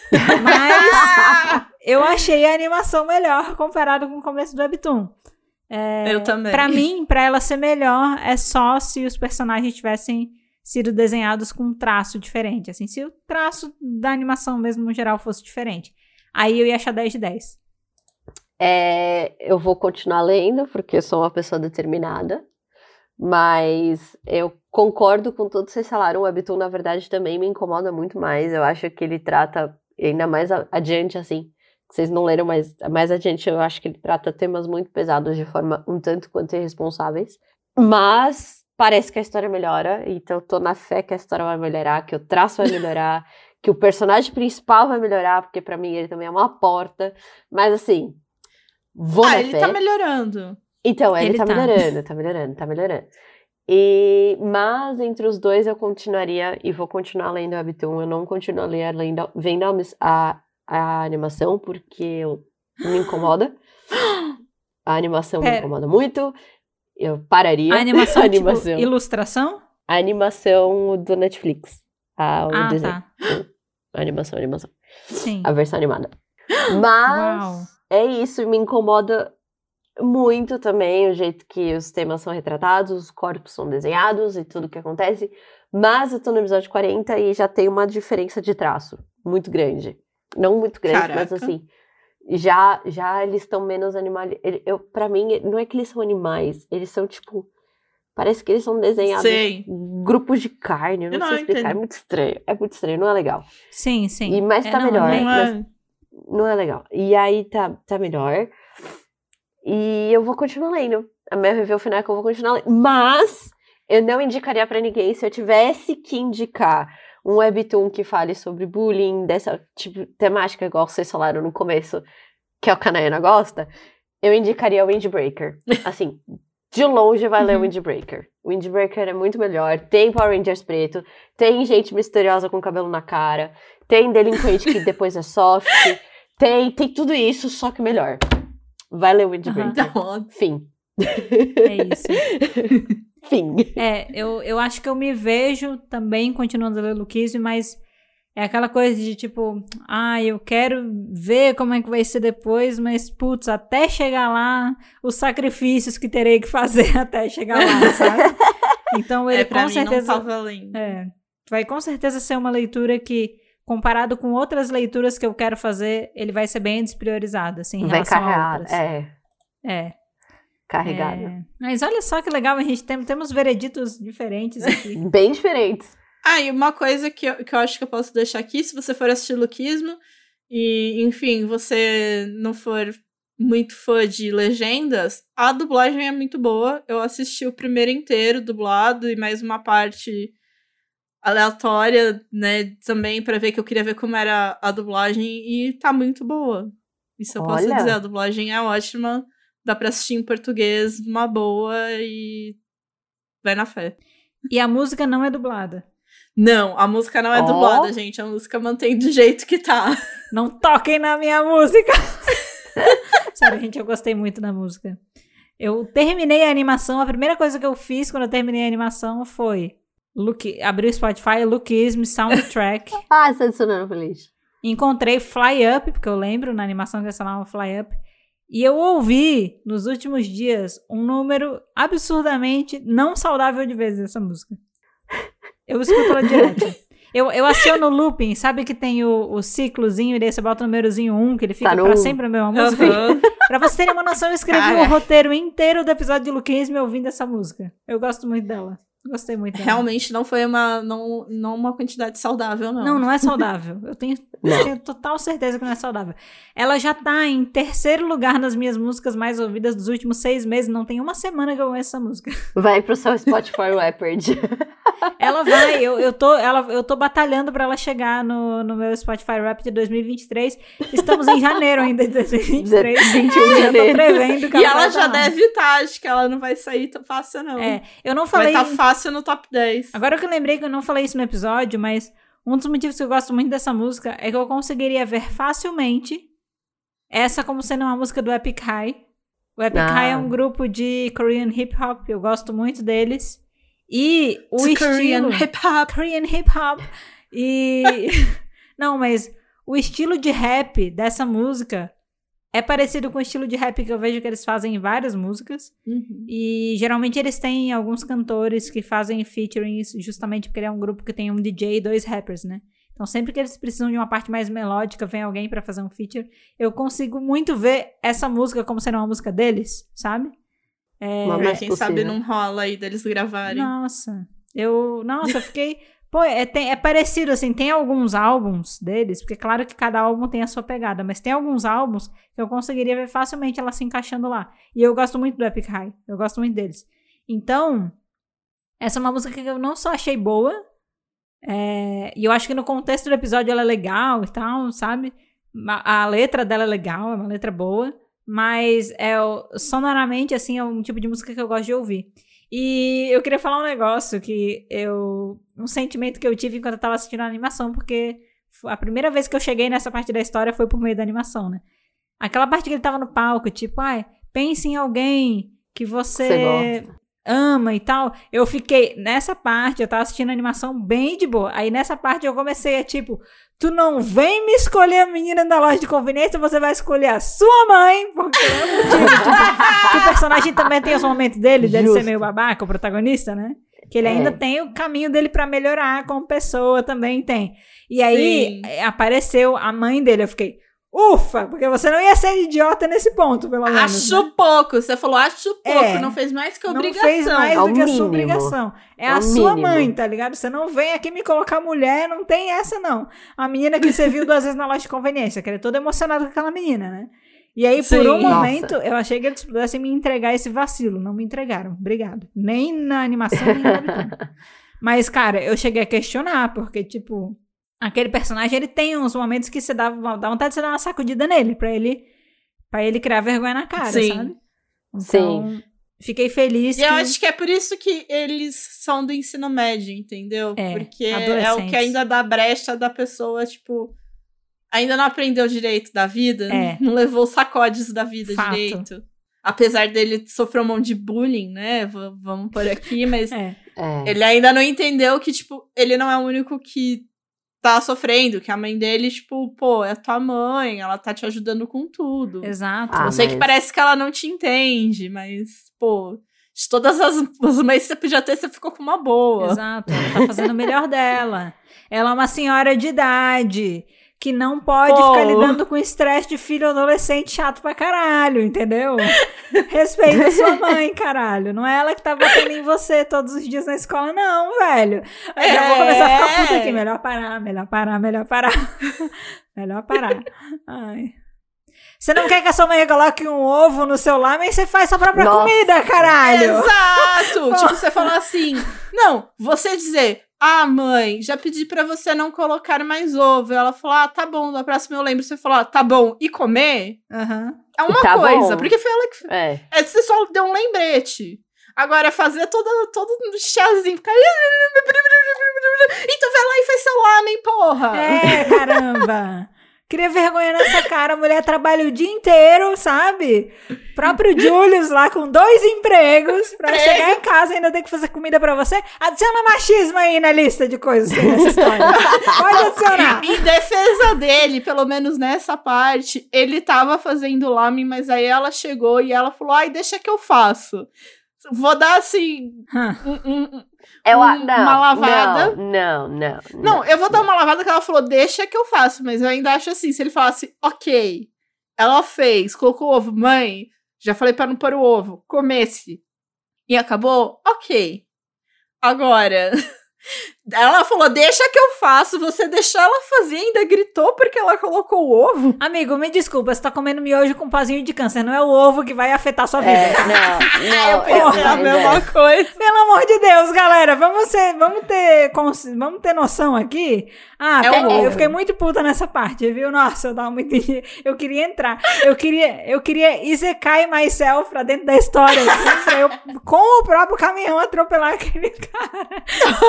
Mas eu achei a animação melhor comparado com o começo do webtoon. É, eu também. pra mim, pra ela ser melhor, é só se os personagens tivessem sido desenhados com um traço diferente. Assim, se o traço da animação mesmo, no geral, fosse diferente. Aí eu ia achar dez de dez. É, eu vou continuar lendo, porque eu sou uma pessoa determinada. Mas eu concordo com tudo que vocês falaram. O webtoon, na verdade, também me incomoda muito mais. Eu acho que ele trata, ainda mais a- adiante, assim, vocês não leram, mas mais adiante eu acho que ele trata temas muito pesados de forma um tanto quanto irresponsáveis. Mas parece que a história melhora, então eu tô na fé que a história vai melhorar, que o traço vai melhorar, que o personagem principal vai melhorar, porque pra mim ele também é uma porta. Mas assim, vou Ah, na ele fé. tá melhorando. Então, ele, Ele tá, tá. melhorando, tá melhorando, tá melhorando. E, mas entre os dois eu continuaria, e vou continuar lendo o webtoon, eu não continuaria lendo, vendo a, a, a animação, porque eu, me incomoda. A animação me Pera. incomoda muito, eu pararia. A animação, a animação, tipo, ilustração? a animação do Netflix. A, o Ah, desenho. tá. A animação, a animação. Sim. A versão animada. Mas Uau. é isso, me incomoda muito também o jeito que os temas são retratados, os corpos são desenhados e tudo que acontece. Mas eu tô no episódio quarenta e já tem uma diferença de traço muito grande. Não muito grande, Caraca. mas assim, já, já eles estão menos animais. Eu, pra mim, não é que eles são animais, eles são tipo. Parece que eles são desenhados Sei. grupos de carne, eu não, Eu não sei explicar, entendo. é muito estranho. É muito estranho, não é legal. Sim, sim. E, mas É, tá não, melhor. é- Não mas é... não é legal. E aí tá, tá melhor. E eu vou continuar lendo. A minha review final é que eu vou continuar lendo. Mas eu não indicaria pra ninguém. Se eu tivesse que indicar um webtoon que fale sobre bullying, dessa tipo, temática, igual vocês falaram no começo, que é o que a Nayana gosta, eu indicaria o Windbreaker. Assim, de longe vai ler o Uhum. Windbreaker. O Windbreaker é muito melhor. Tem Power Rangers preto, tem gente misteriosa com cabelo na cara, tem delinquente que depois é soft, tem, tem tudo isso, só que melhor. Vai ler o Windbreaker. Não, Fim. É isso. Fim. É, eu, eu acho que eu me vejo também continuando a ler Luquise, mas é aquela coisa de tipo, ah, eu quero ver como é que vai ser depois, mas putz, até chegar lá, os sacrifícios que terei que fazer até chegar lá, sabe? Então ele é, pra com mim certeza. não tá valendo. É, vai com certeza ser uma leitura que, comparado com outras leituras que eu quero fazer, ele vai ser bem despriorizado, assim, em Vai relação a carregar. outras. É, É. carregado. É. Mas olha só que legal, a gente tem, temos vereditos diferentes aqui. Bem diferentes. Ah, e uma coisa que eu, que eu acho que eu posso deixar aqui, se você for assistir Luquismo e, enfim, você não for muito fã de legendas, a dublagem é muito boa. Eu assisti o primeiro inteiro dublado e mais uma parte aleatória, né, também pra ver que eu queria ver como era a dublagem e tá muito boa. Isso eu posso Olha. dizer, a dublagem é ótima, dá pra assistir em português, uma boa e vai na fé. E a música não é dublada. Não, a música não é Ó. dublada, gente, a música mantém do jeito que tá. Não toquem na minha música! Sério, gente, eu gostei muito da música. Eu terminei a animação, a primeira coisa que eu fiz quando eu terminei a animação foi look, abri o Spotify, Lookism, Soundtrack. Ah, você adicionou no playlist. Encontrei Fly Up, porque eu lembro na animação que eu chamava Fly Up. E eu ouvi, nos últimos dias, um número absurdamente não saudável de vezes essa música. Eu escuto ela direto. Eu, eu aciono o looping, sabe que tem o, o ciclozinho, e daí você bota o númerozinho um, que ele fica Tá no pra um. sempre a mesma música. Uhum. Pra vocês terem uma noção, eu escrevi Cara. o roteiro inteiro do episódio de Lookism ouvindo essa música. Eu gosto muito dela. Gostei muito dela. Realmente não foi uma, não, não uma quantidade saudável, não. Não, não é saudável. Eu tenho, eu tenho total certeza que não é saudável. Ela já tá em terceiro lugar nas minhas músicas mais ouvidas dos últimos seis meses. Não tem uma semana que eu ouço essa música. Vai pro seu Spotify Wrapped. Ela vai, eu, eu, tô, ela, eu tô batalhando pra ela chegar no, no meu Spotify Rap de dois mil e vinte e três. Estamos em janeiro ainda de dois mil e vinte e três. vinte e um de Eu tô janeiro. prevendo que E ela ela vai já tá lá. deve estar, acho que ela não vai sair tão fácil, não. É, eu não Vai falei... estar fácil no top dez. Agora que eu lembrei que eu não falei isso no episódio, mas um dos motivos que eu gosto muito dessa música é que eu conseguiria ver facilmente essa como sendo uma música do Epic High. O Epic Ah. High é um grupo de Korean Hip Hop, eu gosto muito deles. E o It's estilo... Korean hip hop. Korean Hip Hop. E... não, mas o estilo de rap dessa música é parecido com o estilo de rap que eu vejo que eles fazem em várias músicas. Uhum. E geralmente eles têm alguns cantores que fazem featurings justamente porque ele é um grupo que tem um D J e dois rappers, né? Então sempre que eles precisam de uma parte mais melódica, vem alguém pra fazer um feature. Eu consigo muito ver essa música como sendo uma música deles, sabe? É... Uma É, mais quem possível. sabe não rola aí deles gravarem. Nossa, eu... Nossa, eu fiquei... Pô, é, tem- é parecido, assim, tem alguns álbuns deles, porque claro que cada álbum tem a sua pegada, mas tem alguns álbuns que eu conseguiria ver facilmente ela se encaixando lá. E eu gosto muito do Epic High, eu gosto muito deles. Então, essa é uma música que eu não só achei boa, é, e eu acho que no contexto do episódio ela é legal e tal, sabe? A, a letra dela é legal, é uma letra boa, mas é, o- sonoramente, assim, é um tipo de música que eu gosto de ouvir. E eu queria falar um negócio que eu... Um sentimento que eu tive enquanto eu tava assistindo a animação, porque foi a primeira vez que eu cheguei nessa parte da história foi por meio da animação, né? Aquela parte que ele tava no palco, tipo, ai, pense em alguém que você, Você gosta. ama e tal. Eu fiquei nessa parte, eu tava assistindo a animação bem de boa. Aí nessa parte eu comecei a tipo, tu não vem me escolher a menina da loja de conveniência, você vai escolher a sua mãe, porque é o motivo, tipo, que o personagem também tem os momentos dele, dele Justo. ser meio babaca, o protagonista, né? Que ele É. ainda tem o caminho dele pra melhorar como pessoa, também tem. E aí Sim. eh, apareceu a mãe dele, eu fiquei, ufa, porque você não ia ser idiota nesse ponto, pelo menos. Acho né? pouco. Você falou acho pouco. É. Não fez mais que Não obrigação. fez mais É o do que a sua mínimo. obrigação. É, É a o sua mínimo. mãe, tá ligado? Você não vem aqui me colocar mulher, não tem essa, não. A menina que você viu duas vezes na loja de conveniência, que ele é todo emocionado com aquela menina, né? E aí, por Sim. um Nossa. momento, eu achei que eles pudessem me entregar esse vacilo. Não me entregaram. Obrigado. Nem na animação, nem na webtoon. Mas, cara, eu cheguei a questionar, porque, tipo, aquele personagem, ele tem uns momentos que você dá, dá vontade de você dar uma sacudida nele, pra ele, pra ele criar vergonha na cara, Sim. sabe? Então, fiquei feliz E que... eu acho que é por isso que eles são do ensino médio, entendeu? É, Porque é o adolescentes. que ainda dá brecha da pessoa, tipo... Ainda não aprendeu direito da vida. É. Não levou os sacodes da vida Fato. direito. Apesar dele sofrer um monte de bullying, né? V- vamos por aqui, mas... É, É. Ele ainda não entendeu que, tipo, ele não é o único que tá sofrendo, que a mãe dele, tipo, pô, é tua mãe, ela tá te ajudando com tudo. exato. Ah, Eu sei mas- que parece que ela não te entende, mas, pô, de todas as, as mães que você podia ter, você ficou com uma boa. Exato, ela tá fazendo o melhor dela. Ela é uma senhora de idade que não pode Pô. ficar lidando com estresse de filho adolescente chato pra caralho, entendeu? Respeita sua mãe, caralho. Não é ela que tá batendo em você todos os dias na escola, não, velho. Aí já vou começar a ficar puta aqui. Melhor parar, melhor parar, melhor parar. Melhor parar. Ai. Você não quer que a sua mãe coloque um ovo no seu lamen, você faz sua própria Nossa. comida, caralho! Exato! Tipo, você falar assim, não, você dizer, ah, mãe, já pedi pra você não colocar mais ovo. Ela falou, ah, tá bom, da próxima eu lembro. Você falou, ah, tá bom, e comer? Uhum. É uma Tá coisa, bom. porque foi ela que... É. É, você só deu um lembrete. Agora, fazer todo, todo um chazinho, ficar... E tu vai lá e faz seu lamen, porra! É, caramba! Cria vergonha nessa cara, a mulher trabalha o dia inteiro, sabe? Próprio Julius lá com dois empregos pra Emprego. chegar em casa e ainda ter que fazer comida pra você. Adiciona machismo aí na lista de coisas que tem nessa história. Pode adicionar. Em defesa dele, pelo menos nessa parte, ele tava fazendo lamen, mas aí ela chegou e ela falou, ai, deixa que eu faço. Vou dar, assim, um, um, Eu, um, não, uma lavada. Não, não, não. Não, eu vou dar uma lavada que ela falou, deixa que eu faço. Mas eu ainda acho assim, se ele falasse, ok, ela fez, colocou o ovo, mãe, já falei pra não pôr o ovo, comece. E acabou, ok. Agora, ela falou, deixa que eu faço, você deixou ela fazer, ainda gritou porque ela colocou o ovo. Amigo, me desculpa, você tá comendo miojo com pozinho de câncer, não é o ovo que vai afetar sua vida. É, não, não. Eu pensei é, a mesma é. coisa. Pelo amor de Deus, galera, vamos, ser, vamos, ter, cons- vamos ter noção aqui. Ah, É até- o ovo. eu fiquei muito puta nessa parte, viu? Nossa, eu tava muito... Eu queria entrar. Eu queria, eu queria Isekai myself pra dentro da história, assim, pra eu, com o próprio caminhão, atropelar aquele cara.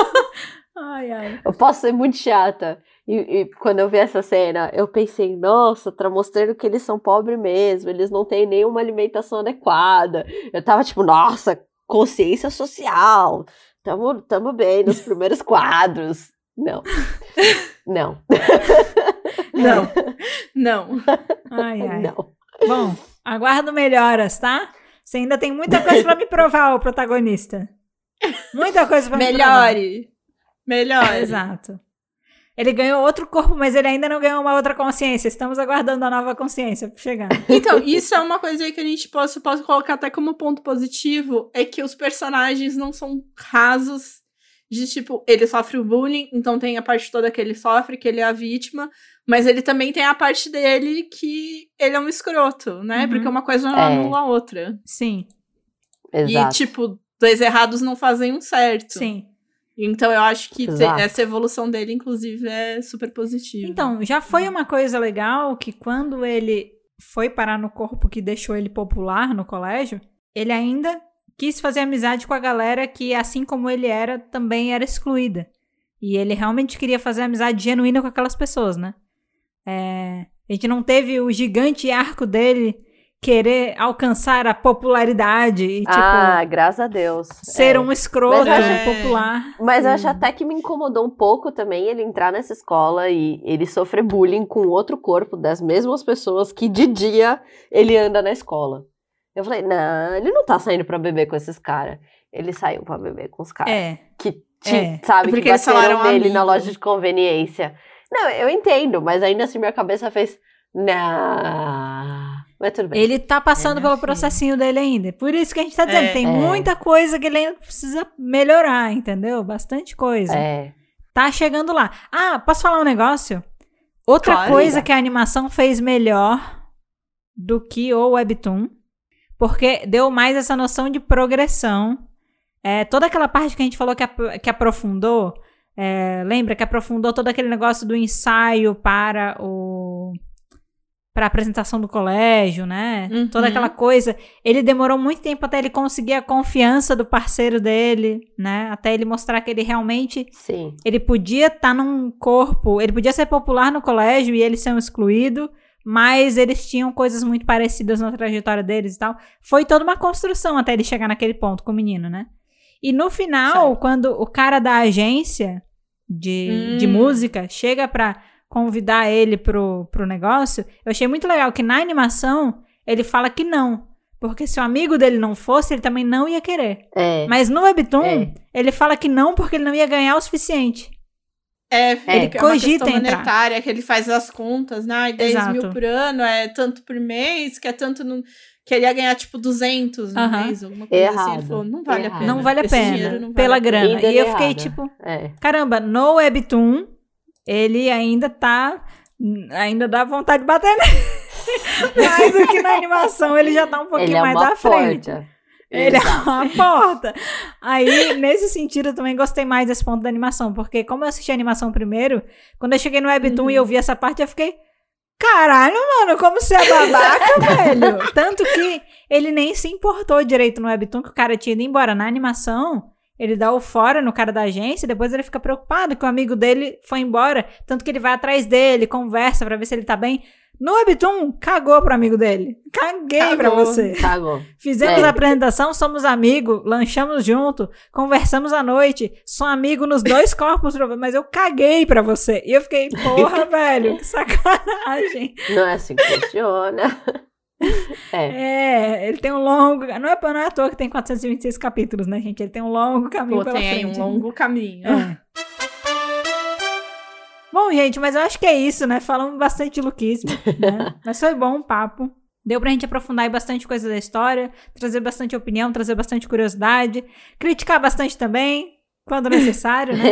Ai, ai. Eu posso ser muito chata. E, e quando eu vi essa cena, eu pensei, nossa, tá mostrando que eles são pobres mesmo, eles não têm nenhuma alimentação adequada. Eu tava tipo, nossa, consciência social. Tamo, tamo bem nos primeiros quadros. Não. Não. Não, não. Ai, ai. Não. Bom, aguardo melhoras, tá? Você ainda tem muita coisa pra me provar, o protagonista. Muita coisa pra me provar. Melhore. Melhore. Exato. Ele ganhou outro corpo, mas ele ainda não ganhou uma outra consciência. Estamos aguardando a nova consciência chegar. Então, isso é uma coisa aí que a gente pode, pode colocar até como ponto positivo, é que os personagens não são rasos de, tipo, ele sofre o bullying, então tem a parte toda que ele sofre, que ele é a vítima, mas ele também tem a parte dele que ele é um escroto, né? Uhum. Porque uma coisa não É. anula a outra. Sim, Exato. E, tipo, dois errados não fazem um certo. sim. Então, eu acho que te- Exato. essa evolução dele, inclusive, é super positiva. Então, já foi uma coisa legal que quando ele foi parar no corpo que deixou ele popular no colégio, ele ainda quis fazer amizade com a galera que, assim como ele era, também era excluída. E ele realmente queria fazer amizade genuína com aquelas pessoas, né? É, a gente não teve o gigante arco dele querer alcançar a popularidade e, tipo, Ah, graças a Deus. ser É. um escroto Mas eu acho- popular. Mas eu E- acho até que me incomodou um pouco também ele entrar nessa escola e ele sofrer bullying com outro corpo das mesmas pessoas que de dia ele anda na escola. Eu falei, não, ele não tá saindo pra beber com esses caras. Ele saiu pra beber com os caras. É, Que, te, É. sabe, Porque que eles bateram falaram nele na amigo. loja de conveniência. Não, eu entendo, mas ainda assim minha cabeça fez, não, mas tudo bem. ele tá passando É, pelo filho. processinho dele ainda. Por isso que a gente tá dizendo, É. tem É. muita coisa que ele ainda precisa melhorar, entendeu? Bastante coisa. É, Tá chegando lá. Ah, posso falar um negócio? Outra Claro. coisa que a animação fez melhor do que o Webtoon, porque deu mais essa noção de progressão. É, toda aquela parte que a gente falou que, ap- que aprofundou, é, lembra que aprofundou todo aquele negócio do ensaio para o para a apresentação do colégio, né? Uhum. Toda aquela coisa. Ele demorou muito tempo até ele conseguir a confiança do parceiro dele, né? Até ele mostrar que ele realmente sim. ele podia estar num corpo, ele podia ser popular no colégio e eles são excluídos, mas eles tinham coisas muito parecidas na trajetória deles e tal. Foi toda uma construção até ele chegar naquele ponto com o menino, né? E no final, Certo. quando o cara da agência de, Hum. de música chega pra convidar ele pro, pro negócio, eu achei muito legal que na animação ele fala que não. Porque se o amigo dele não fosse, ele também não ia querer. É, Mas no Webtoon, É. ele fala que não porque ele não ia ganhar o suficiente. É, Ele ele é uma cogita questão entrar. monetária, que ele faz as contas, né? Ai, dez Exato. mil por ano é tanto por mês, que é tanto no... que ele ia ganhar, tipo, duzentos no Aham. mês, alguma coisa assim. Errado. Ele falou, não vale Errado. a pena. Não vale a Esse pena, dinheiro não vale pela a pena. grana. Ainda E eu é fiquei errado. tipo, é. caramba, no Webtoon, ele ainda tá, ainda dá vontade de bater nele. mais do que na animação, ele já tá um pouquinho ele é mais uma à frente. porta. Ele é uma porta. Aí, nesse sentido, eu também gostei mais desse ponto da animação, porque como eu assisti a animação primeiro, quando eu cheguei no Webtoon uhum. e eu vi essa parte, eu fiquei, caralho, mano, como você é babaca, velho. Tanto que ele nem se importou direito no Webtoon, que o cara tinha ido embora. Na animação, ele dá o fora no cara da agência, depois ele fica preocupado que o amigo dele foi embora, tanto que ele vai atrás dele, conversa pra ver se ele tá bem. No Webtoon, cagou pro amigo dele. Caguei cagou, pra você. Cagou. Fizemos é. a apresentação, somos amigos, lanchamos junto, conversamos à noite, sou amigo nos dois corpos, mas eu caguei pra você. E eu fiquei, porra, velho, que sacanagem. Não é assim que funciona. É. é, ele tem um longo... Não é, não é à toa que tem quatrocentos e vinte e seis capítulos, né, gente? Ele tem um longo caminho Pô, pela tem frente. Tem aí um longo caminho. É. Bom, gente, mas eu acho que é isso, né? Falamos bastante de Lookism, né? Mas foi bom o papo. Deu pra gente aprofundar aí bastante coisa da história, trazer bastante opinião, trazer bastante curiosidade, criticar bastante também, quando necessário, né?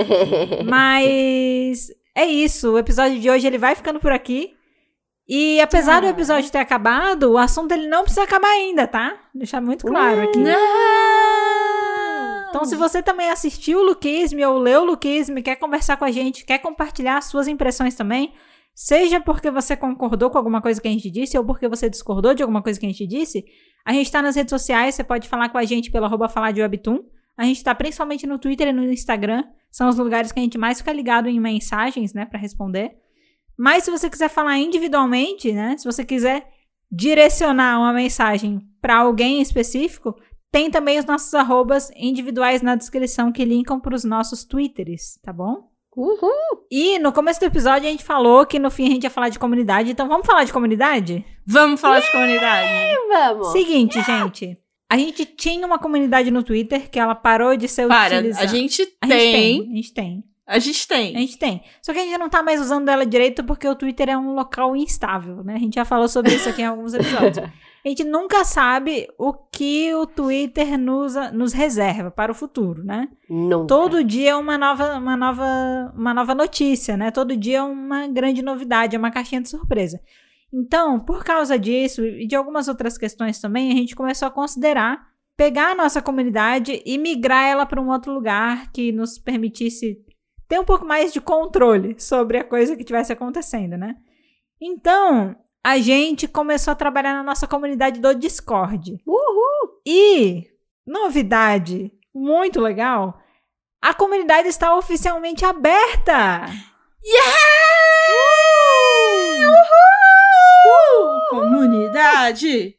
Mas é isso. O episódio de hoje, ele vai ficando por aqui. E apesar ah. do episódio ter acabado, o assunto ele não precisa acabar ainda, tá? Deixar muito claro aqui. Não! Então, se você também assistiu o Lookism ou leu o Lookism, quer conversar com a gente, quer compartilhar suas impressões também, seja porque você concordou com alguma coisa que a gente disse ou porque você discordou de alguma coisa que a gente disse, a gente tá nas redes sociais, você pode falar com a gente pelo arroba falar de Webtoon. A gente tá principalmente no Twitter e no Instagram, são os lugares que a gente mais fica ligado em mensagens, né, pra responder. Mas se você quiser falar individualmente, né, se você quiser direcionar uma mensagem pra alguém específico, tem também os nossos arrobas individuais na descrição que linkam para os nossos twitters, tá bom? Uhul! E no começo do episódio a gente falou que no fim a gente ia falar de comunidade, então vamos falar de comunidade? Vamos falar yeah! de comunidade. Vamos! Seguinte, yeah! gente, a gente tinha uma comunidade no Twitter que ela parou de ser Para, utilizada. a gente tem. A gente tem, a gente tem. A gente tem. A gente tem. Só que a gente não tá mais usando ela direito porque o Twitter é um local instável, né? A gente já falou sobre isso aqui em alguns episódios. A gente nunca sabe o que o Twitter nos, nos reserva para o futuro, né? Nunca. Todo dia é uma nova, uma, nova, uma nova notícia, né? Todo dia é uma grande novidade, é uma caixinha de surpresa. Então, por causa disso e de algumas outras questões também, a gente começou a considerar pegar a nossa comunidade e migrar ela para um outro lugar que nos permitisse ter um pouco mais de controle sobre a coisa que estivesse acontecendo, né? Então, a gente começou a trabalhar na nossa comunidade do Discord. Uhul! E, novidade muito legal, a comunidade está oficialmente aberta! Yeah! Uhul! Uhul! Comunidade!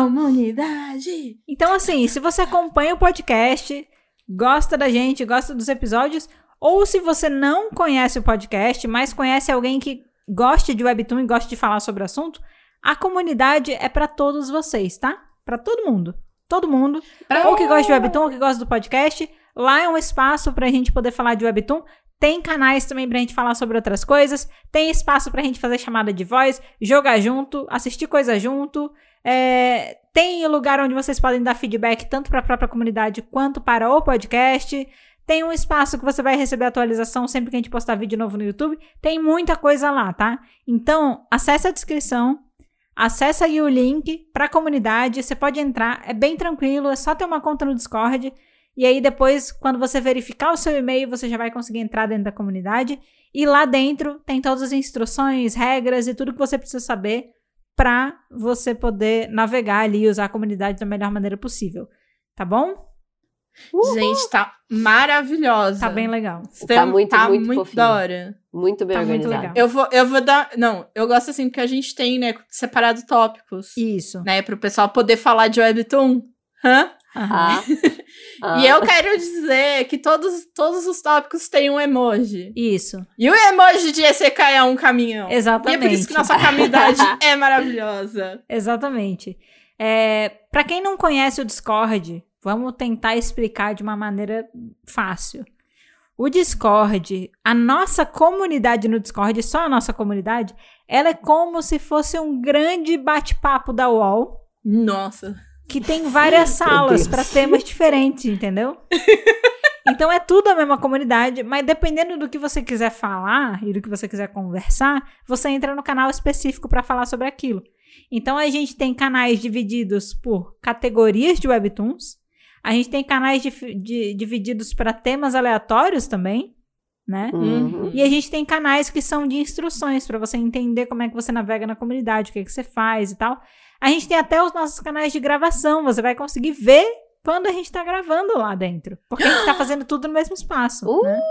Comunidade! Então, assim, se você acompanha o podcast, gosta da gente, gosta dos episódios, ou se você não conhece o podcast, mas conhece alguém que goste de Webtoon e goste de falar sobre o assunto, a comunidade é pra todos vocês, tá? Pra todo mundo. Todo mundo. Pra... Ou que gosta de Webtoon, ou que gosta do podcast. Lá é um espaço pra gente poder falar de Webtoon. Tem canais também pra gente falar sobre outras coisas. Tem espaço pra gente fazer chamada de voz, jogar junto, assistir coisa junto. É... Tem lugar onde vocês podem dar feedback tanto pra própria comunidade quanto para o podcast. Tem um espaço que você vai receber atualização sempre que a gente postar vídeo novo no YouTube. Tem muita coisa lá, tá? Então, acesse a descrição, acessa aí o link pra comunidade, você pode entrar, é bem tranquilo, é só ter uma conta no Discord. E aí depois, quando você verificar o seu e-mail, você já vai conseguir entrar dentro da comunidade. E lá dentro tem todas as instruções, regras e tudo que você precisa saber pra você poder navegar ali e usar a comunidade da melhor maneira possível. Tá bom? Uhul. Gente, tá maravilhosa. Tá bem legal. Tá muito, tá muito, muito fofinho. da hora. Muito bem tá organizado. Muito legal. Eu vou, eu vou dar... Não, eu gosto assim, porque a gente tem, né, separado tópicos. Isso. Né, pro pessoal poder falar de Webtoon. Hã? Ah. E eu quero dizer que todos, todos os tópicos têm um emoji. Isso. E o emoji de E C K é um caminhão. Exatamente. E é por isso que nossa comunidade é maravilhosa. Exatamente. É, pra quem não conhece o Discord, vamos tentar explicar de uma maneira fácil. O Discord, a nossa comunidade no Discord, só a nossa comunidade, ela é como se fosse um grande bate-papo da U O L. Nossa. Que tem várias salas para temas diferentes, entendeu? Então é tudo a mesma comunidade, mas dependendo do que você quiser falar e do que você quiser conversar, você entra no canal específico para falar sobre aquilo. Então a gente tem canais divididos por categorias de webtoons, a gente tem canais de, de, divididos para temas aleatórios também, né? Uhum. E a gente tem canais que são de instruções para você entender como é que você navega na comunidade, o que, é que você faz e tal. A gente tem até os nossos canais de gravação, você vai conseguir ver quando a gente tá gravando lá dentro, porque a gente tá fazendo tudo no mesmo espaço, Uh! né?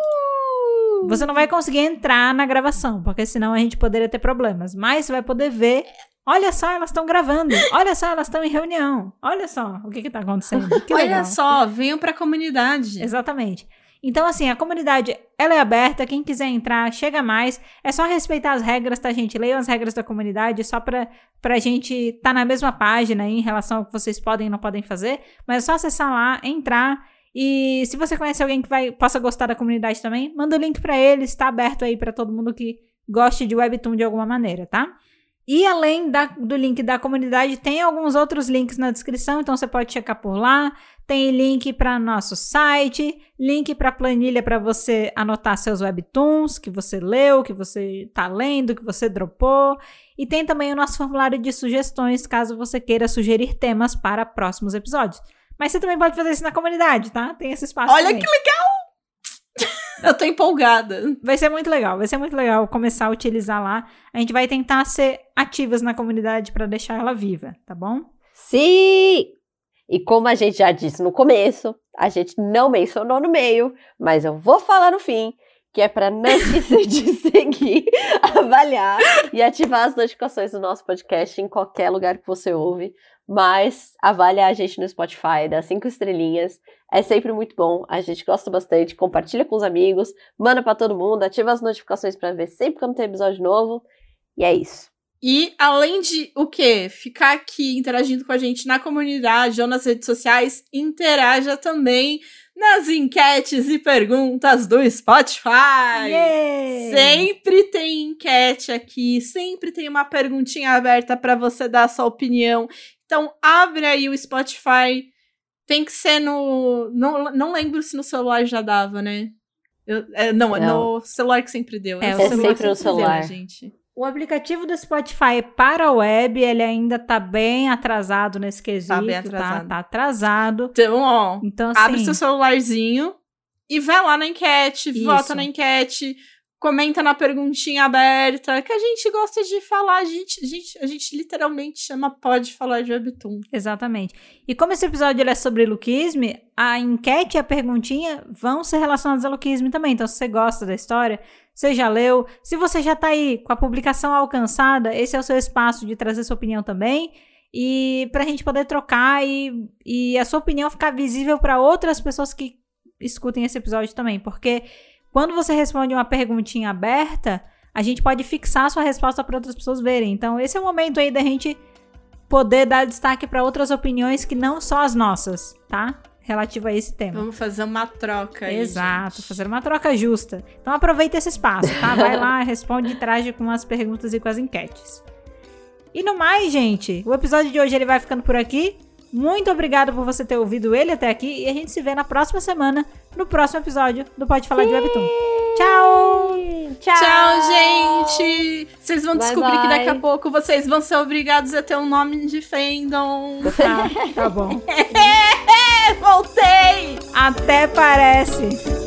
Você não vai conseguir entrar na gravação, porque senão a gente poderia ter problemas, mas você vai poder ver, olha só, elas estão gravando, olha só, elas estão em reunião, olha só o que que tá acontecendo, que Olha legal. só, venham pra comunidade. Exatamente. Então, assim, a comunidade, ela é aberta, quem quiser entrar, chega mais. É só respeitar as regras, tá, gente? Leiam as regras da comunidade, só pra, pra gente estar tá na mesma página aí, em relação ao que vocês podem e não podem fazer. Mas é só acessar lá, entrar. E se você conhece alguém que vai, possa gostar da comunidade também, manda o link pra eles, tá aberto aí pra todo mundo que goste de Webtoon de alguma maneira, tá? E além da, do link da comunidade, tem alguns outros links na descrição, então você pode checar por lá. Tem link para nosso site, link para planilha para você anotar seus webtoons que você leu, que você tá lendo, que você dropou. E tem também o nosso formulário de sugestões, caso você queira sugerir temas para próximos episódios. Mas você também pode fazer isso na comunidade, tá? Tem esse espaço Olha também. que legal! Eu tô empolgada. Vai ser muito legal, vai ser muito legal começar a utilizar lá. A gente vai tentar ser ativas na comunidade para deixar ela viva, tá bom? Sim! E como a gente já disse no começo, a gente não mencionou no meio, mas eu vou falar no fim, que é para não esquecer de seguir, avaliar e ativar as notificações do nosso podcast em qualquer lugar que você ouve. Mas avaliar a gente no Spotify, dá cinco estrelinhas, é sempre muito bom, a gente gosta bastante, compartilha com os amigos, manda para todo mundo, ativa as notificações para ver sempre quando tem episódio novo, e é isso. E além de o quê? Ficar aqui interagindo com a gente na comunidade ou nas redes sociais, interaja também nas enquetes e perguntas do Spotify. Yeah! Sempre tem enquete aqui, sempre tem uma perguntinha aberta para você dar a sua opinião. Então abre aí o Spotify. Tem que ser no... Não, não lembro se no celular já dava, né? Eu, é, não, é Não. no celular que sempre deu. É, No é celular sempre no deu, celular. gente. O aplicativo do Spotify para a web, ele ainda tá bem atrasado nesse quesito, Tá bem atrasado. Tá, tá atrasado. Então, ó, Então, assim, abre seu celularzinho e vai lá na enquete, Isso. vota na enquete, comenta na perguntinha aberta, que a gente gosta de falar, a gente, a gente, a gente literalmente chama Pode Falar de Webtoon. exatamente. E como esse episódio ele é sobre Lookism, a enquete e a perguntinha vão ser relacionadas a Lookism também. Então, se você gosta da história, você já leu. Se você já tá aí com a publicação alcançada, esse é o seu espaço de trazer sua opinião também. E pra gente poder trocar e, e a sua opinião ficar visível para outras pessoas que escutem esse episódio também. Porque quando você responde uma perguntinha aberta, a gente pode fixar a sua resposta para outras pessoas verem. Então, esse é o momento aí da gente poder dar destaque para outras opiniões que não só as nossas, tá? Relativo a esse tema. Vamos fazer uma troca aí, Exato, gente. fazer uma troca justa. Então aproveita esse espaço, tá? Vai lá, responde e interage com as perguntas e com as enquetes. E no mais, gente, o episódio de hoje ele vai ficando por aqui. Muito obrigado por você ter ouvido ele até aqui e a gente se vê na próxima semana, no próximo episódio do Pode Falar de Webtoon. Tchau! Tchau! Tchau, gente! Vocês vão Bye, descobrir bye. que daqui a pouco vocês vão ser obrigados a ter um nome de fandom. Tá, tá bom. Voltei! Até parece!